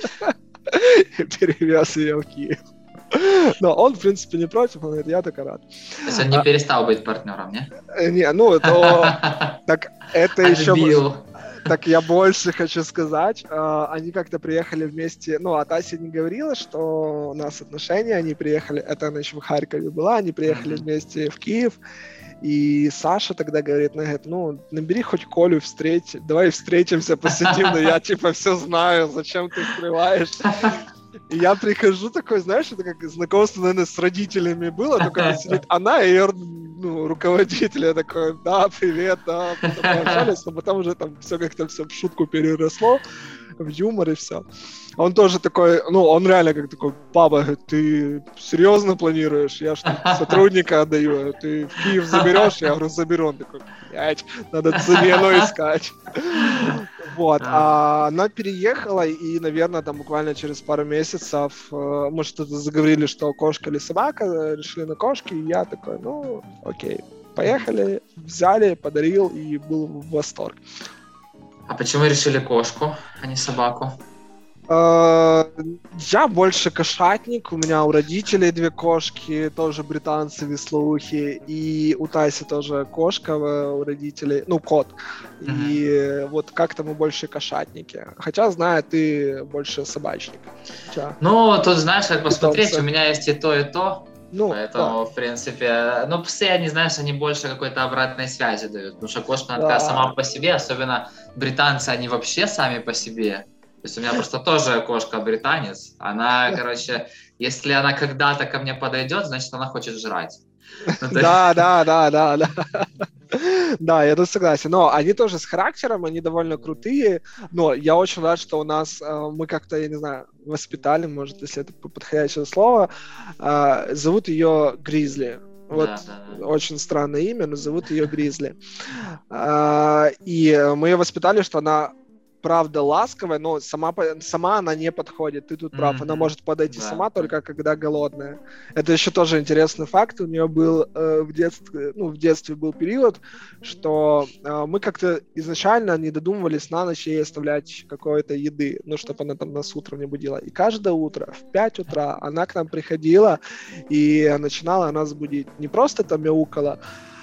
и перевез ее в Киев. Но он, в принципе, не против, он говорит, я так рад. То есть он не перестал быть партнером, не? Не, ну, то... Так это еще... Отбил. Так я больше хочу сказать. Они как-то приехали вместе... Ну, а Тася не говорила, что у нас отношения. Они приехали... Это она еще в Харькове была. Они приехали вместе в Киев. И Саша тогда говорит, ну, набери хоть Колю, давай встретимся, посидим. Но я, типа, все знаю, зачем ты скрываешь? И я прихожу такой, знаешь, это как знакомство, наверное, с родителями было, только сидит она и ее, руководитель. Я такой, да, привет, да, потом пообщались, но потом уже там все как-то все в шутку переросло, в юмор и все. Он тоже такой, он реально как такой, папа, говорит, ты серьезно планируешь? Я что, сотрудника отдаю, ты в Киев заберешь? Я говорю, заберу. Он такой, надо замену искать. Вот, а она переехала, и, наверное, там буквально через пару месяцев мы что-то заговорили, что кошка или собака, решили на кошке, и я такой, окей, поехали, взяли, подарил, и был в восторге. А почему решили кошку, а не собаку? Я больше кошатник, у меня у родителей 2 кошки, тоже британцы вислоухие, и у Таси тоже кошка у родителей, кот, и вот как-то мы больше кошатники, хотя, знаю, ты больше собачник. Тут, знаешь, как посмотреть, у меня есть и то, поэтому, да. В принципе, псы, они, знаешь, они больше какой-то обратной связи дают, потому что кошка, она такая сама по себе, особенно британцы, они вообще сами по себе. То есть у меня просто тоже кошка-британец. Она, короче, если она когда-то ко мне подойдет, значит, она хочет жрать. Да. Да, я тут согласен. Но они тоже с характером, они довольно крутые. Но я очень рад, что у нас мы как-то, я не знаю, воспитали, может, если это подходящее слово. Зовут ее Гризли. Вот очень странное имя, но зовут ее Гризли. И мы ее воспитали, что она правда ласковая, но сама она не подходит. Ты тут прав. Она может подойти сама, только когда голодная. Это еще тоже интересный факт. У нее был в детстве был период, что мы как-то изначально не додумывались на ночь ей оставлять какой-то еды, чтобы она там нас утром не будила. И каждое утро в 5 утра она к нам приходила и начинала нас будить. Не просто там мяукала,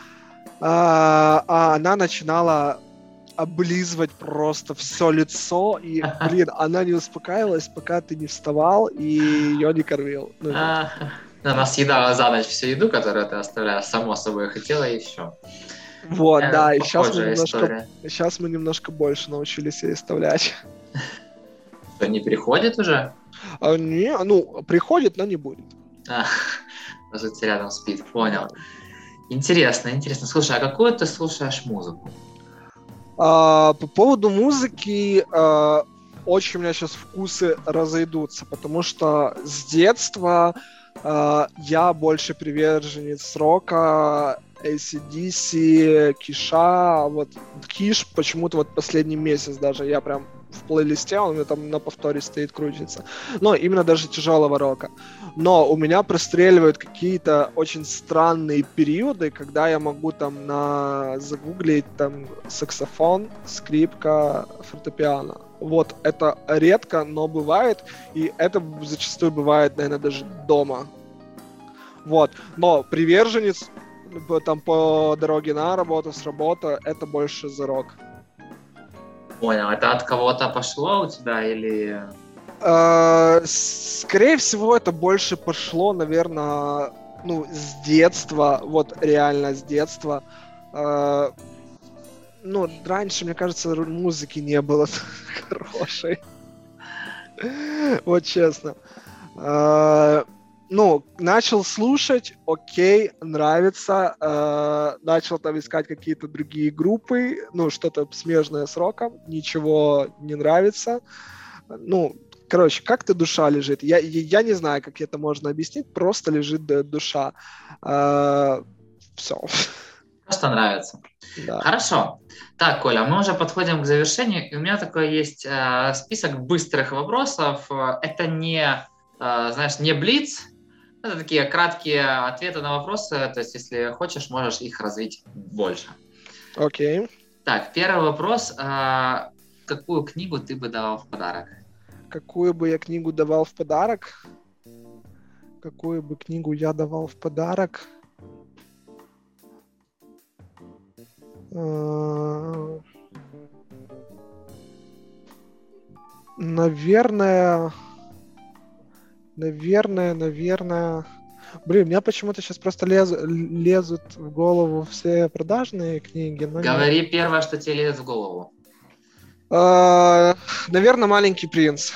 а она начинала облизывать просто все лицо, и, она не успокаивалась, пока ты не вставал и ее не кормил. Она съедала за ночь всю еду, которую ты оставляешь, само собой хотела, и все. Вот, да, и сейчас мы немножко больше научились ей оставлять. Что, не приходит уже? Приходит, но не будет. Ложится рядом, спит, понял. Интересно. Слушай, а какую ты слушаешь музыку? По поводу музыки очень у меня сейчас вкусы разойдутся, потому что с детства я больше приверженец рока, AC/DC, Киша. Вот Киш почему-то последний месяц даже я прям в плейлисте, он у меня там на повторе стоит, крутится. Но именно даже тяжелого рока. Но у меня простреливают какие-то очень странные периоды, когда я могу там загуглить там саксофон, скрипка, фортепиано. Вот, это редко, но бывает, и это зачастую бывает, наверное, даже дома. Вот, но приверженец там по дороге на работу, с работы, это больше за рок. Понял, это от кого-то пошло у тебя или... Скорее всего, это больше пошло, наверное, с детства, вот реально с детства. Раньше, мне кажется, музыки не было хорошей. Вот честно. Начал слушать, окей, нравится. Начал там искать какие-то другие группы, что-то смежное с роком, ничего не нравится. Короче, как-то душа лежит. Я не знаю, как это можно объяснить, просто лежит душа. Все. Просто нравится. Да. Хорошо. Так, Коля, мы уже подходим к завершению, и у меня такой есть список быстрых вопросов. Это не, не блиц, это такие краткие ответы на вопросы, то есть если хочешь, можешь их развить больше. Окей. Так, первый вопрос. Какую книгу ты бы давал в подарок? Какую бы я книгу давал в подарок? Какую бы книгу я давал в подарок? Наверное... Блин, у меня почему-то сейчас просто лезут в голову все продажные книги. Говори первое, что тебе лезет в голову. Наверное, «Маленький принц».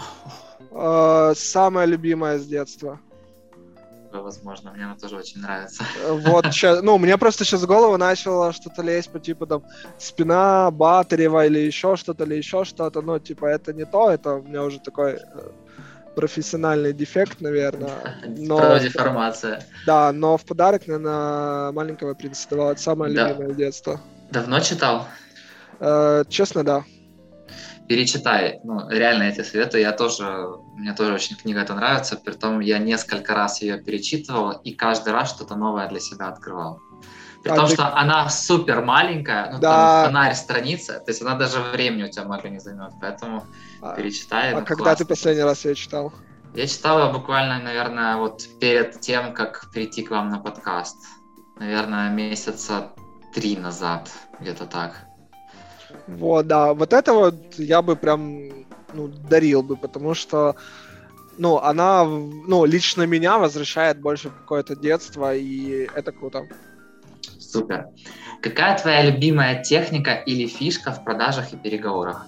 Самое любимое с детства. Возможно, мне она тоже очень нравится. Вот, мне просто сейчас в голову начало что-то лезть по типу там «Спина Батарева» или еще что-то. Это не то, это у меня уже такой профессиональный дефект, наверное. Деформация. Да, но в подарок, наверное, «Маленького принца» давал. Это самое любимое с детства. Давно читал? Честно, да. Перечитай. Реально эти советы. Мне тоже очень книга эта нравится. Притом я несколько раз ее перечитывал и каждый раз что-то новое для себя открывал. При том, что она супер маленькая, там фонарь страницы, то есть она даже времени у тебя много не займет. Поэтому перечитай. Когда ты последний раз ее читал? Я читал ее буквально, наверное, вот перед тем, как прийти к вам на подкаст. Наверное, месяца 3 назад, где-то так. Вот, да, вот это вот я бы прям, дарил бы, потому что, она, лично меня возвращает больше в какое-то детство, и это круто. Супер. Какая твоя любимая техника или фишка в продажах и переговорах?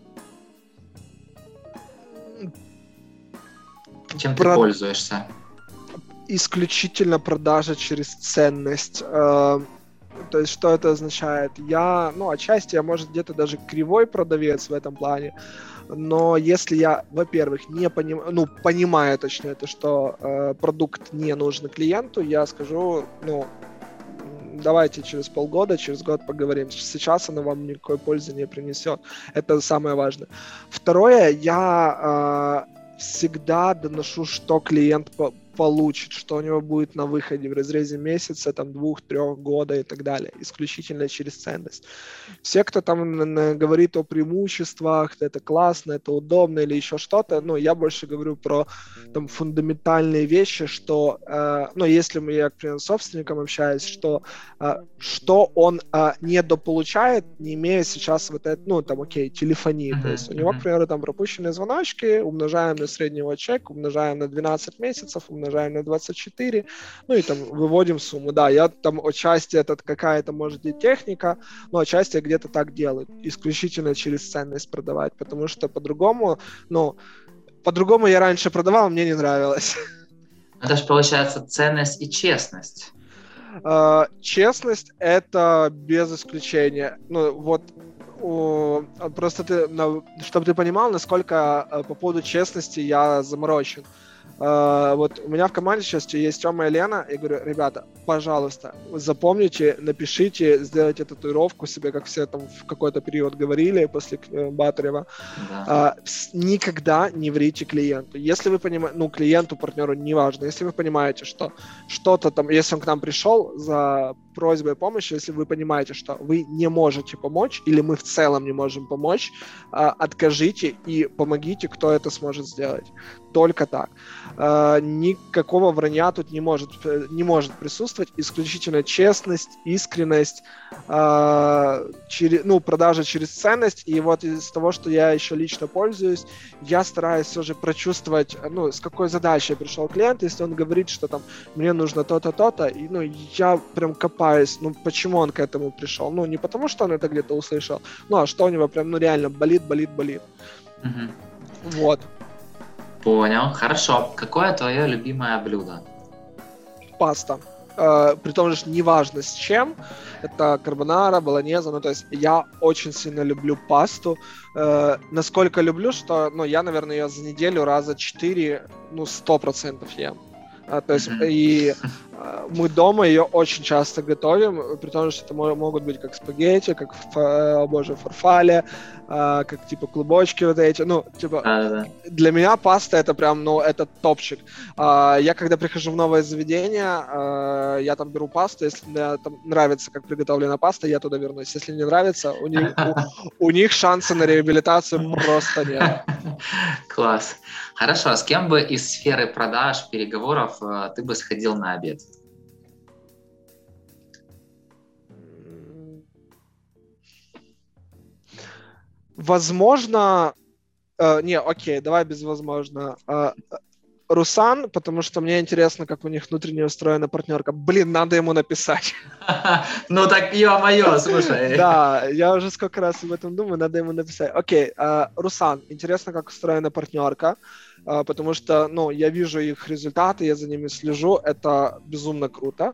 Чем ты пользуешься? Исключительно продажа через ценность. То есть, что это означает? Отчасти я, может, где-то даже кривой продавец в этом плане, но если я, во-первых, не понимаю, точнее, что продукт не нужен клиенту, я скажу, давайте через полгода, через год поговорим. Сейчас оно вам никакой пользы не принесет. Это самое важное. Второе, я всегда доношу, что клиент получит, что у него будет на выходе в разрезе месяца, 2-3 года и так далее, исключительно через ценность. Все, кто там говорит о преимуществах, это классно, это удобно или еще что-то, я больше говорю про фундаментальные вещи, что, если я, к примеру, с собственником общаюсь, что он недополучает, не имея сейчас вот это, телефонии, то есть у него, к примеру, пропущенные звоночки, умножаем на среднего чек, умножаем на 12 месяцев, умножаем на 24, и выводим сумму. Да, я отчасти это какая-то, может, и техника, но отчасти где-то так делают, исключительно через ценность продавать, потому что по-другому я раньше продавал, мне не нравилось. Это же получается ценность и честность. Честность — это без исключения. Просто чтобы ты понимал, насколько по поводу честности я заморочен. Вот у меня в команде сейчас есть Тёма и Лена. Я говорю, ребята, пожалуйста, запомните, напишите, сделайте татуировку себе, как все там в какой-то период говорили после Батарева. Да. Никогда не врите клиенту. Если вы понимаете, клиенту, партнеру, неважно, если вы понимаете, что что-то там, если он к нам пришел за просьбой помощи, если вы понимаете, что вы не можете помочь, или мы в целом не можем помочь, откажите и помогите, кто это сможет сделать. Только так. Никакого вранья тут не может присутствовать. Исключительно честность, искренность, продажа через ценность. И вот из того, что я еще лично пользуюсь, я стараюсь все же прочувствовать, с какой задачей пришел клиент. Если он говорит, что там мне нужно то-то, то-то, и я прям копаюсь, почему он к этому пришел. Не потому, что он это где-то услышал, а что у него прям реально болит. Угу. Вот. Понял, хорошо. Какое твое любимое блюдо? Паста. При том же неважно с чем. Это карбонара, болоньеза. То есть я очень сильно люблю пасту. Насколько люблю, что я, наверное, ее за неделю раза 4, 100% ем. То есть и мы дома ее очень часто готовим, при том, что это могут быть как спагетти, как фарфале, как типа клубочки вот эти. Для меня паста это прям, это топчик. Я когда прихожу в новое заведение, я там беру пасту, если мне там нравится, как приготовлена паста, я туда вернусь. Если не нравится, у них шансы на реабилитацию просто нет. Класс. Хорошо, с кем бы из сферы продаж, переговоров ты бы сходил на обед? Возможно... давай без возможно. Русан, потому что мне интересно, как у них внутренне устроена партнерка. Надо ему написать. Так, ё-моё, слушай. Да, я уже сколько раз об этом думаю, надо ему написать. Окей, Русан, интересно, как устроена партнерка, потому что, я вижу их результаты, я за ними слежу, это безумно круто.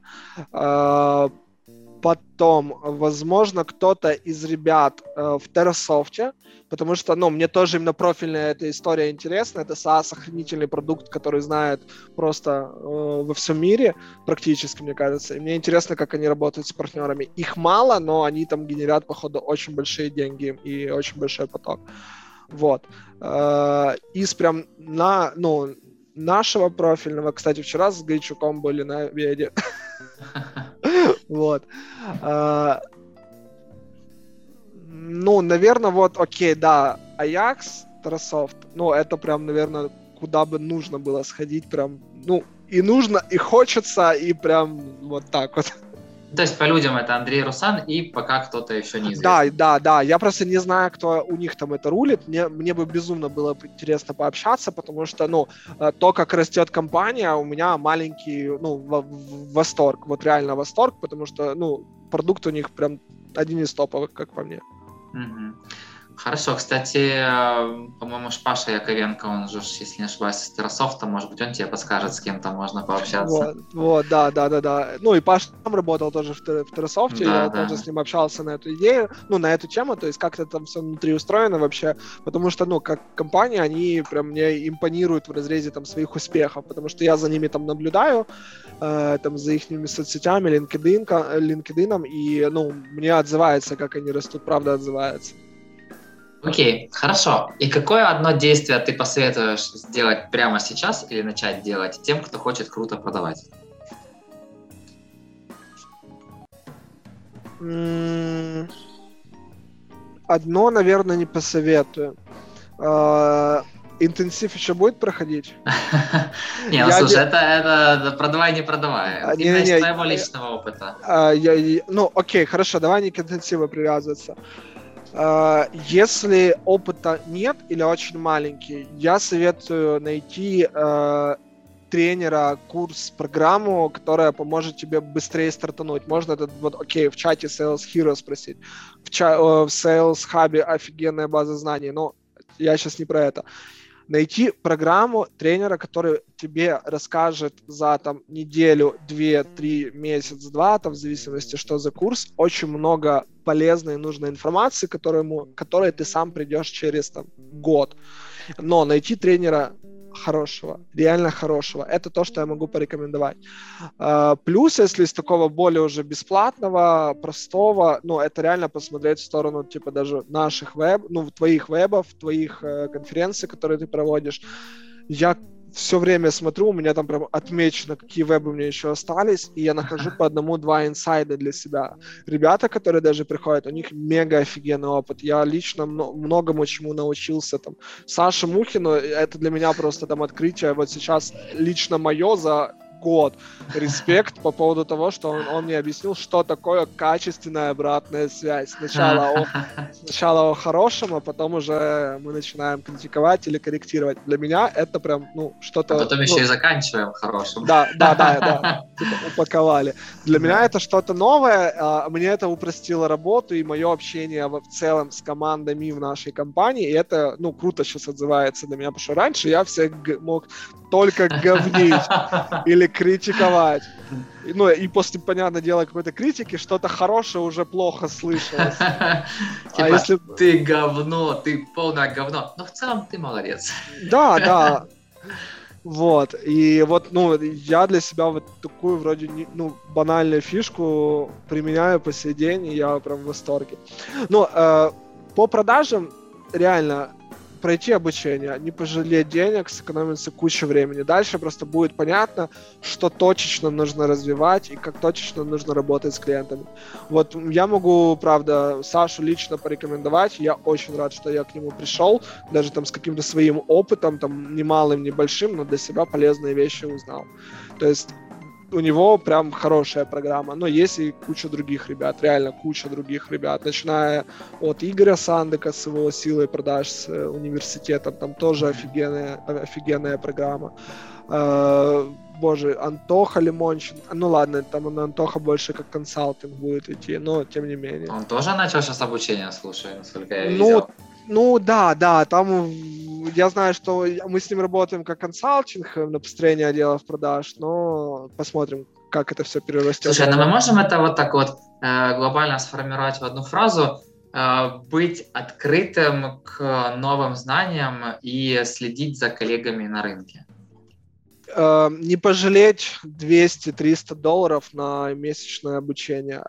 Потом, возможно, кто-то из ребят в TerraSoft, потому что, мне тоже именно профильная эта история интересна. Это SaaS-охранительный продукт, который знает просто во всем мире практически, мне кажется. И мне интересно, как они работают с партнерами. Их мало, но они там генерят, походу, очень большие деньги и очень большой поток. Вот. Из прям нашего профильного, кстати, вчера с Гайчуком были на обеде. Вот. Наверное, окей, да, Ajax, TerraSoft, это прям, наверное, куда бы нужно было сходить, прям, и нужно, и хочется, и прям вот так вот. То есть по людям это Андрей Русан и пока кто-то еще неизвестный. Да, я просто не знаю, кто у них там это рулит, мне бы безумно было интересно пообщаться, потому что, то, как растет компания, у меня маленький, восторг, вот реально восторг, потому что, продукт у них прям один из топовых, как по мне. Угу. Хорошо, кстати, по-моему, Паша Яковенко, он же, если не ошибаюсь, с TerraSoft, может быть, он тебе подскажет, с кем там можно пообщаться. Вот, да. И Паша там работал тоже в TerraSoft, я тоже с ним общался на эту идею, на эту тему, то есть как это там все внутри устроено вообще, потому что, как компания, они прям мне импонируют в разрезе там своих успехов, потому что я за ними там наблюдаю, там за их соцсетями, LinkedIn, и, мне отзывается, как они растут, правда отзывается. Окей, хорошо. И какое одно действие ты посоветуешь сделать прямо сейчас или начать делать тем, кто хочет круто продавать? Одно, наверное, не посоветую. Интенсив еще будет проходить? Не, слушай, это продавай, не продавай. Именно из твоего личного опыта. Окей, хорошо, давай не к интенсиву привязываться. Если опыта нет или очень маленький, я советую найти тренера, курс, программу, которая поможет тебе быстрее стартануть. Можно в чате Sales Hero спросить. В Sales Hub офигенная база знаний, но я сейчас не про это. Найти программу тренера, который тебе расскажет за неделю, 2-3, месяц, 2, в зависимости, что за курс, очень много полезной и нужной информации, которой ты сам придешь через год. Но найти тренера хорошего, реально хорошего. Это то, что я могу порекомендовать. Плюс, если из такого более уже бесплатного, простого, ну, это реально посмотреть в сторону, типа, даже наших твоих вебов, твоих конференций, которые ты проводишь. Я все время смотрю, у меня там прям отмечено, какие вебы у меня еще остались, и я нахожу по одному-два инсайда для себя. Ребята, которые даже приходят, у них мега офигенный опыт. Я лично многому чему научился. Там. Саша Мухину, это для меня просто там открытие. Вот сейчас лично мое за год. Респект по поводу того, что он мне объяснил, что такое качественная обратная связь. Сначала о хорошем, а потом уже мы начинаем критиковать или корректировать. Для меня это прям, что-то... А потом еще и заканчиваем хорошим. Да. Типа упаковали. Для меня это что-то новое. Мне это упростило работу и мое общение в целом с командами в нашей компании. И это, круто сейчас отзывается на меня, потому что раньше я всех мог только говнить или критиковать. И после, понятное дело, какой-то критики что-то хорошее уже плохо слышалось. Типа, ты говно, ты полное говно. Но в целом ты молодец. Да. Вот. И вот, я для себя вот такую вроде, банальную фишку применяю по сей день, и я прям в восторге. По продажам реально пройти обучение, не пожалеть денег, сэкономится куча времени. Дальше просто будет понятно, что точечно нужно развивать и как точечно нужно работать с клиентами. Вот я могу, правда, Сашу лично порекомендовать. Я очень рад, что я к нему пришел, даже там с каким-то своим опытом, там немалым, небольшим, но для себя полезные вещи узнал. То есть у него прям хорошая программа, но есть и куча других ребят, реально куча других ребят, начиная от Игоря Сандека с его силой продаж с университетом, там тоже офигенная программа. Боже, Антоха Лимончин, ладно, там Антоха больше как консалтинг будет идти, но тем не менее. Он тоже начал сейчас обучение, слушай, насколько я видел. Да, там я знаю, что мы с ним работаем как консалтинг на построение отделов продаж, но посмотрим, как это все перерастет. Слушай, мы можем это вот так вот глобально сформировать в одну фразу, быть открытым к новым знаниям и следить за коллегами на рынке? Не пожалеть $200-300 на месячное обучение.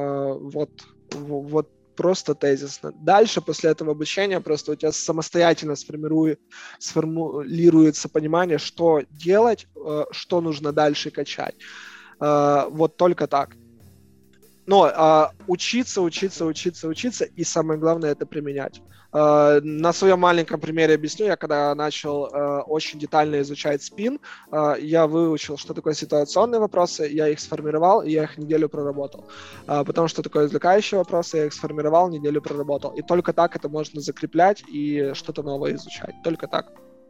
Вот просто тезисно. Дальше, после этого обучения, просто у тебя самостоятельно сформулируется понимание, что делать, что нужно дальше качать. Вот только так. Но учиться, и самое главное, это применять. На своем маленьком примере объясню. Я когда начал очень детально изучать спин, я выучил, что такое ситуационные вопросы, я их сформировал, и я их неделю проработал. Потом, что такое извлекающие вопросы, я их сформировал, неделю проработал. И только так это можно закреплять и что-то новое изучать. Только так.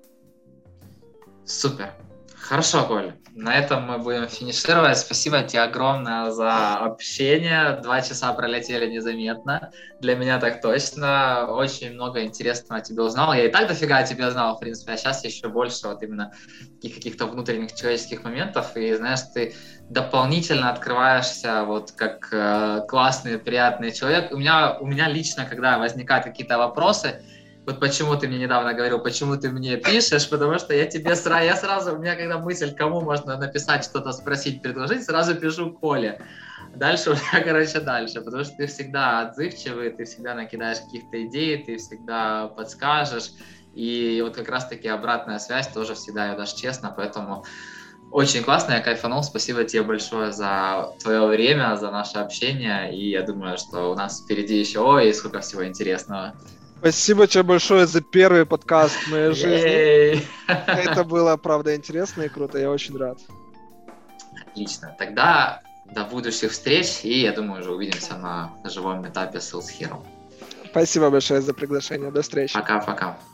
Супер. Хорошо, Коль. На этом мы будем финишировать. Спасибо тебе огромное за общение. 2 часа пролетели незаметно. Для меня так точно. Очень много интересного о тебе узнал. Я и так дофига о тебе знал, в принципе, а сейчас еще больше вот именно каких-то внутренних человеческих моментов. И, знаешь, ты дополнительно открываешься вот как классный, приятный человек. У меня лично, когда возникают какие-то вопросы, вот почему ты мне недавно говорил, почему ты мне пишешь, потому что я сразу, у меня когда мысль, кому можно написать, что-то спросить, предложить, сразу пишу Коле. Дальше уже, дальше, потому что ты всегда отзывчивый, ты всегда накидаешь каких-то идей, ты всегда подскажешь, и вот как раз-таки обратная связь тоже всегда, я даже честно, поэтому очень классно, я кайфанул, спасибо тебе большое за твое время, за наше общение, и я думаю, что у нас впереди еще сколько всего интересного. Спасибо тебе большое за первый подкаст в моей жизни. Это было, правда, интересно и круто. Я очень рад. Отлично. Тогда до будущих встреч. И, я думаю, уже увидимся на живом этапе Sales Hero. Спасибо большое за приглашение. До встречи. Пока-пока.